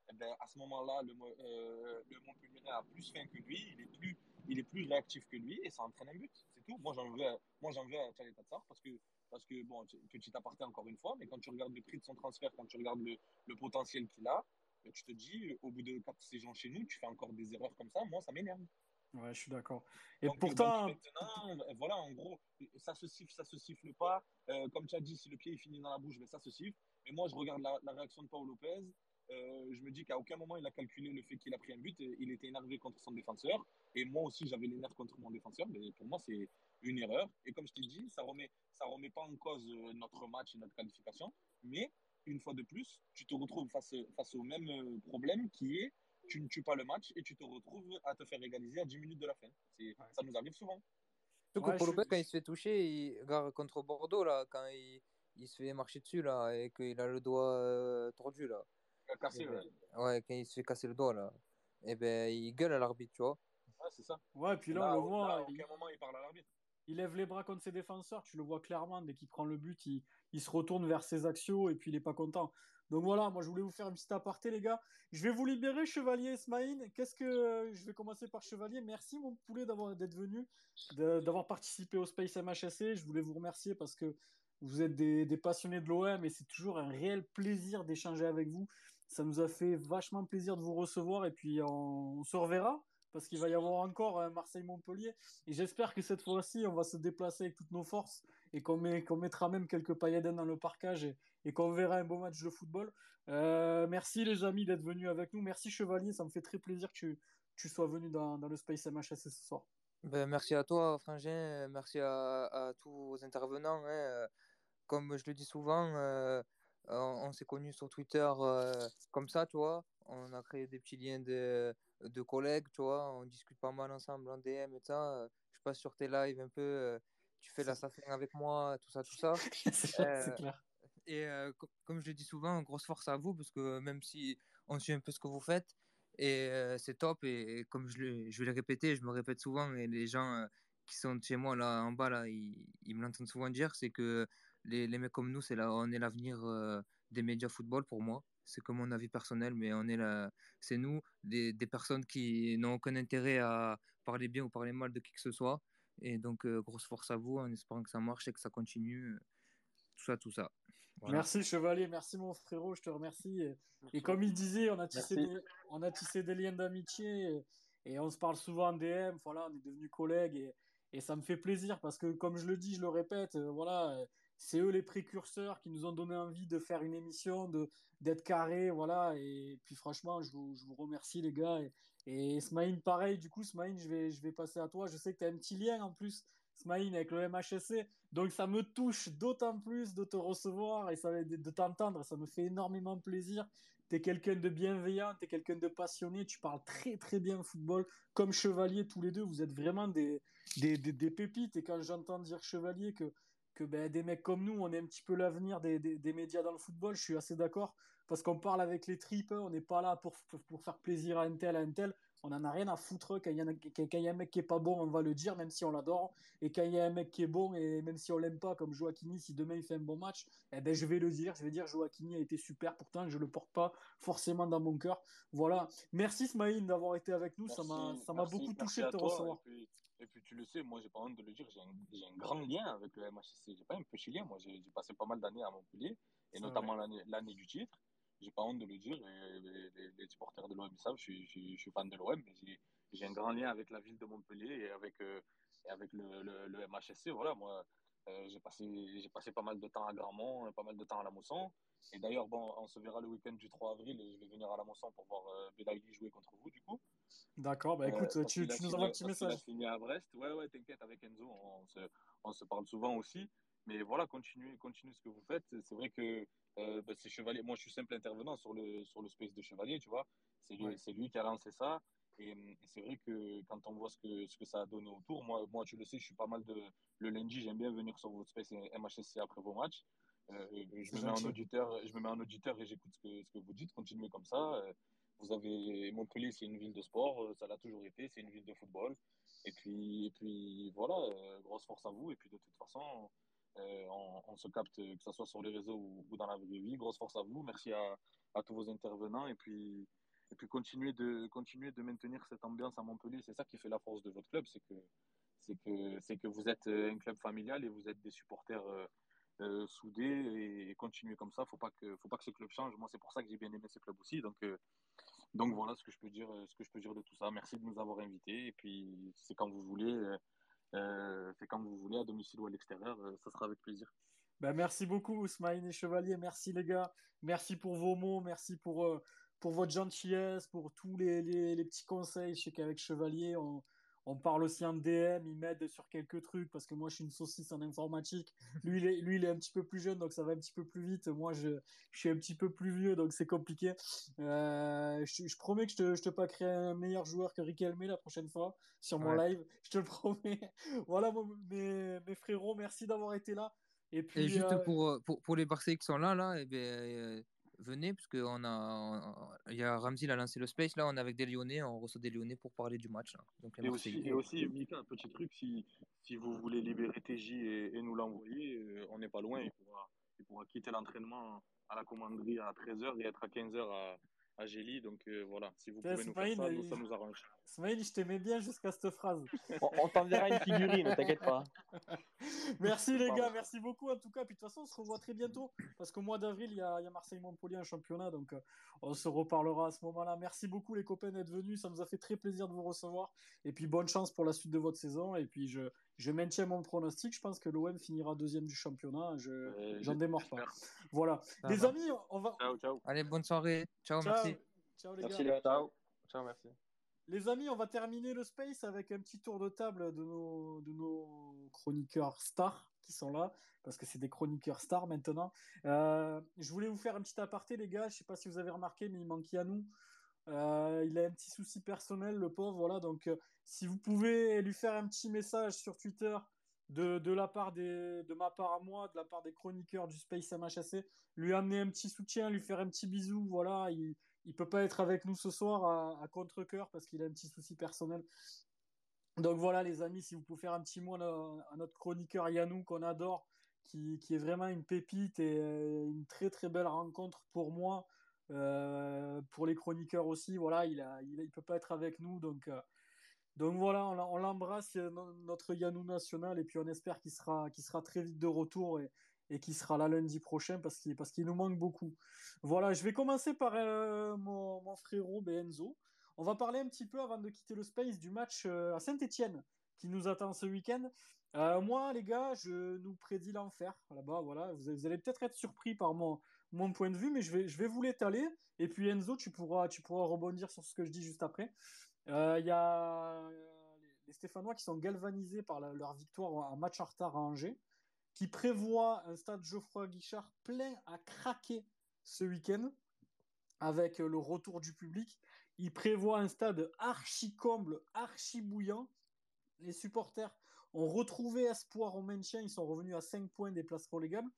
eh ben, à ce moment-là, le, Mo- euh, le Montpellier a plus faim que lui, il est plus, il est plus réactif que lui et ça entraîne un but. C'est tout. Moi, j'en veux, à- moi, j'en veux à Tchadé Tatsar parce que, parce que, bon, tu- petit aparté encore une fois, mais quand tu regardes le prix de son transfert, quand tu regardes le, le potentiel qu'il a, ben, tu te dis, au bout de quatre saisons chez nous, tu fais encore des erreurs comme ça, moi, ça m'énerve. Ouais, je suis d'accord. Et Donc, euh, donc pourtant, maintenant, euh, voilà, en gros, ça se siffle, ça se siffle pas. Euh, comme tu as dit, si le pied il finit dans la bouche, ben, ça se siffle. Mais moi, je regarde la, la réaction de Paul Lopez. Euh, je me dis qu'à aucun moment il a calculé le fait qu'il a pris un but. Il était énervé contre son défenseur. Et moi aussi, j'avais les nerfs contre mon défenseur. Mais pour moi, c'est une erreur. Et comme je t'ai dit, ça remet, ça remet pas en cause euh, notre match et notre qualification. Mais une fois de plus, tu te retrouves face, face au même euh, problème qui est tu ne tues pas le match et tu te retrouves à te faire égaliser à dix minutes de la fin. C'est, ouais, ça nous arrive souvent. Surtout que ouais, je pour Lopez, suis, quand il je- se fait toucher, il... regarde contre Bordeaux, là, quand il, il se fait marcher dessus, là, et qu'il a le doigt euh, tordu, là. Eh Cassé, ben, ouais. ouais, quand il se fait casser le doigt, là, et ben, il gueule à l'arbitre, tu vois. Ouais, c'est ça. ouais, puis Et là, on là, le au- là, voit, à il, aucun moment il parle à l'arbitre. il lève les bras contre ses défenseurs, tu le vois clairement, dès qu'il prend le but, il, il se retourne vers ses axiaux et puis il est pas content. Donc voilà, moi je voulais vous faire une petite aparté, les gars. Je vais vous libérer, Chevalier Smaïn. Qu'est-ce que je vais commencer par Chevalier. Merci mon poulet d'avoir d'être venu, de- d'avoir participé au Space M H S C. Je voulais vous remercier parce que vous êtes des, des passionnés de l'O M et c'est toujours un réel plaisir d'échanger avec vous. Ça nous a fait vachement plaisir de vous recevoir et puis on, on se reverra parce qu'il va y avoir encore un Marseille-Montpellier. Et j'espère que cette fois-ci, on va se déplacer avec toutes nos forces et qu'on met, qu'on mettra même quelques paillettes dans le parcage et, et qu'on verra un beau match de football. Euh, merci les amis d'être venus avec nous. Merci Chevalier, ça me fait très plaisir que tu, tu sois venu dans, dans le Space M H S ce soir. Ben, merci à toi, Frangin. Merci à, à tous vos intervenants, hein. Euh, Comme je le dis souvent, euh, on, on s'est connus sur Twitter euh, comme ça, tu vois. On a créé des petits liens de, de collègues, tu vois. On discute pas mal ensemble en D M et ça. Euh, Je passe sur tes lives un peu. Euh, tu fais la safing avec moi, tout ça, tout ça. C'est Euh, clair. et euh, co- comme je le dis souvent, grosse force à vous parce que même si on suit un peu ce que vous faites, et euh, c'est top. Et, et comme je, le- je vais le répéter, je me répète souvent, et les gens euh, qui sont de chez moi là en bas, là, ils, ils me l'entendent souvent dire, c'est que les, les mecs comme nous, c'est là, on est l'avenir euh, des médias football pour moi. C'est que mon avis personnel, mais on est là, c'est nous, des, des personnes qui n'ont aucun intérêt à parler bien ou parler mal de qui que ce soit. Et donc, euh, grosse force à vous, en espérant que ça marche et que ça continue. Tout ça, tout ça. Voilà. Merci Chevalier, merci mon frérot, je te remercie. Et, et Merci comme beaucoup. il disait, on a tissé Merci. des, on a tissé des liens d'amitié et, et on se parle souvent en D M. Voilà, on est devenus collègues et, et ça me fait plaisir parce que, comme je le dis, je le répète, euh, voilà, euh, c'est eux les précurseurs qui nous ont donné envie de faire une émission, de d'être carré, voilà. Et puis franchement, je vous, je vous remercie les gars. Et, et Smaïn, pareil. Du coup, Smaïn, je vais, je vais passer à toi. Je sais que tu as un petit lien en plus, Smaïn, avec le M H S C. Donc ça me touche d'autant plus de te recevoir et ça, de, de t'entendre. Ça me fait énormément plaisir. Tu es quelqu'un de bienveillant, tu es quelqu'un de passionné, tu parles très très bien football. Comme Chevalier, tous les deux, vous êtes vraiment des, des, des, des pépites. Et quand j'entends dire Chevalier que, que ben, des mecs comme nous, on est un petit peu l'avenir des, des, des médias dans le football, je suis assez d'accord. Parce qu'on parle avec les tripes, on n'est pas là pour, pour, pour faire plaisir à un tel, à un tel. On en a rien à foutre. Quand il y, a, quand il y a un mec qui est pas bon, on va le dire, même si on l'adore. Et quand il y a un mec qui est bon, et même si on l'aime pas, comme Joaquini, si demain il fait un bon match, eh ben, je vais le dire. Je vais dire Joaquini a été super. Pourtant, je le porte pas forcément dans mon cœur. Voilà. Merci Smaïn d'avoir été avec nous. Ça m'a, Merci, ça m'a merci, beaucoup touché merci de à te toi. Et recevoir. puis, et puis tu le sais, moi, j'ai pas honte de le dire, j'ai un, j'ai un grand lien avec le M H S C. J'ai pas un petit lien. Moi, j'ai j'ai passé pas mal d'années à Montpellier, et C'est vrai. notamment l'année l'année du titre. J'ai pas honte de le dire. Et les, les- les supporters de l'O M savent, je suis, je suis, je suis fan de l'O M, mais j'ai j'ai un grand lien avec la ville de Montpellier et avec, euh, et avec le, le, le M H S C. Voilà, moi, euh, j'ai passé, j'ai passé pas mal de temps à Gramont, pas mal de temps à La Mosson. Et d'ailleurs, bon, on se verra le week-end du trois avril et je vais venir à La Mosson pour voir euh, Belaïli jouer contre vous, du coup. D'accord. Bah Euh, écoute, parce tu, qu'il a tu nous envoies un signé, petit parce qu'il a message. signé à Brest. Ouais, ouais, t'inquiète, avec Enzo, on se, on se parle souvent aussi. Mais voilà, continuez, continuez ce que vous faites. C'est vrai que euh, bah, c'est Chevalier. Moi, je suis simple intervenant sur le, sur le space de Chevalier, tu vois. C'est lui, Ouais. c'est lui qui a lancé ça. Et, et c'est vrai que quand on voit ce que, ce que ça a donné autour, moi, moi, tu le sais, je suis pas mal de. Le lundi, j'aime bien venir sur votre space M H S C après vos matchs. Euh, je C'est me mets en gentil. auditeur, je me mets en auditeur et j'écoute ce que, ce que vous dites. Continuez comme ça. Euh, vous avez Montpellier, c'est une ville de sport, euh, ça l'a toujours été, c'est une ville de football. Et puis, et puis voilà, euh, grosse force à vous. Et puis de toute façon, euh, on, on se capte, que ce soit sur les réseaux ou, ou dans la vraie vie. Grosse force à vous. Merci à, à tous vos intervenants. Et puis, et puis continuer de, continuer de maintenir cette ambiance à Montpellier. C'est ça qui fait la force de votre club, c'est que, c'est que, c'est que vous êtes un club familial et vous êtes des supporters euh, euh, soudés et, et continuer comme ça. Faut pas que, faut pas que ce club change. Moi, c'est pour ça que j'ai bien aimé ce club aussi. Donc, euh, donc voilà ce que je peux dire, ce que je peux dire de tout ça. Merci de nous avoir invités et puis c'est quand vous voulez, euh, euh, c'est quand vous voulez à domicile ou à l'extérieur, euh, ça sera avec plaisir. Ben, merci beaucoup, Ousmane et Chevalier. Merci, les gars. Merci pour vos mots. Merci pour, euh, pour votre gentillesse, pour tous les, les, les petits conseils. Je sais qu'avec Chevalier, on, on parle aussi en D M. Il m'aide sur quelques trucs parce que moi, je suis une saucisse en informatique. Lui, il est, lui, il est un petit peu plus jeune, donc ça va un petit peu plus vite. Moi, je, je suis un petit peu plus vieux, donc c'est compliqué. Euh, je, je promets que je te, je te packerai un meilleur joueur que Riquelme la prochaine fois sur mon Ouais. live. Je te le promets. Voilà, mon- mes, mes frérots, merci d'avoir été là. Et Et puis, juste euh, pour, euh, pour, pour les Marseillais qui sont là, là, eh bien, euh, venez, parce qu'on a, on- il y a Ramsey, il a lancé le space, là, on est avec des Lyonnais, on reçoit des Lyonnais pour parler du match, là. Donc les Et aussi, Marseillais. et aussi, Mika, un petit truc, si, si vous voulez libérer T J et, et nous l'envoyer, euh, on n'est pas loin, il pourra, il pourra quitter l'entraînement à la commanderie à treize heures et être à quinze heures à, à Gély. Donc euh, voilà, si vous putain, pouvez nous faire Smaïn, ça, nous, il- ça nous arrange. Smaïn, je t'aimais bien jusqu'à cette phrase. On, on t'enverra une figurine, ne t'inquiète pas. Merci C'est les pas gars, vrai. merci beaucoup en tout cas. Puis de toute façon, on se revoit très bientôt parce qu'au mois d'avril, il y a, il y a Marseille-Montpellier en championnat. Donc euh, on se reparlera à ce moment-là. Merci beaucoup les copains d'être venus. Ça nous a fait très plaisir de vous recevoir. Et puis bonne chance pour la suite de votre saison. Et puis je, je maintiens mon pronostic. Je pense que l'O M finira deuxième du championnat. Je, Euh, j'en démords pas. J'espère. Voilà. Ça Les va. amis, on va. Ciao, ciao. Allez, bonne soirée. Ciao, Ciao. merci. Ciao les Merci gars. les gars, ciao. Ciao. Ciao, merci. Les amis, on va terminer le space avec un petit tour de table de nos, de nos chroniqueurs stars qui sont là, parce que c'est des chroniqueurs stars maintenant. Euh, je voulais vous faire un petit aparté, les gars. Je sais pas si vous avez remarqué, mais il manque Yannou. Euh, il a un petit souci personnel, le pauvre. Voilà, donc euh, si vous pouvez lui faire un petit message sur Twitter de, de la part des, de ma part à moi, de la part des chroniqueurs du Space M H A C, lui amener un petit soutien, lui faire un petit bisou. Voilà, il, il peut pas être avec nous ce soir à, à contre-cœur parce qu'il a un petit souci personnel. Donc voilà, les amis, si vous pouvez faire un petit mot à, no- à notre chroniqueur Yannou qu'on adore, qui, qui est vraiment une pépite et euh, une très très belle rencontre pour moi, euh, pour les chroniqueurs aussi. Voilà, il a, il, a- il peut pas être avec nous, donc euh, donc voilà, on, on l'embrasse, euh, no- notre Yannou national, et puis on espère qu'il sera, qu'il sera très vite de retour et, et qu'il sera là lundi prochain parce qu'il, parce qu'il nous manque beaucoup. Voilà, je vais commencer par euh, mon, mon frérot Benzo. On va parler un petit peu avant de quitter le space du match euh, à Saint-Etienne qui nous attend ce week-end. Euh, moi, les gars, je nous prédis l'enfer là-bas. Voilà, vous, vous allez peut-être être surpris par mon, mon point de vue, mais je vais, je vais vous l'étaler. Et puis Enzo, tu pourras, tu pourras rebondir sur ce que je dis juste après. Il euh, y a euh, les Stéphanois qui sont galvanisés par la, leur victoire en match en retard à Angers, qui prévoient un stade Geoffroy Guichard plein à craquer ce week-end avec le retour du public. Ils prévoient un stade archi comble, archi bouillant. Les supporters ont retrouvé espoir au maintien. Ils sont revenus à cinq points des places relégables.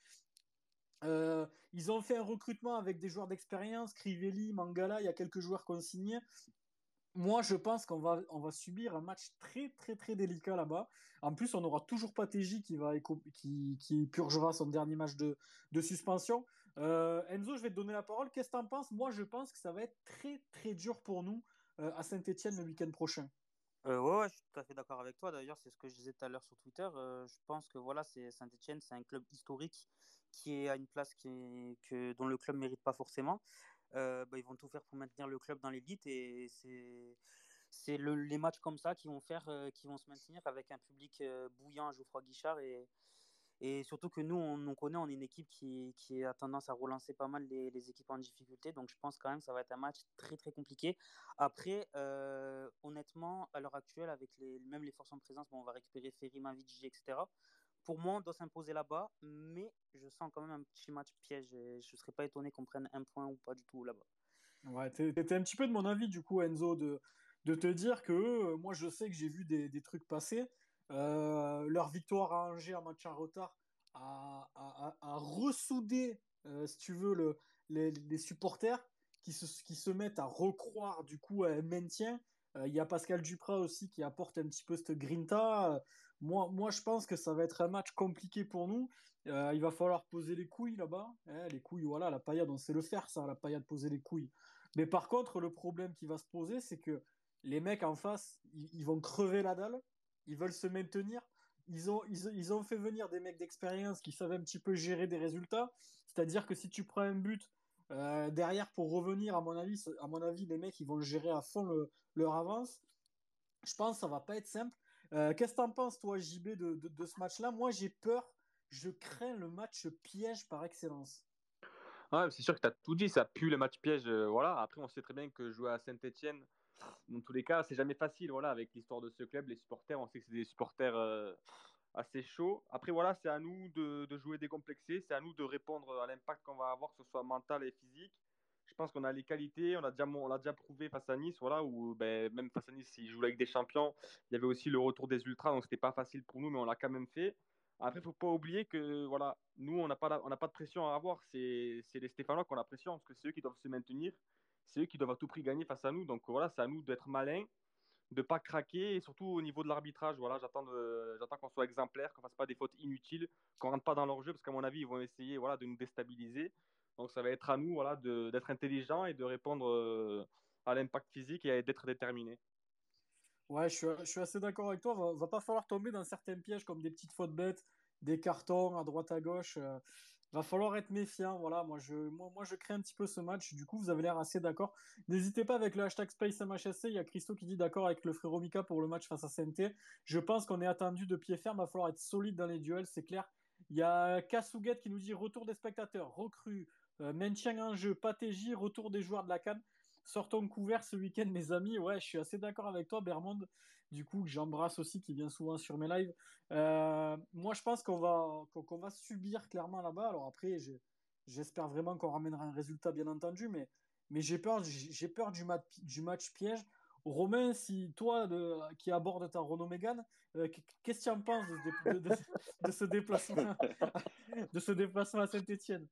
Euh, ils ont fait un recrutement avec des joueurs d'expérience, Crivelli, Mangala, il y a quelques joueurs consignés. Moi, je pense qu'on va, on va subir un match très, très, très délicat là-bas. En plus, on n'aura toujours pas T J qui, va, qui, qui purgera son dernier match de, de suspension. Euh, Enzo, je vais te donner la parole. Qu'est-ce que tu en penses? Moi, je pense que ça va être très, très dur pour nous euh, à Saint-Etienne le week-end prochain. Euh, ouais, ouais, je suis tout à fait d'accord avec toi. D'ailleurs, c'est ce que je disais tout à l'heure sur Twitter. Euh, je pense que voilà, c'est Saint-Etienne, c'est un club historique qui est à une place qui est- que, dont le club ne mérite pas forcément. Euh, bah, ils vont tout faire pour maintenir le club dans l'élite et c'est c'est le- les matchs comme ça qui vont faire euh, qui vont se maintenir avec un public euh, bouillant à Geoffroy Guichard et, et surtout que nous on, on connaît, on est une équipe qui, qui a tendance à relancer pas mal les, les équipes en difficulté, donc je pense quand même que ça va être un match très très compliqué. Après euh, honnêtement à l'heure actuelle avec les, même les forces en présence, bon, on va récupérer Ferry, Mavidji, etc. Pour moi, on doit s'imposer là-bas, mais je sens quand même un petit match piège. Et je ne serais pas étonné qu'on prenne un point ou pas du tout là-bas. Ouais, t'es, t'es un petit peu de mon avis, du coup, Enzo, de, de te dire que euh, moi, je sais que j'ai vu des, des trucs passer. Euh, leur victoire à Angers en match en retard a, a, a, a ressoudé, euh, si tu veux, le, les, les supporters qui se, qui se mettent à recroire, du coup, à un maintien. Euh, Il y a Pascal Duprat aussi qui apporte un petit peu cette grinta. Euh, Moi, moi, je pense que ça va être un match compliqué pour nous. Euh, il va falloir poser les couilles là-bas. Hein, les couilles, voilà, la paillade, on sait le faire, ça, la paillade, poser les couilles. Mais par contre, le problème qui va se poser, c'est que les mecs en face, ils, ils vont crever la dalle, ils veulent se maintenir. Ils ont, ils, ils ont fait venir des mecs d'expérience qui savaient un petit peu gérer des résultats. C'est-à-dire que si tu prends un but euh, derrière pour revenir, à mon avis, à mon avis, les mecs, ils vont gérer à fond le, leur avance. Je pense que ça va pas être simple. Euh, qu'est-ce que t'en penses, toi, J B, de, de, de ce match-là? Moi, j'ai peur, je crains le match piège par excellence. Ouais, c'est sûr que tu as tout dit, ça pue le match piège. euh, voilà. Après, on sait très bien que jouer à Saint-Etienne, dans tous les cas, c'est jamais facile. Voilà, avec l'histoire de ce club, les supporters, on sait que c'est des supporters euh, assez chauds. Après, voilà, c'est à nous de, de jouer décomplexé, c'est à nous de répondre à l'impact qu'on va avoir, que ce soit mental et physique. Je pense qu'on a les qualités, on a déjà, on l'a déjà prouvé face à Nice, voilà, où ben, même face à Nice, s'ils jouent avec des champions, il y avait aussi le retour des ultras, donc c'était pas facile pour nous, mais on l'a quand même fait. Après, il ne faut pas oublier que voilà, nous, on n'a pas, la- on n'a pas de pression à avoir. C'est, c'est les Stéphanois qui ont la pression, parce que c'est eux qui doivent se maintenir. C'est eux qui doivent à tout prix gagner face à nous. Donc voilà, c'est à nous d'être malins, de ne pas craquer, et surtout au niveau de l'arbitrage. Voilà, j'attends, de- j'attends qu'on soit exemplaire, qu'on ne fasse pas des fautes inutiles, qu'on ne rentre pas dans leur jeu, parce qu'à mon avis, ils vont essayer voilà, de nous déstabiliser. Donc ça va être à nous voilà, de, d'être intelligents et de répondre euh, à l'impact physique et d'être déterminés. Ouais, je suis, je suis assez d'accord avec toi. Va, va pas falloir tomber dans certains pièges comme des petites fautes bêtes, des cartons à droite à gauche. euh, va falloir être méfiant. Voilà, moi je, moi, moi je crains un petit peu ce match. Du coup, vous avez l'air assez d'accord. N'hésitez pas avec le hashtag SpaceMHSC. Il y a Christo qui dit d'accord avec le frérot Mika pour le match face à C N T. Je pense qu'on est attendu de pied ferme. Va falloir être solide dans les duels, c'est clair. Il y a Kasuget qui nous dit retour des spectateurs, recrues, euh, maintien en jeu, Patéji, retour des joueurs de la CAN. Sortons couvert ce week-end, mes amis. Ouais, je suis assez d'accord avec toi, Bermond. Du coup, que j'embrasse aussi, qui vient souvent sur mes lives. Euh, moi, je pense qu'on va, qu'on qu'on va subir clairement là-bas. Alors après, j'ai- j'espère vraiment qu'on ramènera un résultat, bien entendu, mais, mais j'ai peur, j'ai peur du, mat, du match piège. Romain, si toi, de, qui aborde ta Renault Mégane, euh, qu'est-ce que tu en penses de, de, de, de ce déplacement, de ce déplacement à Saint-Etienne?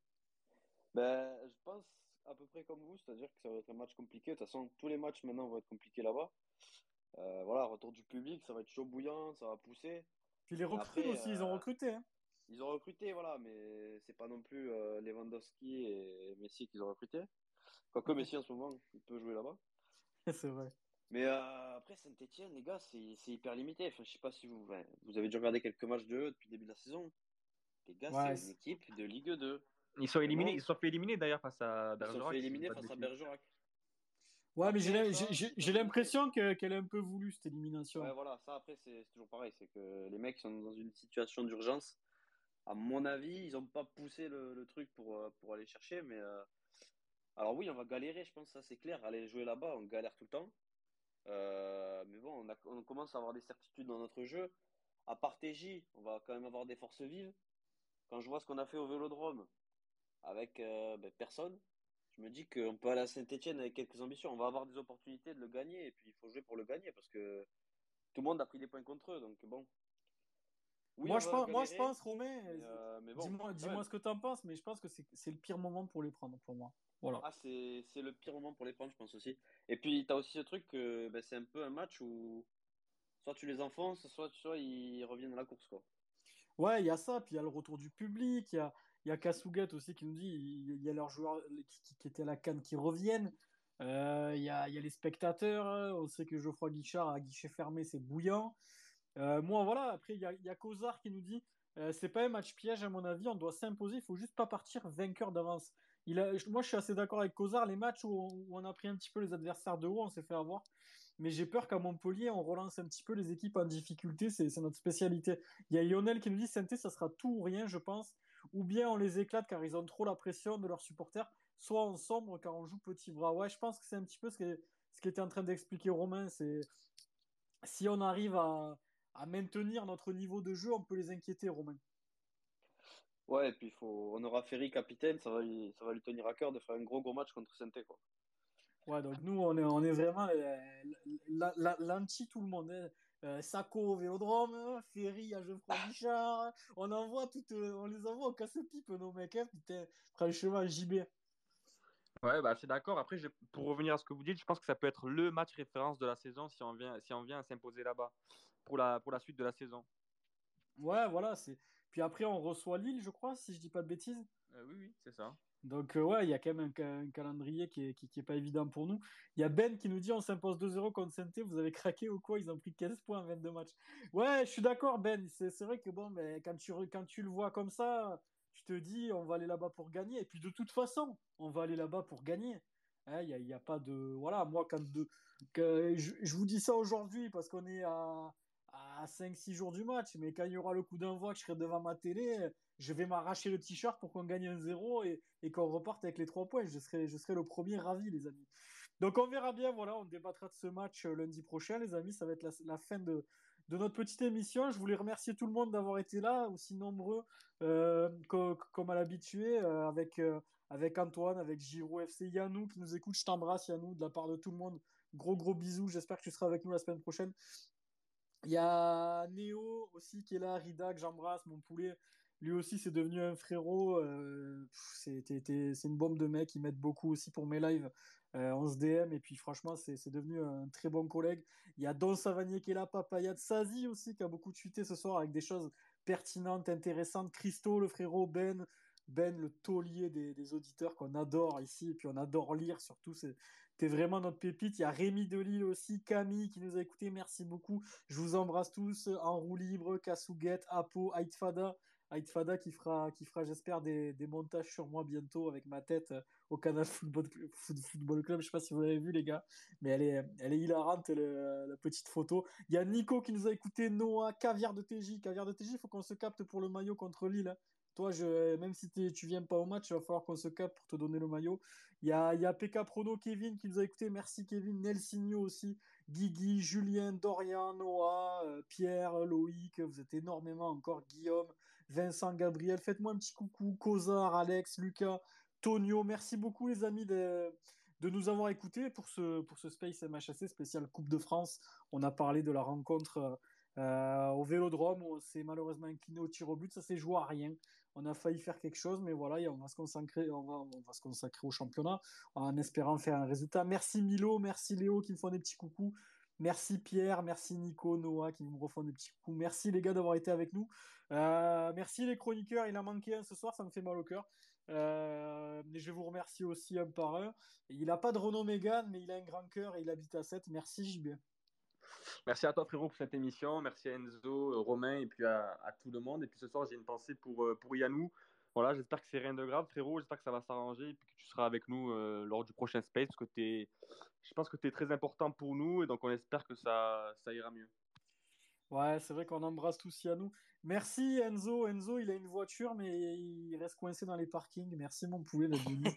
Ben, je pense à peu près comme vous, c'est-à-dire que ça va être un match compliqué. De toute façon, tous les matchs maintenant vont être compliqués là-bas. Euh, voilà, retour du public, ça va être chaud bouillant, ça va pousser. Puis les Mais recrues après, aussi, ils ont euh, recruté. Hein. ils ont recruté, voilà, mais c'est pas non plus euh, Lewandowski et Messi qu'ils ont recruté. Quoique Messi en ce moment, il peut jouer là-bas. C'est vrai. Mais euh, après, Saint-Etienne, les gars, c'est c'est hyper limité. Enfin, je sais pas si vous, enfin, vous avez déjà regardé quelques matchs de eux depuis le début de la saison. Les gars, c'est Ouais, une équipe de Ligue deux. Ils sont éliminés, Maintenant, ils se sont fait éliminer d'ailleurs face à ils se sont fait Bergerac, si je dis éliminer pas de face à bêtises. Bergerac. ouais, mais Après, j'ai ça, j'ai- c'est pas j'ai démontré. l'impression que- qu'elle est un peu voulue, cette élimination. Ouais, voilà, ça après, c'est c'est toujours pareil. C'est que les mecs sont dans une situation d'urgence. À mon avis, ils n'ont pas poussé le, le truc pour, euh, pour aller chercher. Mais euh, alors, oui, on va galérer, je pense, ça c'est clair. Aller jouer là-bas, on galère tout le temps. Euh, mais bon, on, a- on commence à avoir des certitudes dans notre jeu. À part T J, on va quand même avoir des forces vives. Quand je vois ce qu'on a fait au Vélodrome avec euh, ben, personne, je me dis qu'on peut aller à Saint-Etienne avec quelques ambitions. On va avoir des opportunités de le gagner et puis il faut jouer pour le gagner parce que tout le monde a pris des points contre eux. Donc bon, oui, Moi, on je va pense, moi, je galérer, pense, Romain, mais, euh, euh, mais bon, dis-moi, quand dis-moi même. ce que tu en penses, mais je pense que c'est c'est le pire moment pour les prendre, pour moi. Voilà. Ah, c'est, c'est le pire moment pour les prendre, je pense aussi. Et puis, tu as aussi ce truc que ben, c'est un peu un match où soit tu les enfonces, soit, soit ils reviennent à la course, quoi. Ouais, il y a ça, puis il y a le retour du public, il y a, il y a Kasuget aussi qui nous dit il il y a leurs joueurs qui, qui- qui étaient à la CAN qui reviennent. Euh, Il y a, il y a les spectateurs, hein. On sait que Geoffroy Guichard à guichet fermé, c'est bouillant. Euh, moi, voilà, après, il y a, il y a Kozar qui nous dit euh, c'est pas un match piège, à mon avis, on doit s'imposer, il faut juste pas partir vainqueur d'avance. Il a, je- moi, je suis assez d'accord avec Kozar, les matchs où on, où on a pris un petit peu les adversaires de haut, on s'est fait avoir. Mais j'ai peur qu'à Montpellier, on relance un petit peu les équipes en difficulté, c'est c'est notre spécialité. Il y a Lionel qui nous dit Saint-Étienne, ça sera tout ou rien, je pense. Ou bien on les éclate car ils ont trop la pression de leurs supporters, soit on sombre car on joue petit bras. Ouais, je pense que c'est un petit peu ce qui, ce qui était en train d'expliquer Romain, c'est si on arrive à, à maintenir notre niveau de jeu, on peut les inquiéter, Romain. Ouais, et puis il faut, on aura Ferry capitaine, ça va lui, ça va lui tenir à cœur de faire un gros gros match contre Saint-Étienne, quoi. Ouais, donc nous, on est, on est vraiment euh, la- la- l'anti tout le monde. Hein. Euh, Sako au Vélodrome, Ferry à Geoffroy Guichard. On envoie toutes, euh, on les envoie au casse-pipe, nos mecs. Hein, putain, franchement, J B. Ouais, bah, c'est d'accord. Après, je- pour revenir à ce que vous dites, je pense que ça peut être le match référence de la saison si on vient, si on vient à s'imposer là-bas pour la, pour la suite de la saison. Ouais, voilà. C'est... Puis après, on reçoit Lille, je crois, si je dis pas de bêtises. Euh, oui, oui, c'est ça. Donc, euh, ouais, il y a quand même un, ca- un calendrier qui est, qui, qui est pas évident pour nous. Il y a Ben qui nous dit on s'impose deux zéro contre Saint-Étienne, vous avez craqué ou quoi? Ils ont pris quinze points en vingt-deux matchs. Ouais, je suis d'accord, Ben. C'est c'est vrai que bon, mais quand tu, re- quand tu le vois comme ça, tu te dis on va aller là-bas pour gagner. Et puis, de toute façon, on va aller là-bas pour gagner. Hein, Il n'y a, il y a pas de. Voilà, moi, quand de, que, je, je vous dis ça aujourd'hui parce qu'on est à, à cinq six jours du match, mais quand il y aura le coup d'envoi, que je serai devant ma télé, je vais m'arracher le t-shirt pour qu'on gagne un zéro et, et qu'on reparte avec les trois points. Je serai, je serai le premier ravi, les amis. Donc on verra bien, voilà, on débattra de ce match euh, lundi prochain, les amis. Ça va être la, la fin de, de notre petite émission. Je voulais remercier tout le monde d'avoir été là, aussi nombreux euh, co- comme à l'habitué, euh, avec, euh, avec Antoine, avec Giro F C, Yannou qui nous écoute. Je t'embrasse, Yannou, de la part de tout le monde. Gros, gros bisous. J'espère que tu seras avec nous la semaine prochaine. Il y a Néo aussi qui est là, Rida, que j'embrasse, mon poulet. Lui aussi, c'est devenu un frérot. Euh, c'est c'est une bombe de mec. Il m'aide beaucoup aussi pour mes lives. Euh, on se D M et puis franchement, c'est c'est devenu un très bon collègue. Il y a Don Savanier qui est là, Papaya de Sazi aussi, qui a beaucoup tweeté ce soir avec des choses pertinentes, intéressantes. Christo, le frérot, Ben, Ben, le taulier des, des auditeurs qu'on adore ici, et puis on adore lire surtout. C'est T'es vraiment notre pépite. Il y a Rémi Delille aussi, Camille qui nous a écoutés. Merci beaucoup. Je vous embrasse tous. En roue libre, Kasuget, Apo, Aitfada. Aitfada qui fera, qui fera j'espère, des, des montages sur moi bientôt avec ma tête euh, au Canal Football, Football Club. Je sais pas si vous l'avez vu, les gars, mais elle est, elle est hilarante, le- la petite photo. Il y a Nico qui nous a écouté, Noah, Caviar de T J. Caviar de T J, il faut qu'on se capte pour le maillot contre Lille. Hein. Toi, je, même si t'es- tu viens pas au match, il va falloir qu'on se capte pour te donner le maillot. Il y a, il y a P K Prono, Kevin qui nous a écouté. Merci Kevin. Nelsinho aussi. Guigui, Julien, Dorian, Noah, euh, Pierre, Loïc. Vous êtes énormément encore. Guillaume, Vincent, Gabriel. Faites-moi un petit coucou. Cosar, Alex, Lucas, Tonio. Merci beaucoup les amis de, de nous avoir écoutés pour ce, pour ce Space M H C spécial Coupe de France. On a parlé de la rencontre euh, au Vélodrome où on s'est malheureusement incliné au tir au but. Ça s'est joué à rien. On a failli faire quelque chose, mais voilà, on va se consacrer, on va, on va se consacrer au championnat en espérant faire un résultat. Merci Milo, merci Léo qui me font des petits coucous. Merci Pierre, merci Nico, Noah qui me refont des petits coucous. Merci les gars d'avoir été avec nous. Euh, merci les chroniqueurs, il en manquait un ce soir, ça me fait mal au cœur. Euh, mais je vous remercie aussi un par un. Il n'a pas de Renault Mégane, mais il a un grand cœur et il habite à Sète. Merci J B. Merci à toi, frérot, pour cette émission. Merci à Enzo, euh, Romain et puis à, à tout le monde. Et puis ce soir, j'ai une pensée pour, euh, pour Yannou. Voilà, j'espère que c'est rien de grave, frérot. J'espère que ça va s'arranger et puis que tu seras avec nous euh, lors du prochain Space parce que t'es, je pense que tu es très important pour nous et donc on espère que ça, ça ira mieux. Ouais, c'est vrai qu'on embrasse tous Yannou. Merci Enzo. Enzo, il a une voiture, mais il reste coincé dans les parkings. Merci mon poulet d'être venu.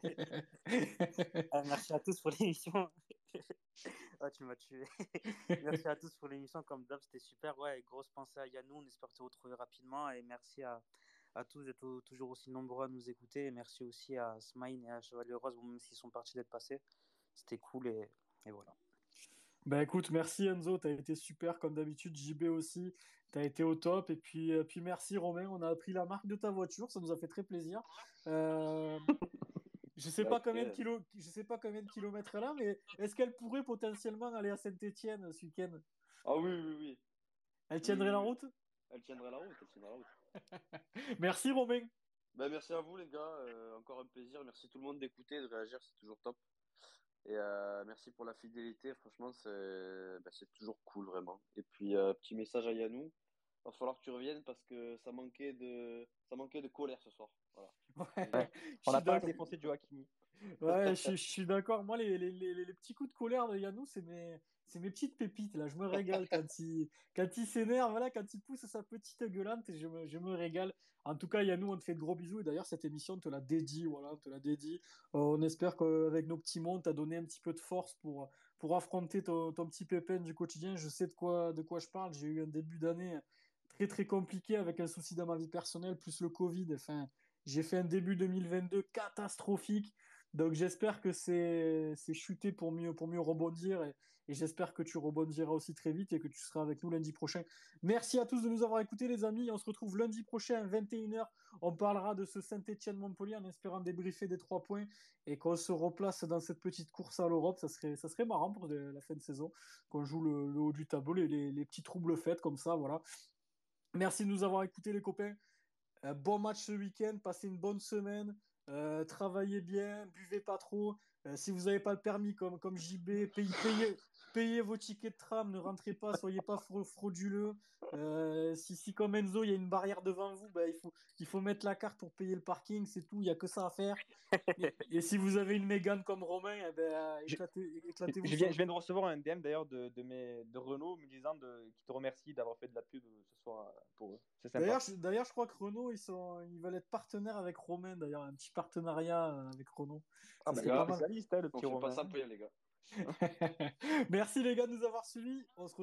Ah, merci à tous pour l'émission. Ah, tu m'as tué. Merci à tous pour l'émission. Comme d'hab, c'était super. Ouais, et grosse pensée à Yannou. On espère te retrouver rapidement. Et merci à, à tous d'être au- toujours aussi nombreux à nous écouter. Et merci aussi à Smine et à Chevalier Rose, bon, même s'ils sont partis d'être passés. C'était cool et, et voilà. Ben écoute, merci Enzo, t'as été super comme d'habitude. J B aussi, t'as été au top. Et puis, euh, puis merci Romain, on a appris la marque de ta voiture, ça nous a fait très plaisir. Euh, je sais Bah, pas combien de écoutez, kilo, je sais pas combien de kilomètres elle a, mais est-ce qu'elle pourrait potentiellement aller à Saint-Étienne ce week-end? ah oui, oui, oui. Elle Oui, tiendrait oui, la oui. route? Elle tiendra la route, elle tiendra la route. Merci Romain. Bah, merci à vous, les gars. Euh, encore un plaisir. Merci tout le monde d'écouter, de réagir, c'est toujours top. Et euh, merci pour la fidélité. Franchement, c'est bah, c'est toujours cool, vraiment. Et puis, euh, petit message à Yannou. Il va falloir que tu reviennes parce que ça manquait de, ça manquait de colère ce soir. Voilà. Ouais, Ouais. je On suis n'a pas d'accord. assez foncé du Hakimi. Ouais, je, je suis d'accord. Moi, les, les, les, les petits coups de colère de Yannou, c'est mes, c'est mes petites pépites. Là, je me régale quand il, quand il s'énerve, voilà, quand il pousse sa petite gueulante, je me, je me régale. En tout cas, Yannou, on te fait de gros bisous. Et d'ailleurs, cette émission, on te la dédie. Voilà, on te la dédie. Euh, on espère qu'avec nos petits mots, on t'a donné un petit peu de force pour, pour affronter ton, ton petit pépin du quotidien. Je sais de quoi, de quoi je parle. J'ai eu un début d'année très, très compliqué avec un souci dans ma vie personnelle, plus le Covid. Enfin, j'ai fait un début deux mille vingt-deux catastrophique. Donc j'espère que c'est c'est chuté pour mieux, pour mieux rebondir et, et j'espère que tu rebondiras aussi très vite et que tu seras avec nous lundi prochain. Merci à tous de nous avoir écoutés les amis. On se retrouve lundi prochain à vingt et une heures. On parlera de ce Saint-Étienne-Montpellier en espérant débriefer des trois points et qu'on se replace dans cette petite course à l'Europe. Ça serait, ça serait marrant pour la fin de saison qu'on joue le, le haut du tableau, les, les, les petits troubles faits comme ça. Voilà. Merci de nous avoir écoutés les copains. Un bon match ce week-end. Passez une bonne semaine. Euh, travaillez bien, buvez pas trop. Euh, si vous n'avez pas le permis comme, comme J B, payez, payez, payez vos tickets de tram, ne rentrez pas, soyez pas frau- frauduleux. Euh, si, si comme Enzo, il y a une barrière devant vous, bah, il faut, il faut mettre la carte pour payer le parking, c'est tout, il n'y a que ça à faire. Et, et si vous avez une Mégane comme Romain, eh ben, euh, Je, éclatez, éclatez-vous je sur viens, le... je viens de recevoir un D M d'ailleurs de, de, mes, de Renault me disant de, qui te remercie d'avoir fait de la pub ce soir euh, pour eux. C'est sympa. D'ailleurs, je, d'ailleurs, je crois que Renault, ils sont, ils veulent être partenaires avec Romain, d'ailleurs, un petit partenariat euh, avec Renault. Ah Ça bah Les serait il est pas gars, mal. spécialiste, hein, le on petit fait pas Romain. ça pour rien, les gars. Merci les gars de nous avoir suivis. On se retrouve